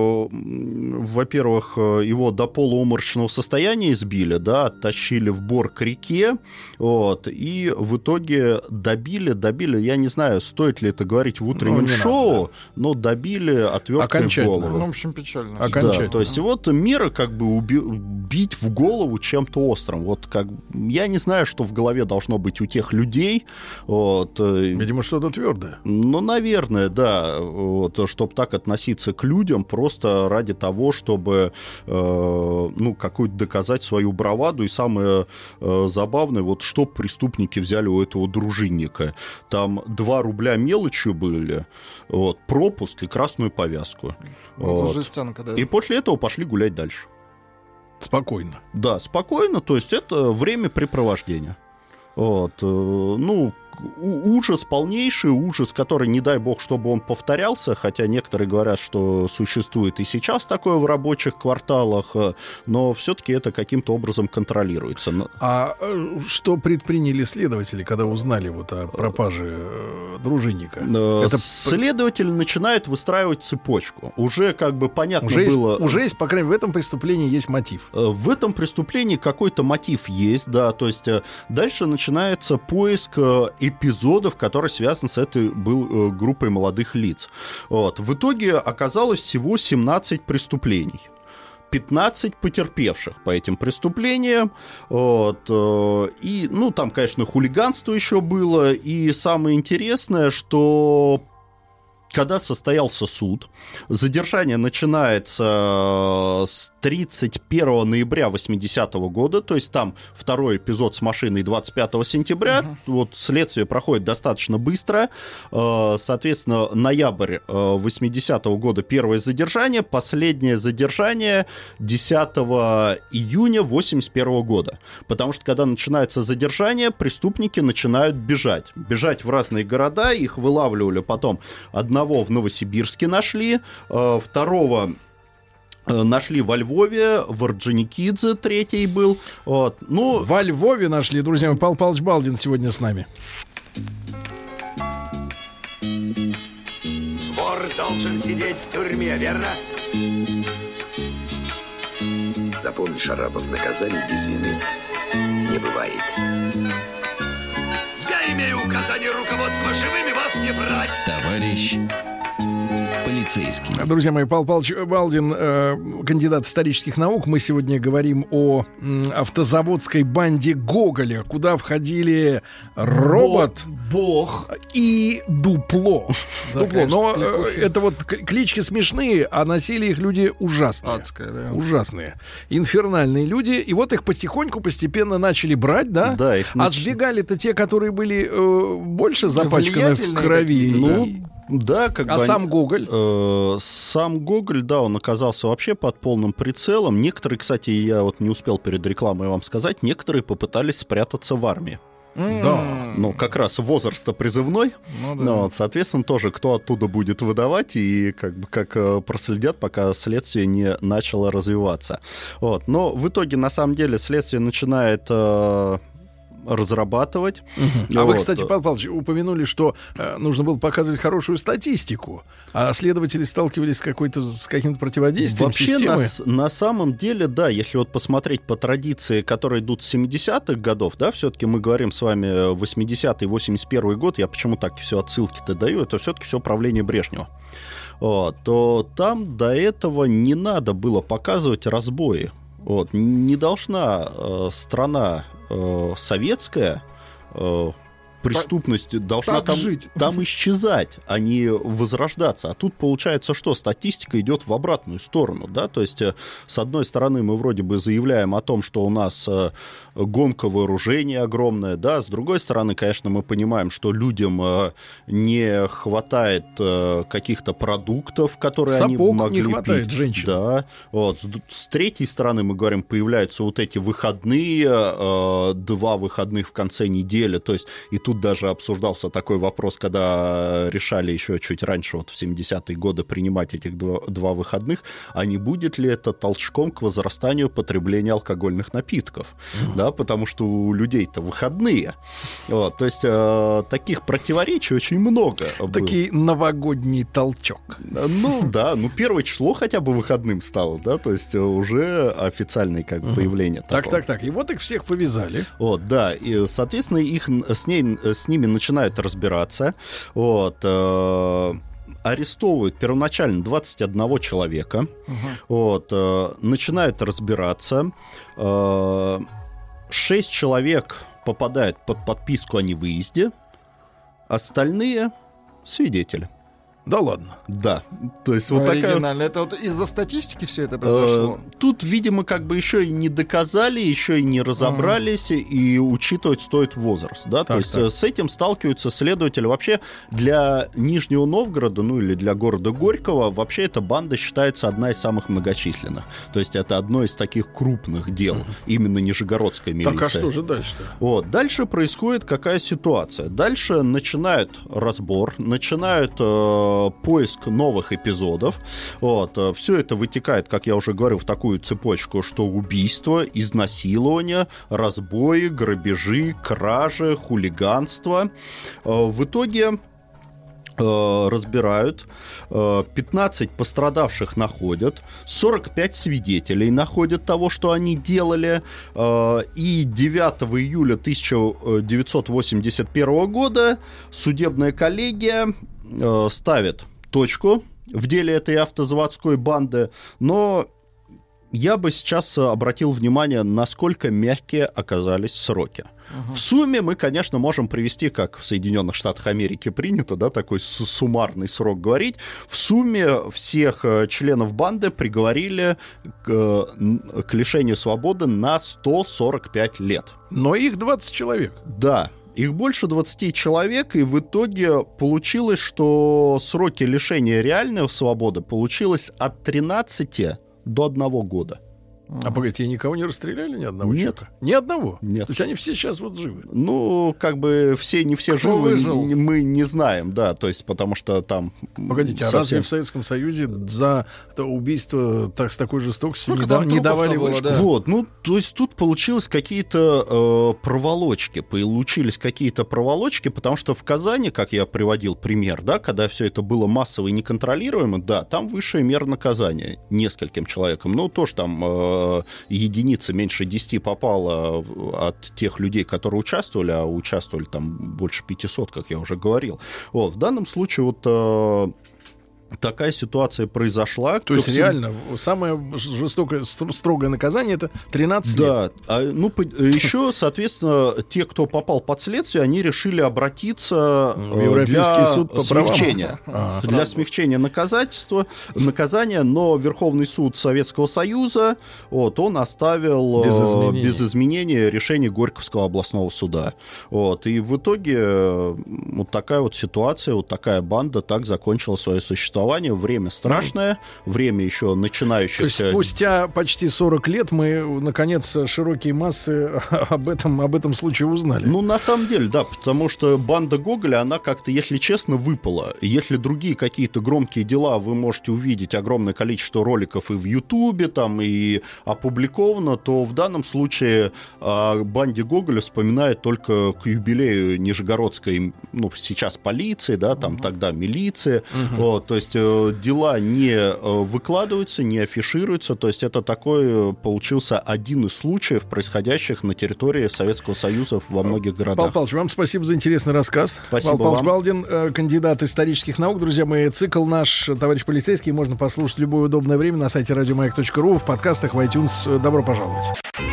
во-первых, его до полууморочного состояния избили, да, оттащили в бор к реке, вот, и в итоге добили, добили, я не знаю, стоит ли это говорить в утреннем ну, шоу, надо, да. но добили отверткой в голову. Ну, в общем, печально. Да, то есть вот мера как бы уби- бить в голову чем-то острым. Вот как я не знаю, что в голове должно быть у тех людей. Вот. Видимо, что-то твердое. Ну, наверное, да. Вот, чтобы так относиться к людям просто ради того, чтобы э, ну, какую-то доказать свою браваду. И самое э, забавное, вот что преступники взяли у этого дружинника. Там два рубля мелочью были, вот, пропуск и красную повязку. Вот. Жестянка, да. И после этого пошли гулять дальше. Спокойно. Да, спокойно, то есть это времяпрепровождение. Вот, ну, ужас полнейший, ужас, который, не дай бог, чтобы он повторялся, хотя некоторые говорят, что существует и сейчас такое в рабочих кварталах, но все-таки это каким-то образом контролируется. А что предприняли следователи, когда узнали вот о пропаже дружинника? Это... Следователи начинают выстраивать цепочку. Уже как бы понятно уже было... Есть, уже есть, по крайней мере, в этом преступлении есть мотив. В этом преступлении какой-то мотив есть, да, то есть дальше начинается поиск эпизодов, который связан с этой был, группой молодых лиц. Вот. В итоге оказалось всего семнадцать преступлений. пятнадцать потерпевших по этим преступлениям. Вот. И, ну, там, конечно, хулиганство еще было. И самое интересное, что... Когда состоялся суд, задержание начинается с тридцать первого ноября восьмидесятого года, то есть там второй эпизод с машиной двадцать пятого сентября, uh-huh. вот следствие проходит достаточно быстро, соответственно, ноябрь восьмидесятого года первое задержание, последнее задержание десятого июня восемьдесят первого года, потому что когда начинается задержание, преступники начинают бежать, бежать в разные города, их вылавливали потом одного в Новосибирске нашли, второго нашли во Львове, в Орджоникидзе третий был. Вот. Ну... Во Львове нашли, друзья мои. Павел Павлович Балдин сегодня с нами. Вор должен сидеть в тюрьме, верно? Запомни, Шарапов, наказание без вины не бывает. Я имею указание руководства живыми вас не брать. Товарищ полицейский. Друзья мои, Павел Павлович Балдин, э, кандидат исторических наук. Мы сегодня говорим о м, автозаводской банде Гоголя, куда входили робот, Бог и дупло. Да, дупло. конечно, Но э, это вот клички смешные, а носили их люди ужасные. Адская, да. Ужасные. Инфернальные люди. И вот их потихоньку, постепенно начали брать, да? Да, их а нач... сбегали-то те, которые были э, больше запачканы в крови. Ну, да, как а бы сам они, Гоголь? Э, сам Гоголь, да, он оказался вообще под полным прицелом. Некоторые, кстати, я вот не успел перед рекламой вам сказать, некоторые попытались спрятаться в армии. Да. Ну, как раз возраста призывной. Ну, да. Ну, вот, соответственно, тоже кто оттуда будет выдавать и как бы как проследят, пока следствие не начало развиваться. Вот. Но в итоге, на самом деле, следствие начинает... Э, разрабатывать. Uh-huh. А вот. Вы, кстати, Павел Павлович, упомянули, что э, нужно было показывать хорошую статистику, а следователи сталкивались с, какой-то, с каким-то противодействием вообще системы. На, на самом деле, да, если вот посмотреть по традиции, которые идут с семидесятых годов, да, все-таки мы говорим с вами восьмидесятый восемьдесят первый год, я почему так все отсылки-то даю, это все-таки все правление Брежнева. Вот, то там до этого не надо было показывать разбои. Вот, не должна э, страна э, советская, э, преступность так, должна так там, жить. там исчезать, а не возрождаться. А тут получается, что статистика идет в обратную сторону. Да? То есть, с одной стороны, мы вроде бы заявляем о том, что у нас гонка вооружения огромная, да? С другой стороны, конечно, мы понимаем, что людям не хватает каких-то продуктов, которые Сапог они могли не хватает пить. Женщин. Да. Вот. С третьей стороны, мы говорим, появляются вот эти выходные, два выходных в конце недели, то есть и тут тут даже обсуждался такой вопрос, когда решали еще чуть раньше, вот в семидесятые годы, принимать этих два, два выходных, а не будет ли это толчком к возрастанию потребления алкогольных напитков? Mm-hmm. Да, потому что у людей-то выходные. Вот, то есть э, таких противоречий очень много. Такий было. Новогодний толчок. Ну да, ну первое число хотя бы выходным стало, да, то есть уже официальное как бы появление. Так, такого. так, так, и вот их всех повязали. Вот, да, и, соответственно, их с, ней, с ними начинают разбираться, вот, э, арестовывают первоначально двадцать одного человека, uh-huh. вот, э, начинают разбираться, э, шесть человек попадают под подписку о невыезде, остальные свидетели. Да ладно. Да. То есть вот такая... Это вот из-за статистики все это произошло? Тут, видимо, как бы еще и не доказали, еще и не разобрались, mm. и учитывать стоит возраст. Да? Так, То есть так. с этим сталкиваются следователи. Вообще для Нижнего Новгорода, ну или для города Горького, вообще эта банда считается одна из самых многочисленных. То есть это одно из таких крупных дел, mm. именно нижегородской милиции. Так а что же дальше-то? Вот. Дальше происходит какая ситуация? Дальше начинают разбор, начинают... Э, поиск новых эпизодов. Вот. Все это вытекает, как я уже говорил, в такую цепочку, что убийство, изнасилование, разбои, грабежи, кражи, хулиганство. В итоге разбирают, пятнадцать пострадавших находят, сорок пять свидетелей находят того, что они делали, и девятого июля тысяча девятьсот восемьдесят первого года судебная коллегия ставит точку в деле этой автозаводской банды, но я бы сейчас обратил внимание, насколько мягкие оказались сроки. Uh-huh. В сумме мы, конечно, можем привести, как в Соединенных Штатах Америки принято, да, такой суммарный срок говорить. В сумме всех членов банды приговорили к, к лишению свободы на сто сорок пять лет. Но их двадцать человек. Да. Их больше двадцати человек, и в итоге получилось, что сроки лишения реальной свободы получилось от тринадцати до одного года. А погодите, никого не расстреляли, ни одного Нет. человека? Ни одного? Нет. То есть они все сейчас вот живы? Ну, как бы все, не все Кто живы, выжил? мы не знаем, да, то есть потому что там... Погодите, совсем... а разве в Советском Союзе за убийство так, с такой жестокостью ну, не, да, не давали вышку? Да. Вот, ну, то есть тут получилось какие-то э, проволочки, получились какие-то проволочки, потому что в Казани, как я приводил пример, да, когда все это было массово и неконтролируемо, да, там высшая мера наказания нескольким человекам, ну, тоже там... Э, единицы меньше десяти попало от тех людей, которые участвовали, а участвовали там больше пятисот, как я уже говорил. Вот, в данном случае вот э, такая ситуация произошла. То есть реально самое жестокое, строгое наказание — это тринадцать лет. Да. А, ну, еще, соответственно, те, кто попал под следствие, они решили обратиться в для суд по смягчения. А, для смягчения наказательства, наказания, но Верховный суд Советского Союза, вот, он оставил без изменений. без изменения решение Горьковского областного суда. Вот, и в итоге вот такая вот ситуация, вот такая банда так закончила свое существование. Время страшное, время еще начинающееся... То есть спустя почти сорок лет мы, наконец, широкие массы об этом, об этом случае узнали. Ну, на самом деле, да, потому что банда Гоголя, она как-то, если честно, выпала. Если другие какие-то громкие дела, вы можете увидеть огромное количество роликов и в Ютубе, там, и опубликовано, то в данном случае о банде Гоголя вспоминают только к юбилею Нижегородской, ну, сейчас полиции, да, там, uh-huh. тогда милиции, uh-huh. вот, то есть дела не выкладываются, не афишируются. То есть это такой получился один из случаев, происходящих на территории Советского Союза во многих городах. Павел Павлович, вам спасибо за интересный рассказ. Спасибо Павел вам. Павлович Балдин, кандидат исторических наук. Друзья мои, цикл наш «Товарищ полицейский» можно послушать в любое удобное время на сайте радиомаяк точка ру, в подкастах, в iTunes. Добро пожаловать.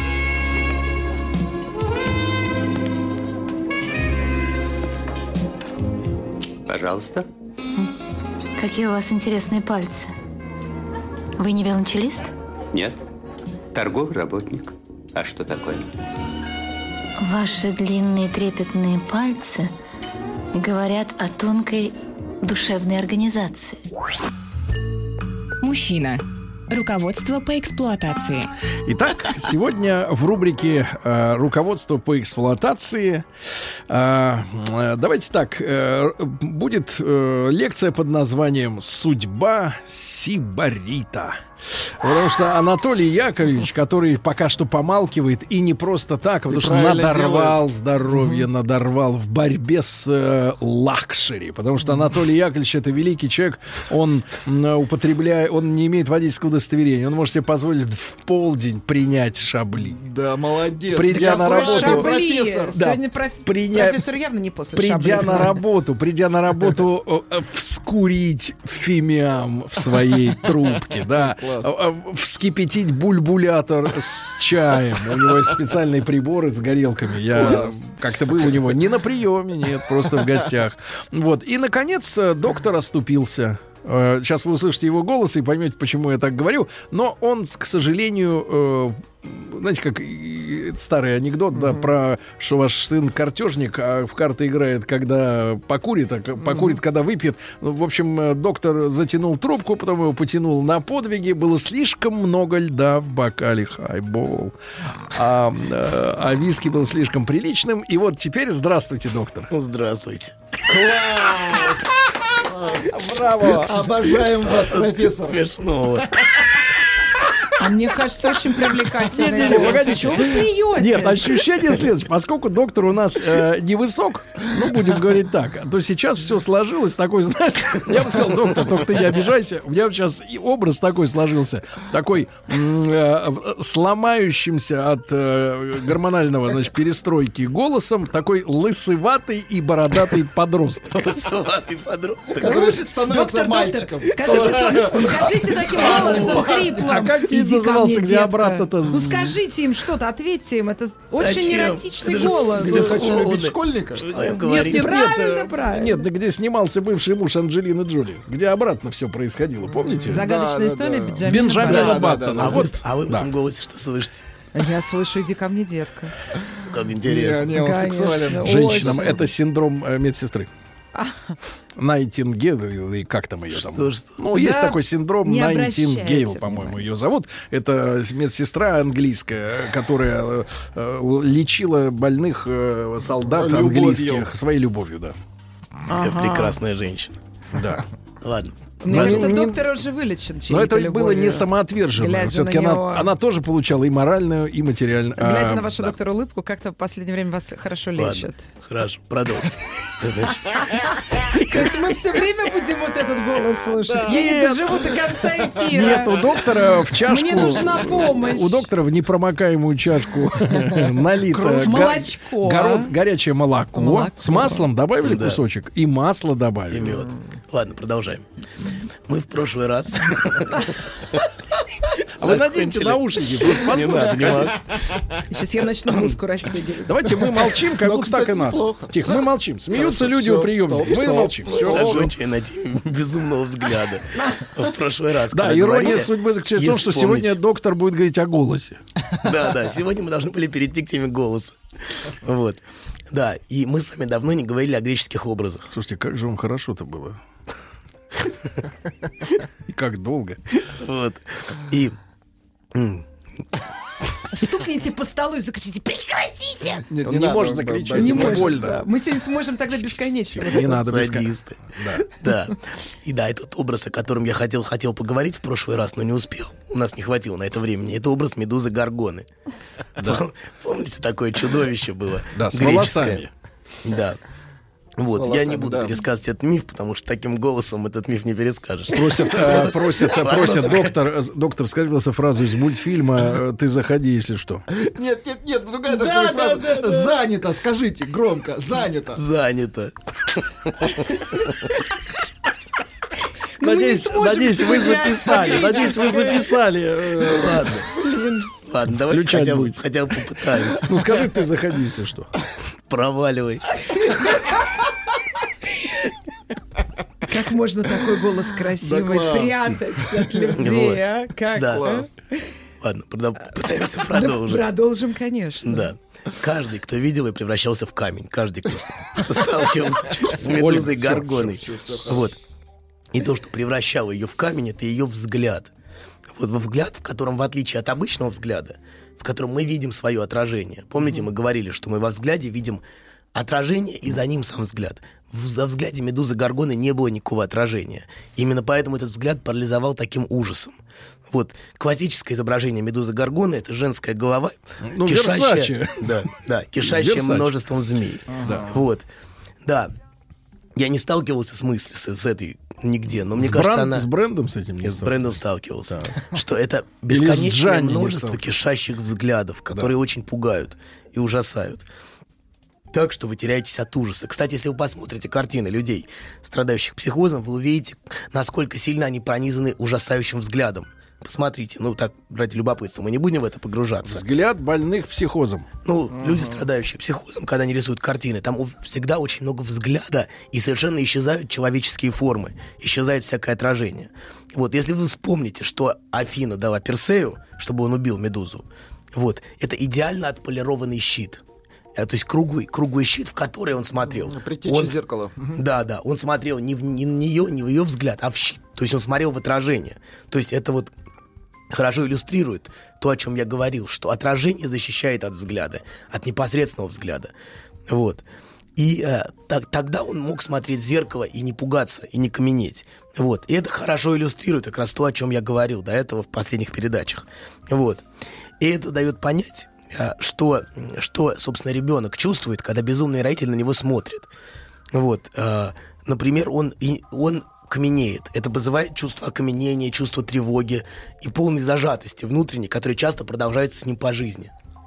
Пожалуйста. Какие у вас интересные пальцы. Вы не велончелист? Нет. Торговый работник. А что такое? Ваши длинные трепетные пальцы говорят о тонкой душевной организации. Мужчина. Руководство по эксплуатации. Итак, сегодня в рубрике э, «Руководство по эксплуатации» э, э, давайте так, э, будет э, лекция под названием «Судьба сибарита». Потому что Анатолий Яковлевич, который пока что помалкивает, и не просто так, а потому что надорвал делает. здоровье, угу. надорвал в борьбе с э, лакшери. Потому что Анатолий Яковлевич — это великий человек, он э, употребляет, он не имеет водительского удостоверения, он может себе позволить в полдень принять шабли. Да, молодец. Придя на работу, шабли. Профессор. Да, Сегодня проф... приня... профессор явно не после придя шабли. на работу, придя на работу, вскурить фимиам в своей трубке, да. Вскипятить бульбулятор с чаем. У него есть специальные приборы с горелками. Я как-то был у него не на приеме, нет, просто в гостях. Вот. И, наконец, доктор оступился. Сейчас вы услышите его голос и поймете, почему я так говорю. Но он, к сожалению, знаете, как старый анекдот, mm-hmm. да, про что ваш сын картежник, а в карты играет, когда покурит, а покурит, mm-hmm. когда выпьет. В общем, доктор затянул трубку, потом его потянул на подвиги. Было слишком много льда в бокале хайбол. А, а виски был слишком приличным. И вот теперь здравствуйте, доктор. Здравствуйте. Класс! Браво! Обожаем вас, профессор. Смешного. А мне кажется, очень привлекательно. Нет, нет, погодите. Чего вы смеетесь? Нет, ощущение следующее. Поскольку доктор у нас э, невысок, ну, будем говорить так, то сейчас все сложилось такой, знаешь, я бы сказал, доктор, только ты не обижайся, у меня сейчас и образ такой сложился, такой э, сломающимся от э, гормонального, значит, перестройки голосом, такой лысыватый и бородатый подросток. Лысоватый подросток. Который становится мальчиком. Скажите, скажите таким голосом хриплым. А как тебе назывался, где обратно-то? Ну скажите им что-то, ответьте им. Это очень Зачем? эротичный Это голос. Где хочу любить школьника? Что им Нет, говорить? нет, Правильно, нет, правильно. Нет, да где снимался бывший муж Анджелины Джоли, где обратно все происходило, помните? Загадочная Да, история да, да. Бенджамина Бенджамина Баттона. Баттона. А вы, Вот. а вы в Да. этом голосе что слышите? Я слышу, иди ко мне, детка. Как интересно. Не, не, он Конечно. сексуален. Женщинам Очень. это синдром э, медсестры. Найтингейл, или как там ее там? Что, что? Ну, есть Да, такой синдром не Найтингейл, обращайте по-моему, внимания. ее зовут. Это медсестра английская, которая э, э, лечила больных э, солдат Любовью. английских своей любовью, да. Какая прекрасная женщина. Да. Ладно. Мне Но кажется, не- доктор уже вылечен. Но это чьей-то было не любовью. самоотверженное. Глядя Все-таки на она, него. она тоже получала и моральную, и материальную. Глядя а, на вашу да. доктор улыбку, как-то в последнее время вас хорошо Ладно. лечат. Хорошо, продолжим. Значит, То есть мы все время будем вот этот голос слушать. Я не Нет. доживу до конца эфира. Нет, у доктора в чашку... Мне нужна помощь. У доктора в непромокаемую чашку налито Кружку. го- Молочко. горо- горячее молоко, Молоко. с маслом добавили Да. кусочек, и масло и добавили. мед. Ладно, продолжаем. Мы в прошлый раз... А вы наденьте закончили- наушники, просто Не послушайте. надо, не надо. Сейчас я начну музыку растягивать. Давайте мы молчим, как Ну, будто так и кстати, надо. неплохо. Тихо, мы молчим. Смеются Хорошо, люди всё, у приемника. стоп, Мы стоп. молчим. Мы Все. закончили на теме безумного взгляда. В прошлый раз. Да, когда ирония говорили, судьбы заключается в том, если что сегодня помните. доктор будет говорить о голосе. Да, да, сегодня мы должны были перейти к теме голоса. Вот. Да, и мы с вами давно не говорили о греческих образах. Слушайте, как же вам хорошо-то было. И как долго. Вот. И... м, Стукните по столу и закричите: прекратите! Нет, Он не надо, может б- закричать, б- Не ему может, больно. да. Мы сегодня сможем тогда бесконечно. Не надо бесконечно. садисты. Да. И да, этот образ, о котором я хотел, хотел поговорить в прошлый раз, но не успел. У нас не хватило на это времени. Это образ медузы Горгоны. Пом- Помните, такое чудовище было? Да, с греческое? волосами. Да. Вот, я волосами, не буду да. пересказывать этот миф, потому что таким голосом этот миф не перескажешь. Просят, э, просят, Ладно, просят, так. доктор, э, доктор, скажи, пожалуйста, фразу из мультфильма э, «Ты заходи, если что». Нет, нет, нет, другая Да, даже да, фраза. да, да. Занято, скажите громко, занято. Занято. Ну, мы не Надеюсь, сможем надеюсь, вы сегодня записали. ответить. Надеюсь, вы записали. э, Ладно. Ладно, давайте Включать хотя бы, будете. хотя бы попытаемся. Ну скажи, ты заходи, если что. Проваливай. Как можно такой голос красивый Да класс. прятать от людей, Вот. а? Как? Да. а? Класс. Ладно, продо- попытаемся Да, продолжить. продолжим, конечно. Да. Каждый, кто видел, и превращался в камень. Каждый, кто с- сталкивался с медузой Ольга, всё, Горгоной. всё, всё, всё, Вот. И то, что превращало ее в камень, это ее взгляд. Вот во взгляд, в котором, в отличие от обычного взгляда, в котором мы видим свое отражение. Помните, мы говорили, что мы во взгляде видим отражение и за ним сам взгляд. В, за взгляде Медузы Горгоны не было никакого отражения. Именно поэтому этот взгляд парализовал таким ужасом. Вот, классическое изображение Медузы Горгоны — это женская голова, ну, кишащая, да, да, кишащая Версаче. множеством змей. Да. Вот, да. Я не сталкивался с мыслью с, с этой нигде, но мне с кажется, бран... она... С брендом с этим не С брендом сталкивался. Да. Что это бесконечное множество кишащих взглядов, которые да. очень пугают и ужасают. Так что вы теряетесь от ужаса. Кстати, если вы посмотрите картины людей, страдающих психозом, вы увидите, насколько сильно они пронизаны ужасающим взглядом. Посмотрите, ну так, ради любопытства, мы не будем в это погружаться. Взгляд больных психозом. Ну, uh-huh. люди, страдающие психозом, когда они рисуют картины, там всегда очень много взгляда, и совершенно исчезают человеческие формы, исчезает всякое отражение. Вот, если вы вспомните, что Афина дала Персею, чтобы он убил Медузу, вот, это идеально отполированный щит. То есть круглый, круглый щит, в который он смотрел. Предтеча он, зеркала. Да, да, он смотрел не, в, не на нее, не в ее взгляд, а в щит. То есть он смотрел в отражение. То есть это вот хорошо иллюстрирует то, о чем я говорил, что отражение защищает от взгляда, от непосредственного взгляда. Вот. И э, так, тогда он мог смотреть в зеркало и не пугаться, и не каменеть. Вот. И это хорошо иллюстрирует как раз то, о чем я говорил до этого в последних передачах. Вот. И это дает понять, Что, что, собственно, ребенок чувствует, когда безумный родитель на него смотрит. Вот. Например, он, он каменеет. Это вызывает чувство окаменения, чувство тревоги и полной зажатости внутренней, которая часто продолжается с ним по жизни.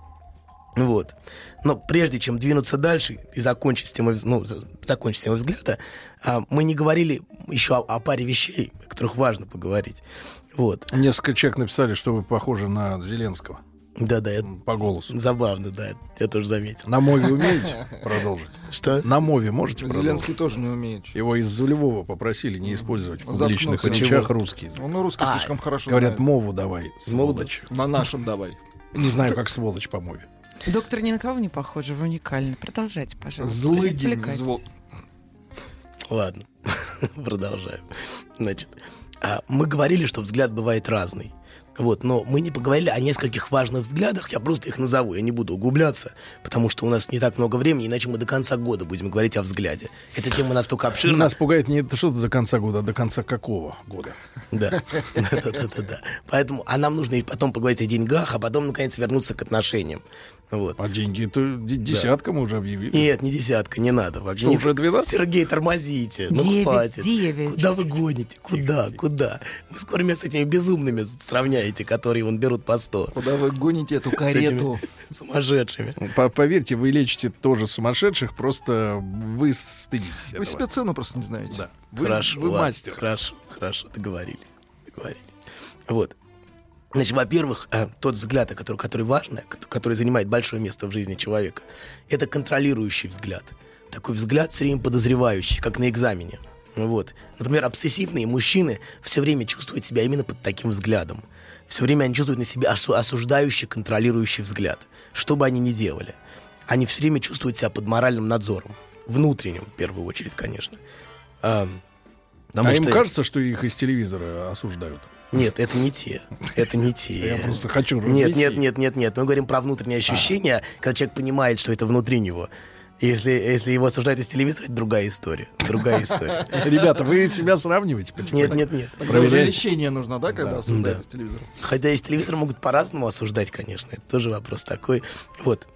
Вот. Но прежде чем двинуться дальше и закончить с темой, ну, закончить с темой взгляда, мы не говорили еще о, о паре вещей, о которых важно поговорить. Вот. Несколько человек написали, что вы похожи на Зеленского. Да-да, это по голосу. Забавно, да, я тоже заметил. На мове умеете продолжить? Что? На мове можете продолжить? Зеленский тоже не умеет. Его из Львова попросили не использовать в публичных речах русский язык. Он на русский а, слишком хорошо говорят, знает. Мову давай, сволочь. На нашем давай. Не знаю, как сволочь по мове. Доктор ни на кого не похож, вы уникальны. Продолжайте, пожалуйста. Злыдень. Зво... Ладно, продолжаем. Значит, мы говорили, что взгляд бывает разный. Вот, но мы не поговорили о нескольких важных взглядах, я просто их назову, я не буду углубляться, потому что у нас не так много времени, иначе мы до конца года будем говорить о взгляде. Эта тема настолько обширна. Нас пугает не что-то до конца года, а до конца какого года? Да, да-да-да. Поэтому, а нам нужно и потом поговорить о деньгах, а потом, наконец, вернуться к отношениям. Вот. А деньги-то десятка мы уже объявили. Нет, не десятка, не надо. Что, уже двенадцать? Сергей, тормозите. девять, ну, хватит. девять. Куда вы гоните? Куда? Куда? Вы скоро меня с этими безумными сравняете, которые вон берут по сто. Куда вы гоните эту карету? Сумасшедшими. Поверьте, вы лечите тоже сумасшедших, просто вы стыдитесь Вы этого. себе цену просто не знаете. Да. Вы, хорошо, вы ладно, мастер. Хорошо, хорошо, договорились. договорились. Вот. Значит, во-первых, тот взгляд, который, который важный, который занимает большое место в жизни человека, это контролирующий взгляд. Такой взгляд все время подозревающий, как на экзамене. Вот. Например, обсессивные мужчины все время чувствуют себя именно под таким взглядом. Все время они чувствуют на себе осуждающий, контролирующий взгляд. Что бы они ни делали. Они все время чувствуют себя под моральным надзором. Внутренним, в первую очередь, конечно. А, а им кажется, что их из телевизора осуждают? Нет, это не те. Это не те. Я просто хочу развести. Нет, нет, нет, нет, нет. Мы говорим про внутренние ощущения, когда человек понимает, что это внутри него. Если, если его осуждают из телевизора, это другая история. Другая история. Ребята, вы себя сравниваете? Нет, нет, нет. Уже лечение нужно, да, когда осуждают из телевизора? Хотя из телевизора могут по-разному осуждать, конечно. Это тоже вопрос такой. Вот.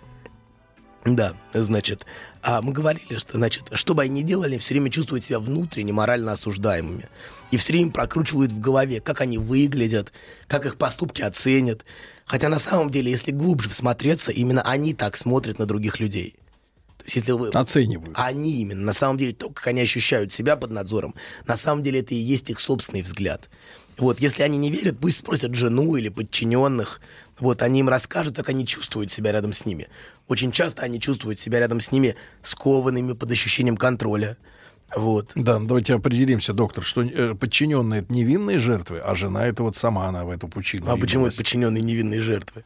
Да, значит, а мы говорили, что, значит, что бы они ни делали, все время чувствуют себя внутренне морально осуждаемыми. И все время прокручивают в голове, как они выглядят, как их поступки оценят. Хотя на самом деле, если глубже всмотреться, именно они так смотрят на других людей. То есть, если вы... Оценивают. Они именно. На самом деле, то, как они ощущают себя под надзором, на самом деле это и есть их собственный взгляд. Вот, если они не верят, пусть спросят жену или подчиненных. Вот, они им расскажут, как они чувствуют себя рядом с ними. Очень часто они чувствуют себя рядом с ними скованными под ощущением контроля. Вот. Да, давайте определимся, доктор, что э, подчиненные — это невинные жертвы, а жена — это вот сама она в эту пучину. А почему это подчиненные невинные жертвы?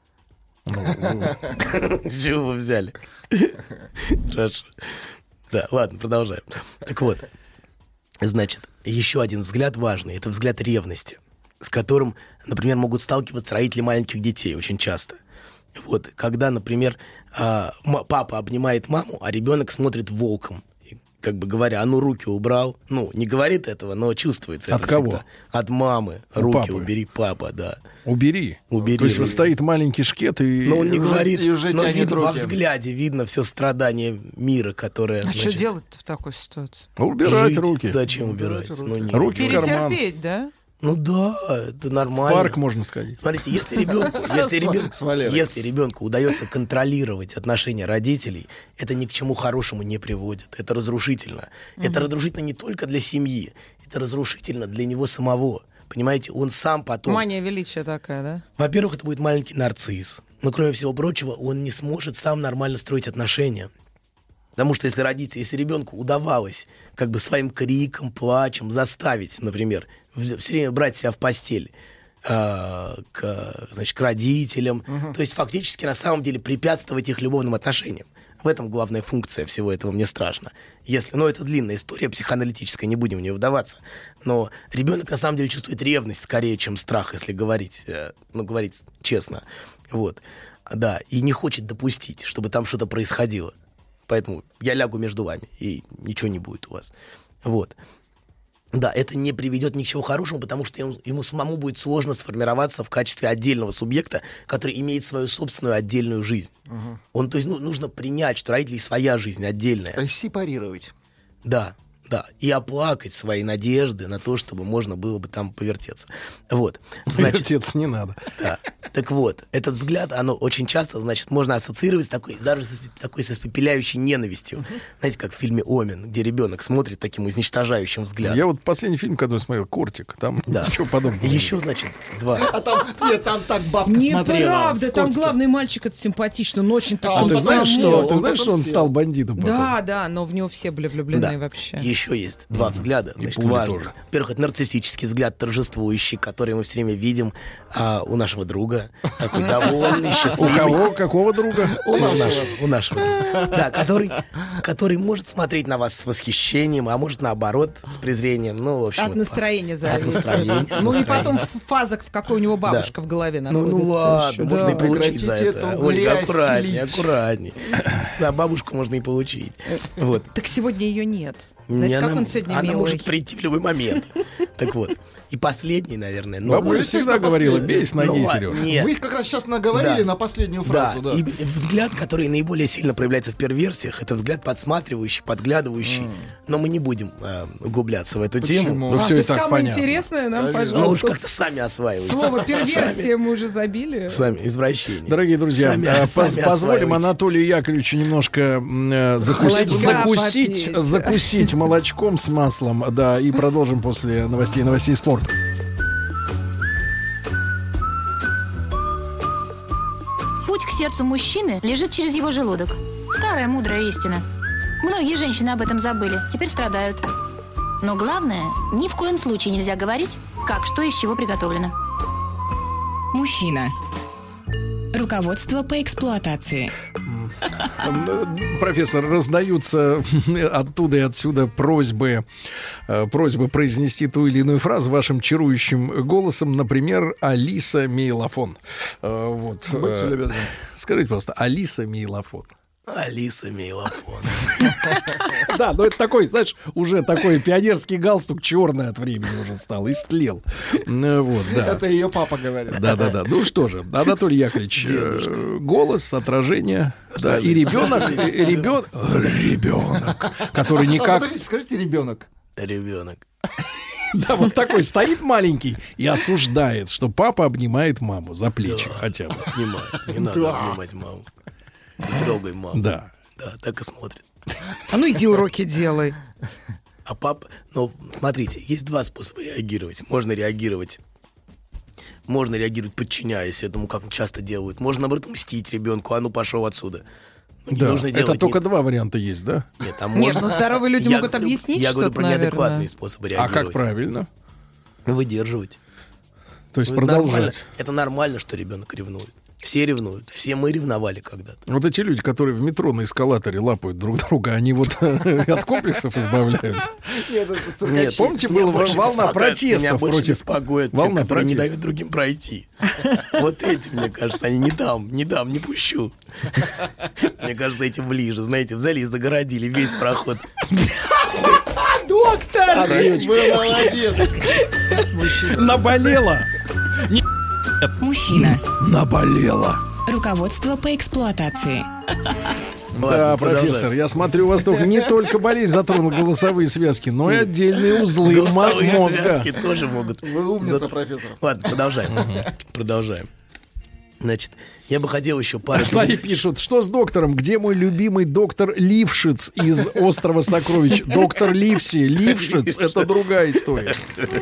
С чего вы взяли? Хорошо. Да, ладно, продолжаем. Так вот, значит, еще один взгляд важный — это взгляд ревности. с которым, например, могут сталкиваться родители маленьких детей очень часто. Вот, когда, например, папа обнимает маму, а ребенок смотрит волком, как бы говоря, а ну руки убрал. Ну, не говорит этого, но чувствуется. От кого? Всегда. От мамы. У руки папы. Убери, папа, да. Убери. Убери. То есть вот стоит маленький шкет и... Но он не говорит, и уже но тянет видно руки. во взгляде, видно все страдание мира, которое... А значит, что делать-то в такой ситуации? Убирать жить. руки. Зачем убирать? Руки. Ну, не- Руки в карман. Перетерпеть, да? Ну да, это В нормально. парк можно сходить. Смотрите, если ребенку, если, С- ребенку, с Валерой. если ребенку удается контролировать отношения родителей, это ни к чему хорошему не приводит. Это разрушительно. Это разрушительно не только для семьи, это разрушительно для него самого. Понимаете, он сам потом... Мания величия такая, да? Во-первых, это будет маленький нарцисс. Но, кроме всего прочего, он не сможет сам нормально строить отношения. Потому что если родитель, если ребенку удавалось как бы своим криком, плачем заставить, например, все время брать себя в постель э, к, значит, к родителям, Мгм. то есть фактически на самом деле препятствовать их любовным отношениям. В этом главная функция всего этого, мне страшно. Если, ну, это длинная история психоаналитическая, не будем в нее вдаваться. Но ребенок на самом деле чувствует ревность скорее, чем страх, если говорить, э, ну, говорить честно. Вот. Да, и не хочет допустить, чтобы там что-то происходило. Поэтому я лягу между вами, и ничего не будет у вас. Вот. Да, это не приведет ни к чему хорошему, потому что ему, ему самому будет сложно сформироваться в качестве отдельного субъекта, который имеет свою собственную отдельную жизнь. Мгм. Он, то есть, ну, нужно принять, что у родителей своя жизнь отдельная. То есть сепарировать. Да, да. И оплакать свои надежды на то, чтобы можно было бы там повертеться. Вот. Значит, Вертеться не надо. да. Так вот, этот взгляд, оно очень часто, значит, можно ассоциировать с такой, даже с такой со испепеляющей ненавистью. Знаете, как в фильме «Омен», где ребенок смотрит таким изничтожающим взглядом. Я вот последний фильм, который смотрел, «Кортик», там Да. ничего подобного. Еще, значит, два. А там, нет, там так бабка смотрела. Неправда, в там «Котике». главный мальчик, это симпатично, но очень А, такой ты он знаешь, потом что, сел, ты он знаешь, потом что он сел. стал бандитом потом? Да, да, но в него все были влюблены Да. вообще. Еще есть два взгляда, И значит, пули важных. тоже. Во-первых, это нарциссический взгляд, торжествующий, который мы все время видим а, у нашего друга. Такой довольный, У счастливый. кого? Какого друга? У нашего. У нашего. Да, который, который может смотреть на вас с восхищением, а может, наоборот, с презрением. Ну, в общем, От это- настроения От зависит. настроения. от Ну и настроения. потом фаза, в какой у него бабушка Да. в голове Ну, находится. ну ладно, еще. можно Да. и получить за Прекратите это. эту Ольга, грязь аккуратнее, лить. аккуратнее. Да, бабушку можно и получить. Вот. Так сегодня ее нет. Знаете, Не, как она- он сегодня Она милый. может прийти в любой момент. Так вот. И последний, наверное. но- Бабуля Ну, всегда естественно, говорила, последний. бей с ноги, Ну, ладно, Сереж. нет. Вы как раз сейчас наговорили Да. на последнюю Да, фразу, да. и взгляд, который наиболее сильно проявляется в перверсиях, это взгляд подсматривающий, подглядывающий. Но мы не будем э, углубляться в эту Почему? тему. Ну, А, все то и так самое понятно. интересное нам, Конечно. Ну уж пожалуйста. как-то сами осваивайте. Слово перверсия мы уже забили. Сами, извращение. Дорогие друзья, Сами- э, сами поз- позволим осваивайте. Анатолию Яковлевичу немножко м, э, закусить, Молочка закусить, попить. закусить молочком с маслом, да, и продолжим после новостей, новостей спорта. Путь к сердцу мужчины лежит через его желудок. Старая мудрая истина. Многие женщины об этом забыли, теперь страдают. Но главное, ни в коем случае нельзя говорить, как что из чего приготовлено. Мужчина. Руководство по эксплуатации. Профессор, раздаются оттуда и отсюда просьбы, э, просьбы произнести ту или иную фразу вашим чарующим голосом, например, Алиса Мейлофон. Э, Вот. Будьте э, любезны. Скажите, пожалуйста, Алиса Мейлофон. Алиса Мейлофон. Да, но это такой, знаешь, уже такой пионерский галстук черный от времени уже стал, истлел. Ну, вот, да. Это ее папа говорит. Да-да-да. Ну что же, Анатолий Яковлевич, э, голос, отражение, да, и ребенок, и ребенок, ребенок, который А, никак, подождите, скажите ребенок. Ребенок. да, вот такой стоит маленький и осуждает, что папа обнимает маму за плечи хотя бы. Обнимай. Не надо Да. обнимать маму. Не трогай маму. Да. Да, так и смотрит. А ну иди уроки делай. А папа, ну, смотрите, есть два способа реагировать. Можно реагировать, можно реагировать, подчиняясь этому, как часто делают. Можно, наоборот, мстить ребенку, а ну пошел отсюда. Ну, не Да, нужно это делать только ни- два варианта есть, да? Нет, там Нет, можно... ну здоровые люди Я могут говорю- объяснить Я говорю что-то, про наверное. неадекватные способы А реагировать. как правильно? Выдерживать. То есть Ну, продолжать. нормально. Это нормально, что ребенок ревнует. Все ревнуют. Все мы ревновали когда-то. Вот эти люди, которые в метро на эскалаторе лапают друг друга, они вот от комплексов избавляются. Нет, Нет, помните, была волна протестов меня больше против... беспокоит те, волна которые не протестов. дают другим пройти. Вот эти, мне кажется, они не дам, не дам, не пущу. Мне кажется, эти ближе. Знаете, взяли и загородили весь проход. Доктор! Вы молодец. Наболело! Мужчина. Наболело! Руководство по эксплуатации. Да, профессор, я смотрю, у вас только не только болезнь затронула голосовые связки, но и отдельные узлы Голосовые мозга. связки тоже могут. Вы умница, профессор. Ладно, продолжаем. Продолжаем. Значит, я бы хотел еще пару... Смотри, пишут, что с доктором? Где мой любимый доктор Лившиц из «Острова сокровищ»? Доктор Ливси. Лившиц — это другая история.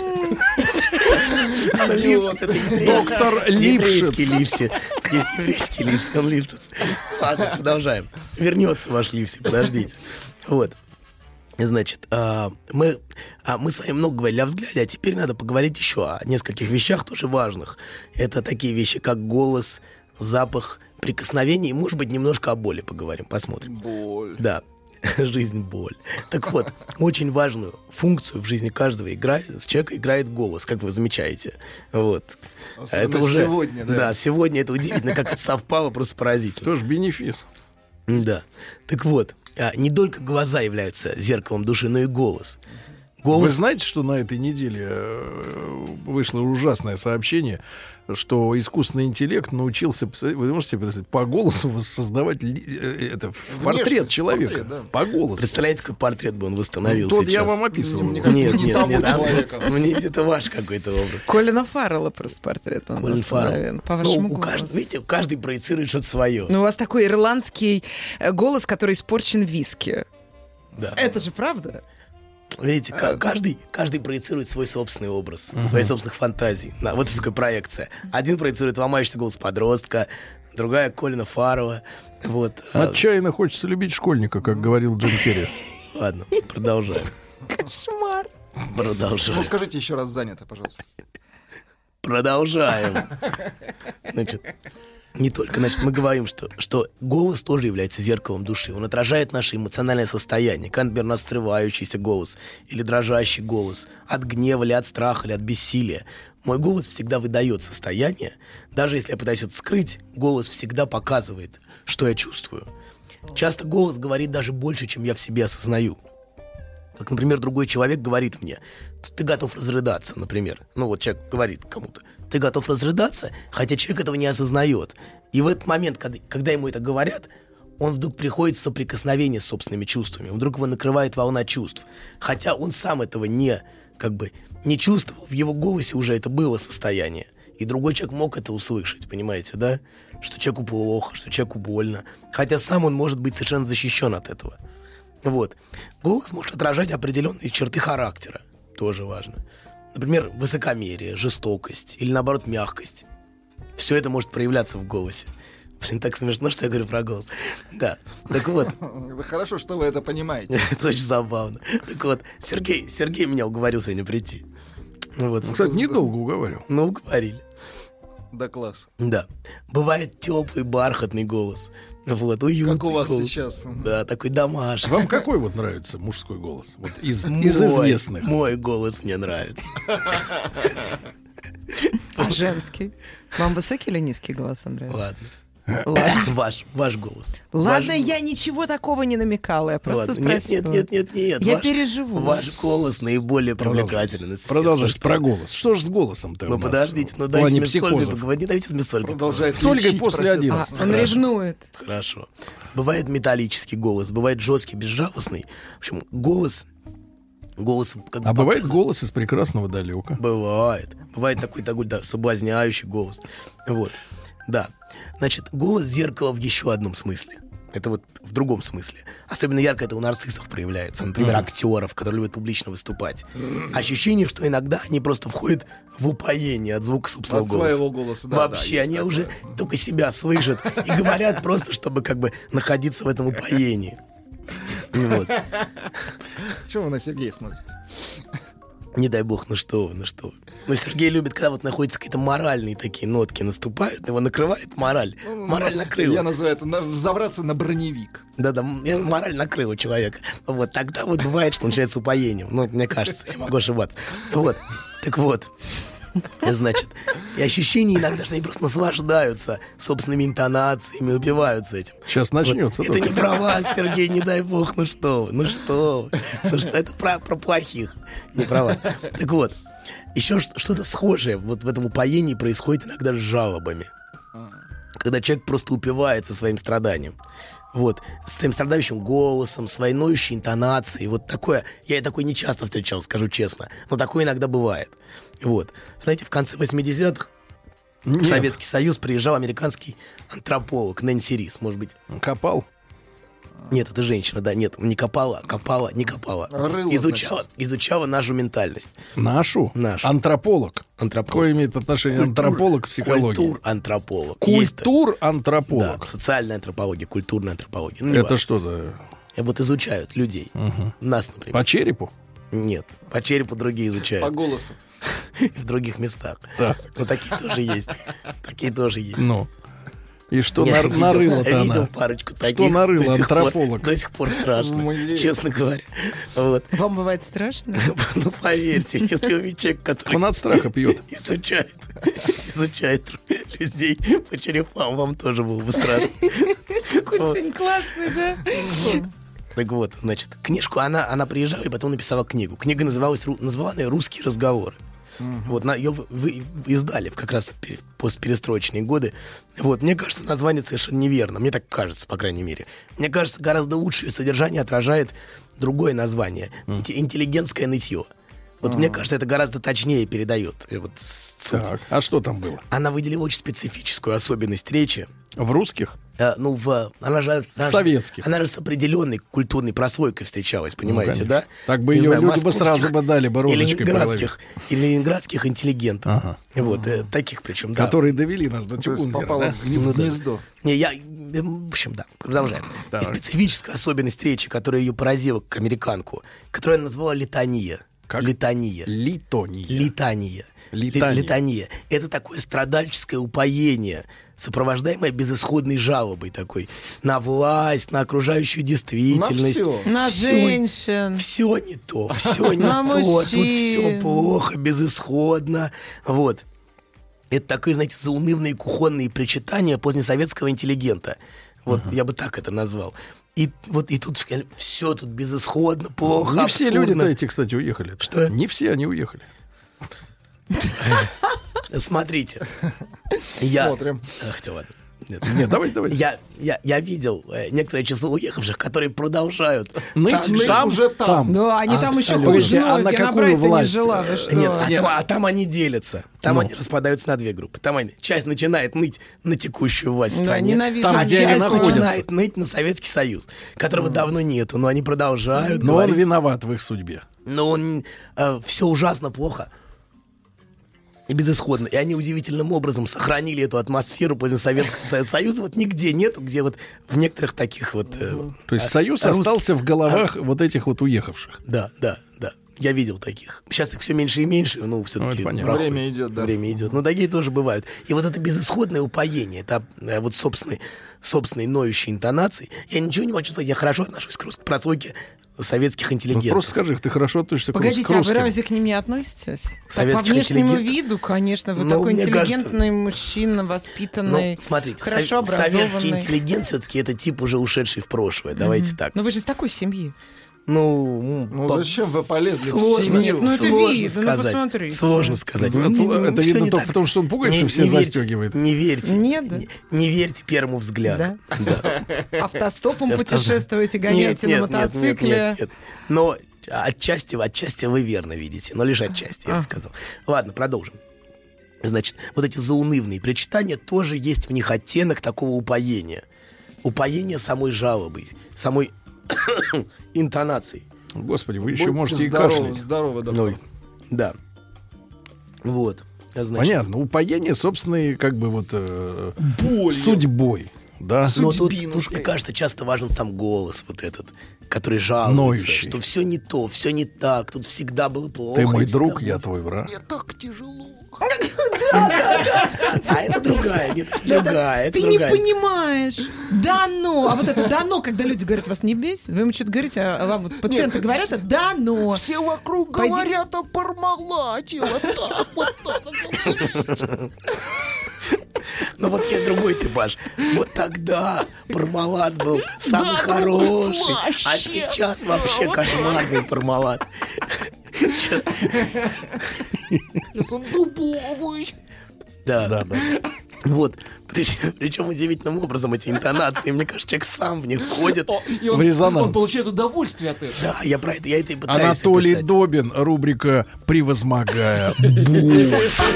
Доктор Лившиц. Ливси. Есть еврейский Ливси, он Лившиц. Ладно, продолжаем. Вернется ваш Ливси, подождите. Вот. Значит, а, мы, а, мы с вами много говорили о взгляде, а теперь надо поговорить еще о нескольких вещах тоже важных. Это такие вещи, как голос, запах, прикосновение, и, может быть, немножко о боли поговорим, посмотрим. Боль. Да, жизнь, боль. Так вот, очень важную функцию в жизни каждого играет, человека играет голос, как вы замечаете. Вот. Особенно это уже, сегодня, да. Да, сегодня это удивительно, как это совпало, просто поразительно. Тоже бенефис. Да. Так вот, а, не только глаза являются зеркалом души, но и голос. Голос... Вы знаете, что на этой неделе э, вышло ужасное сообщение, что искусственный интеллект научился, вы можете представить, по голосу воссоздавать ли, э, это, портрет Внешность, человека. портрет, да. По голосу. Представляете, какой портрет бы он восстановил Тот сейчас? я вам описывал. Мне кажется, Нет, не нет, того нет, а человека. мне это ваш какой-то образ. Колина Фаррелла просто портрет он Колин Фаррелл. восстановлен. По Ну, вашему у голосу. каждого, видите, каждый проецирует что-то свое. Ну, у вас такой ирландский э, голос, который испорчен виски. Да. Это же правда? Видите, к- каждый, каждый проецирует свой собственный образ, свои собственных фантазий. Да, вот что такое проекция. Один проецирует ломающийся голос подростка, другая Колина Фаррелла. Вот. а, Отчаянно хочется любить школьника, как говорил Джим Керри. Ладно, продолжаем. Кошмар. Продолжаем. Ну, скажите еще раз занято, пожалуйста. Продолжаем. Значит, не только, значит, мы говорим, что, что голос тоже является зеркалом души. Он отражает наше эмоциональное состояние. Как, например, у нас срывающийся голос или дрожащий голос. От гнева или от страха, или от бессилия. Мой голос всегда выдает состояние. Даже если я пытаюсь это скрыть, голос всегда показывает, что я чувствую. Часто голос говорит даже больше, чем я в себе осознаю. Как, например, другой человек говорит мне: ты готов разрыдаться, например. Ну вот человек говорит кому-то: ты готов разрыдаться, хотя человек этого не осознает. И в этот момент, когда, когда ему это говорят, он вдруг приходит в соприкосновение с собственными чувствами. Вдруг его накрывает волна чувств. Хотя он сам этого не, как бы, не чувствовал, в его голосе уже это было состояние. И другой человек мог это услышать, понимаете, да? Что человеку плохо, что человеку больно. Хотя сам он может быть совершенно защищен от этого. Вот. Голос может отражать определенные черты характера. Тоже важно. Например, высокомерие, жестокость или, наоборот, мягкость. Все это может проявляться в голосе. Блин, так смешно, что я говорю про голос. Да, так вот. Это хорошо, что вы это понимаете. Это очень забавно. Так вот, Сергей, Сергей меня уговорил сегодня прийти. Вот. Ну, кстати, недолго уговаривал. Ну, уговорили. Да, класс. Да. Бывает теплый, бархатный голос. Вот, уютный Как у вас голос. сейчас. Да, такой домашний. Вам какой вот нравится мужской голос? Вот из, Мой, из известных. Мой голос мне нравится. А женский? Вам высокий или низкий голос, Андрей? Ладно. Ладно. Ваш, ваш голос. Ладно, Ваш- я ничего такого не намекала, я просто Ладно. Нет, спросила. нет, нет, нет, нет. Я ваш, переживу. Ваш голос наиболее привлекательный. из всех. Продолжайте Ну, про что? голос. Что же с голосом-то Ну у нас подождите, ну в дайте плане мне с Ольгой психозов? поговорить, дайте мне с Ольгой Продолжает С Ольгой лечить после профессор. одиннадцати. А, он ревнует. Хорошо. Бывает металлический голос, бывает жесткий, безжалостный. В общем, голос... голос как бы А бывает показывает- голос из прекрасного далека. Бывает. Бывает такой, такой, да, соблазняющий голос. Вот. Да. Значит, голос — зеркало в еще одном смысле. Это вот в другом смысле. Особенно ярко это у нарциссов проявляется. Например, актеров, которые любят публично выступать. Ощущение, что иногда они просто входят в упоение от звука собственного От голоса. своего голоса, да, Вообще, да, они есть уже такое. только себя слышат и говорят просто, чтобы как бы находиться в этом упоении. Вот. Чего вы на Сергея смотрите? Не дай бог, ну что вы, ну что вы. Но Сергей любит, когда вот находятся какие-то моральные такие нотки, наступают, его накрывает мораль. Мораль накрыла. Я называю это на, взобраться на броневик. Да-да, мораль накрыла человека. Вот тогда вот бывает, что начинается упоением. Ну, мне кажется, я могу ошибаться. Вот, так вот. Значит, и ощущения иногда, что они просто наслаждаются собственными интонациями, убиваются этим. Сейчас начнется. Вот. Это не про вас, Сергей, не дай бог, ну что вы, ну что вы, ну что, это про, про плохих, не про вас. Так вот, еще что-то схожее вот в этом упоении происходит иногда с жалобами. Когда человек просто упивается своим страданием. Вот, с твоим страдающим голосом, своей ноющей интонацией. Вот такое, я и такое не часто встречал, скажу честно. Но такое иногда бывает. Вот. Знаете, в конце восьмидесятых в Советский Союз приезжал американский антрополог Нэнси Рис, может быть. Копал? Нет, это женщина, да, нет, не копала, копала, не копала. Рыло, изучала, изучала нашу ментальность. Нашу? Нашу. Антрополог. Антрополог. Какое имеет отношение Культур, антрополог к психологии? Культур-антрополог. Культур-антрополог. Да, социальная антропология, культурная антропология. Ну, это важно. Что за... Вот изучают людей. Угу. Нас, например. По черепу? Нет, по черепу другие изучают. По голосу. В других местах. Да. Но такие тоже есть. Такие тоже есть. Ну. И что нар- нарыло-то Я она? видел парочку таких. Что нарыло до сих антрополог? Пор, до сих пор страшно, честно говоря. Вот. Вам бывает страшно? Ну, поверьте, если увидеть человека, который... Он от страха пьет. Изучает, изучает людей по черепам, вам тоже было бы страшно. Какой ты классный, да? Так вот, значит, книжку она, она приезжала и потом написала книгу. Книга называлась, называла она «Русские разговоры». Uh-huh. Вот, на, ее вы, издали как раз в постперестроечные годы. Вот, мне кажется, название совершенно неверно. Мне так кажется, по крайней мере. Мне кажется, гораздо лучшее содержание отражает другое название. Uh-huh. Интеллигентское нытье. Вот uh-huh. мне кажется, это гораздо точнее передает. Вот, так, а что там было? Она выделила очень специфическую особенность речи. В русских? А, ну, в, она же, в она советских. Она же с определенной культурной прослойкой встречалась, понимаете, ну, да? Так бы не ее знаю, люди бы сразу бы дали бы розочкой или ленинградских, или ленинградских интеллигентов. Ага. Вот, ага. Э, таких причем, да. Которые довели нас до Тюкунгера, попало да? в гнездо. Ну, да. Не, я, в общем, да, продолжаем. И специфическая особенность речи, которая ее поразила как американку, которую она назвала литания. Как? Литания. Литония. Литания. Литания. Литания. Это такое страдальческое упоение, сопровождаемое безысходной жалобой такой на власть, на окружающую действительность. На все. На все, женщин. Все не то, все не то. Тут все плохо, безысходно. Вот. Это такое, знаете, заунывные кухонные причитания позднесоветского интеллигента. Вот uh-huh. я бы так это назвал. И вот и тут все тут безысходно, плохо, Не абсурдно. все люди-то эти, кстати, уехали. Что? Не все они уехали. Смотрите. Я... Смотрим. Ах ты, ладно. Нет, Нет давай, давай. Я, я, я видел э, некоторые числа уехавших, которые продолжают ныть там, там, уже там. там. Да, они там еще Абсолютно. хуже. А на какую власть? Не жила, вы что? Нет, а там, а там они делятся. Там Ну. они распадаются на две группы. Там они, часть начинает ныть на текущую власть в Да, стране, ненавижу. Там, а где они часть находятся. начинает ныть на Советский Союз, которого Mm. давно нету, но они продолжают Но говорить. он виноват в их судьбе. Но он э, все ужасно плохо и безысходно. И они удивительным образом сохранили эту атмосферу позднесоветского Союза. Вот нигде нету, где вот в некоторых таких вот... Э, То есть а, Союз русских... остался в головах а... вот этих вот уехавших. Да, да, да. Я видел таких. Сейчас их все меньше и меньше, ну, все-таки... Ну, время идет, да. Время идет. Но такие тоже бывают. И вот это безысходное упоение, это э, вот собственной, собственной ноющей интонации. Я ничего не хочу сказать, я хорошо отношусь к русской прослойке советских интеллигентов. Ну, просто скажи, ты хорошо относишься Погодите, к русским. а вы разве к ним не относитесь? Так, по Советских внешнему интеллигентов? виду, конечно, вы Ну, такой мне интеллигентный кажется- мужчина, воспитанный, Ну, смотрите, хорошо сов- советский образованный. интеллигент все-таки это тип уже ушедший в прошлое. Давайте так. Но вы же из такой семьи. Ну, Ну по- зачем вы полезли в Сложно, семью? Ну, это сложно видно, ну, сказать. посмотрите. Сложно сказать. Это- Не- не- это всё видно не только так. потому, что он пугается, Не- все не верьте, застегивает. Не верьте. Нет, да? Не, не верьте первому взгляду. Да? Да. Автостопом Авто- путешествуете, гоняете на Нет, нет, нет, мотоцикле. нет, нет. Но отчасти, отчасти вы верно видите, но лишь отчасти, я бы А. сказал. Ладно, продолжим. Значит, вот эти заунывные причитания, тоже есть в них оттенок такого упоения. Упоение самой жалобой, самой интонацией. Господи, вы еще Будьте можете и здоровы, кашлять. здоровы, доктор. Ну, да. Вот. Значит, Понятно. Упоение собственной, как бы вот, э, Болью. судьбой. Да. Но тут, тут, мне кажется, часто важен сам голос вот этот, который жалуется, Ноющий. что все не то, все не так, тут всегда было плохо. Ты мой друг, было... я твой враг. Мне так тяжело. А это другая, нет, это другая. это Ты не другая. понимаешь. Да, но. А вот это да, но, когда люди говорят, вас не бесит, вы ему что-то говорите, а вам вот пациенты Нет, говорят, все- да, но. Все вокруг Пойди- говорят о Пармалате. Вот так, вот так. Но вот есть другой типаж. Вот тогда Пармалат был самый Да, хороший, слаще. а сейчас вообще Вот кошмарный Пармалат. Сейчас он дубовый. Да. Да, да. Вот. Причем, причем удивительным образом эти интонации, мне кажется, человек сам в них ходит. И он, В резонанс. он получает удовольствие от этого. Да, я про это, я это и пытаюсь Анатолий описать. Добин, рубрика «Превозмогая боль».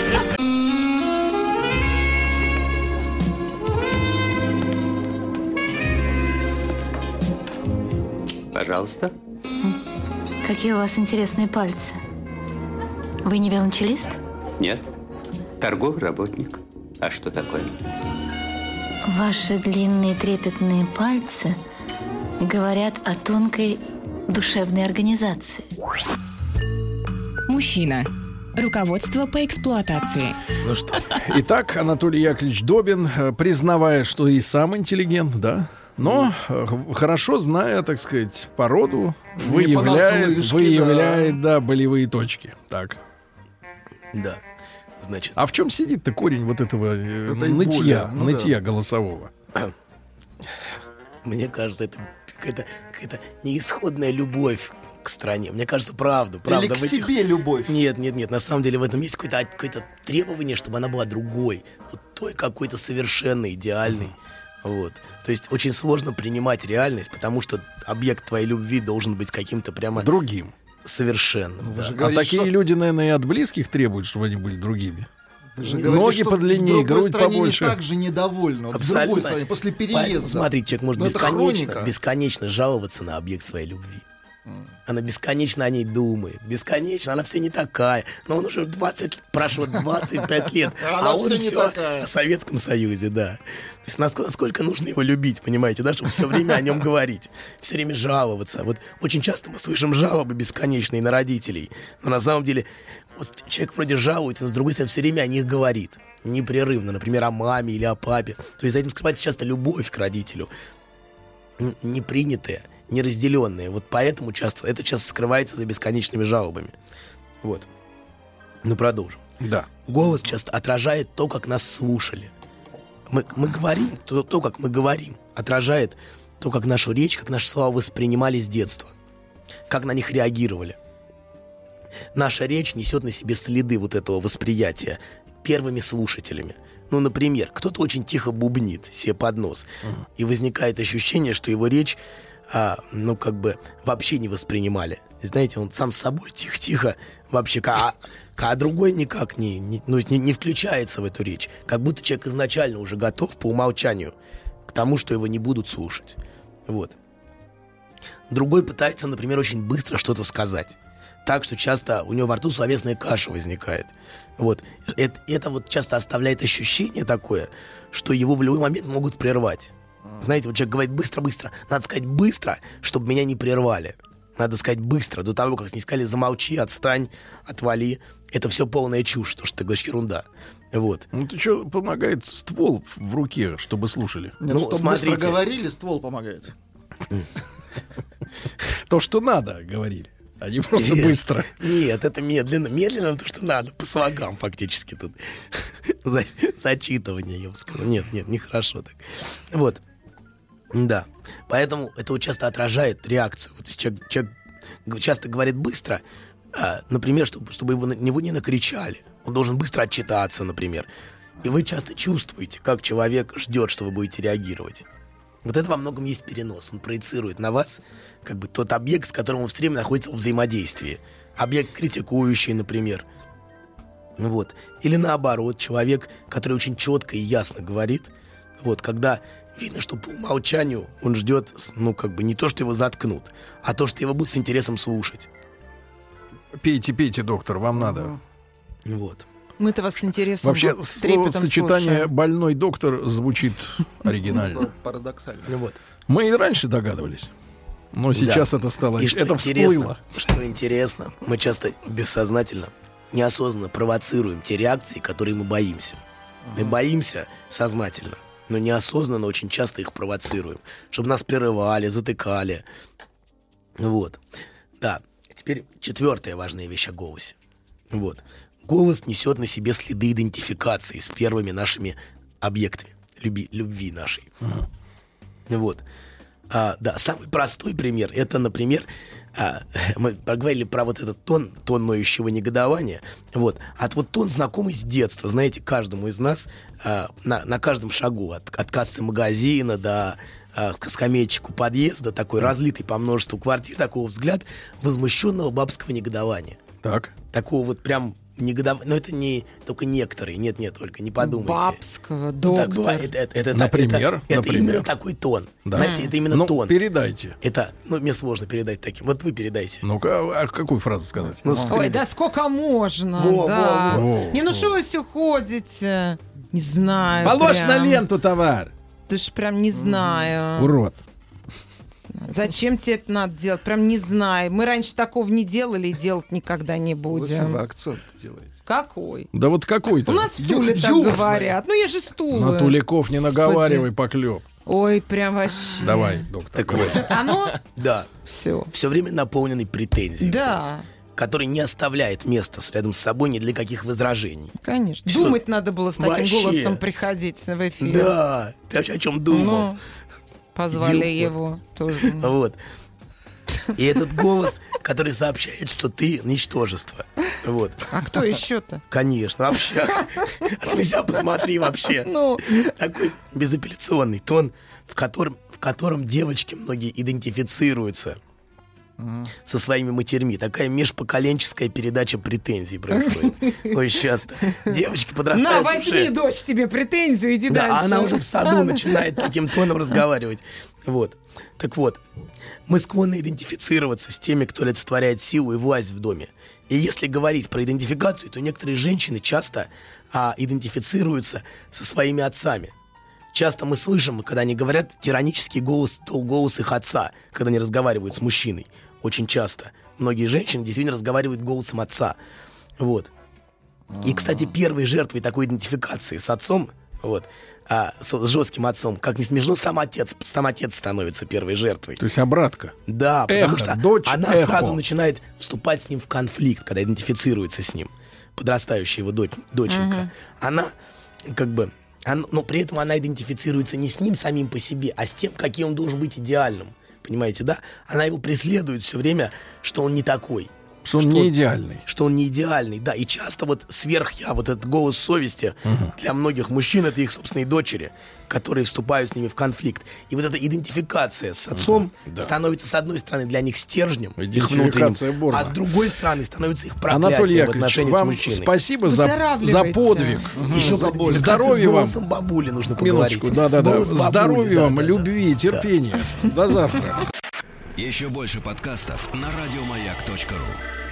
Пожалуйста. Какие у вас интересные пальцы. Вы не велончелист? Нет. Торговый работник. А что такое? Ваши длинные трепетные пальцы говорят о тонкой душевной организации. Мужчина. Руководство по эксплуатации. Ну что? Итак, Анатолий Яковлевич Добин, э, признавая, что и сам интеллигент, да, но э, хорошо зная, так сказать, породу, выявляет, понаслышке, выявляет, да, болевые точки. Так. Да. Значит, А в чем сидит-то корень вот этого э, Этой нытья, боли, ну нытья голосового? мне кажется, это какая-то, какая-то неисходная любовь к стране. Мне кажется, правда, правда. Или к в этих- себе любовь. Нет, нет, нет. На самом деле в этом есть какое-то, какое-то требование, чтобы она была другой. Вот той какой-то совершенной, идеальной. Вот. То есть очень сложно принимать реальность, потому что объект твоей любви должен быть каким-то прямо Другим. совершенным. да. же А говорите, такие что- люди, наверное, и от близких требуют, чтобы они были другими. Вы же Ноги говорите, что подлиннее, в другой грудь стране побольше. не так же недовольны. Вот В Абсолютно. другой стране, после Поэтому, переезда. смотрите, человек может Но это бесконечно, хроника. бесконечно жаловаться на объект своей любви. Она бесконечно о ней думает. Бесконечно. Она все не такая. Но он уже двадцать, прошло двадцать пять лет. Она А он всё не все такая. о Советском Союзе, да. То есть насколько, насколько нужно его любить, понимаете, да, чтобы все время о нем говорить. Все время жаловаться. Вот очень часто мы слышим жалобы бесконечные на родителей. Но на самом деле вот человек вроде жалуется, но с другой стороны все время о них говорит. Непрерывно. Например, о маме или о папе. То есть за этим скрывается часто любовь к родителю. Н- Непринятая. Неразделенные. Вот поэтому часто это часто скрывается за бесконечными жалобами. Вот. Ну, продолжим. Да. Голос часто отражает то, как нас слушали. Мы, мы говорим, то, то, как мы говорим, отражает то, как нашу речь, как наши слова воспринимали с детства. Как на них реагировали. Наша речь несет на себе следы вот этого восприятия первыми слушателями. Ну, например, кто-то очень тихо бубнит себе под нос. И возникает ощущение, что его речь а, ну, как бы вообще не воспринимали. Знаете, он сам с собой тихо-тихо вообще, а, а другой никак не, не, ну, не, не включается в эту речь. Как будто человек изначально уже готов по умолчанию к тому, что его не будут слушать. Вот. Другой пытается, например, очень быстро что-то сказать. Так что часто у него во рту словесная каша возникает. Вот. Это, это вот часто оставляет ощущение такое, что его в любой момент могут прервать. Знаете, вот человек говорит быстро-быстро. Надо сказать быстро, чтобы меня не прервали. Надо сказать быстро, до того, как не сказали замолчи, отстань, отвали. Это все полная чушь, то, что ты говоришь, ерунда. Вот. Ну, ты что, помогает ствол в- в руке, чтобы слушали? Нет, Ну, чтобы смотрите. быстро говорили, ствол помогает. То, что надо, говорили. А не просто Нет. быстро. Нет, это медленно. Медленно то, что надо. По слогам фактически тут. За- Зачитывание, я бы сказал. Нет, нет, нехорошо так. Вот. Да. Поэтому это вот часто отражает реакцию. Вот если человек, человек г- часто говорит быстро, а, например, чтобы, чтобы его на него не накричали. Он должен быстро отчитаться, например. И вы часто чувствуете, как человек ждет, что вы будете реагировать. Вот это во многом есть перенос. Он проецирует на вас как бы тот объект, с которым он все время находится в взаимодействии. Объект критикующий, например. Ну вот. Или наоборот, человек, который очень четко и ясно говорит. Вот, когда видно, что по умолчанию он ждет, ну, как бы не то, что его заткнут, а то, что его будут с интересом слушать. Пейте, пейте, доктор, вам надо. Вот. Мы-то вас с интересом. Вообще, с трепетом словосочетание слушаем. «больной доктор» звучит оригинально. Парадоксально. Вот. Мы и раньше догадывались. Но сейчас Да. это стало... И что это интересно, всплыло. что интересно, мы часто бессознательно, неосознанно провоцируем те реакции, которые мы боимся. Мы боимся сознательно, но неосознанно очень часто их провоцируем, чтобы нас прерывали, затыкали. Вот. Да. Теперь четвертая важная вещь о голосе. Вот. Голос несет на себе следы идентификации с первыми нашими объектами люби, любви нашей. Ага. Вот. А, да, самый простой пример — это, например, а, мы проговорили про вот этот тон, тон ноющего негодования. Вот. От вот тон, знакомый с детства, знаете, каждому из нас а, на, на каждом шагу, от, от кассы магазина до а, скамеечек у подъезда, такой разлитый по множеству квартир, такого взгляд возмущенного бабского негодования. Так. Такого вот прям негодования. Но это не только некоторые, нет-нет, только не подумайте. Бабского, Ну, доктор. так бывает. Это, это, это, Например? это, это Например? именно такой тон. Да. Знаете, это именно Ну, тон. передайте. Это, ну, мне сложно передать таким. Вот вы передайте. Ну-ка, а какую фразу сказать? Ну, Ой, да сколько можно? Во, да. во, во. Не, ну что вы все ходите? Не знаю. Положь прям. на ленту товар. Ты ж прям не знаю. Урод. Зачем тебе это надо делать? Прям не знаю. Мы раньше такого не делали и делать никогда не Зачем вы будем. акцент делаете? Какой? Да вот какой-то. У нас в Туле так Южный. говорят. Ну, я же стулы. На Туликов не Господи. наговаривай, поклеп. Ой, прям вообще. Давай, доктор. Так вот. Оно? Да. Все. Все время наполненный претензией. Да, Который не оставляет места рядом с собой ни для каких возражений. конечно. Всё. Думать надо было с таким Вообще. голосом приходить в эфир. Да. Ты вообще о чем думал? Ну, позвали Идиот. его тоже. Вот. И этот голос, который сообщает, что ты ничтожество. Вот. А кто еще-то? Конечно, вообще. А ты нельзя посмотри вообще. Ну, Такой безапелляционный тон, в котором, в котором девочки многие идентифицируются со своими матерьми. Такая межпоколенческая передача претензий происходит. Очень часто. Девочки на, подрастают возьми, уже. дочь, тебе претензию, иди Да, дальше. она уже в саду А, начинает таким тоном разговаривать. Вот. Так вот, мы склонны идентифицироваться с теми, кто олицетворяет силу и власть в доме. И если говорить про идентификацию, то некоторые женщины часто а, идентифицируются со своими отцами. Часто мы слышим, когда они говорят, тиранический голос, то голос их отца, когда они разговаривают с мужчиной. Очень часто. Многие женщины действительно разговаривают голосом отца. Вот. И, кстати, первой жертвой такой идентификации с отцом, вот, а, с, с жестким отцом, как ни смешно, сам отец, сам отец становится первой жертвой. То есть обратка. Да, Эхо, потому что дочь, она эхо. сразу начинает вступать с ним в конфликт, когда идентифицируется с ним, подрастающая его дочь, доченька. Мгм. Она как бы, она- но при этом она идентифицируется не с ним самим по себе, а с тем, каким он должен быть идеальным. Понимаете, да? Она его преследует все время, что он не такой. Что он не идеальный. Что он не идеальный, да. И часто вот сверх-я, вот этот голос совести Мгм. для многих мужчин — это их собственные дочери, которые вступают с ними в конфликт. И вот эта идентификация с отцом да. становится, с одной стороны, для них стержнем, их Идентификация внутренним, Борна. а с другой стороны становится их Анатолий проклятием в Яковлевич, отношениях вам с мужчиной. спасибо за, за подвиг. Еще За про боль. идентификацию Здоровья с вам. голосом бабули нужно поговорить. Минуточку, да-да-да. Голос бабули, Здоровья вам, да, да, любви, да. терпения. До завтра. Еще больше подкастов на радиомаяк точка ру.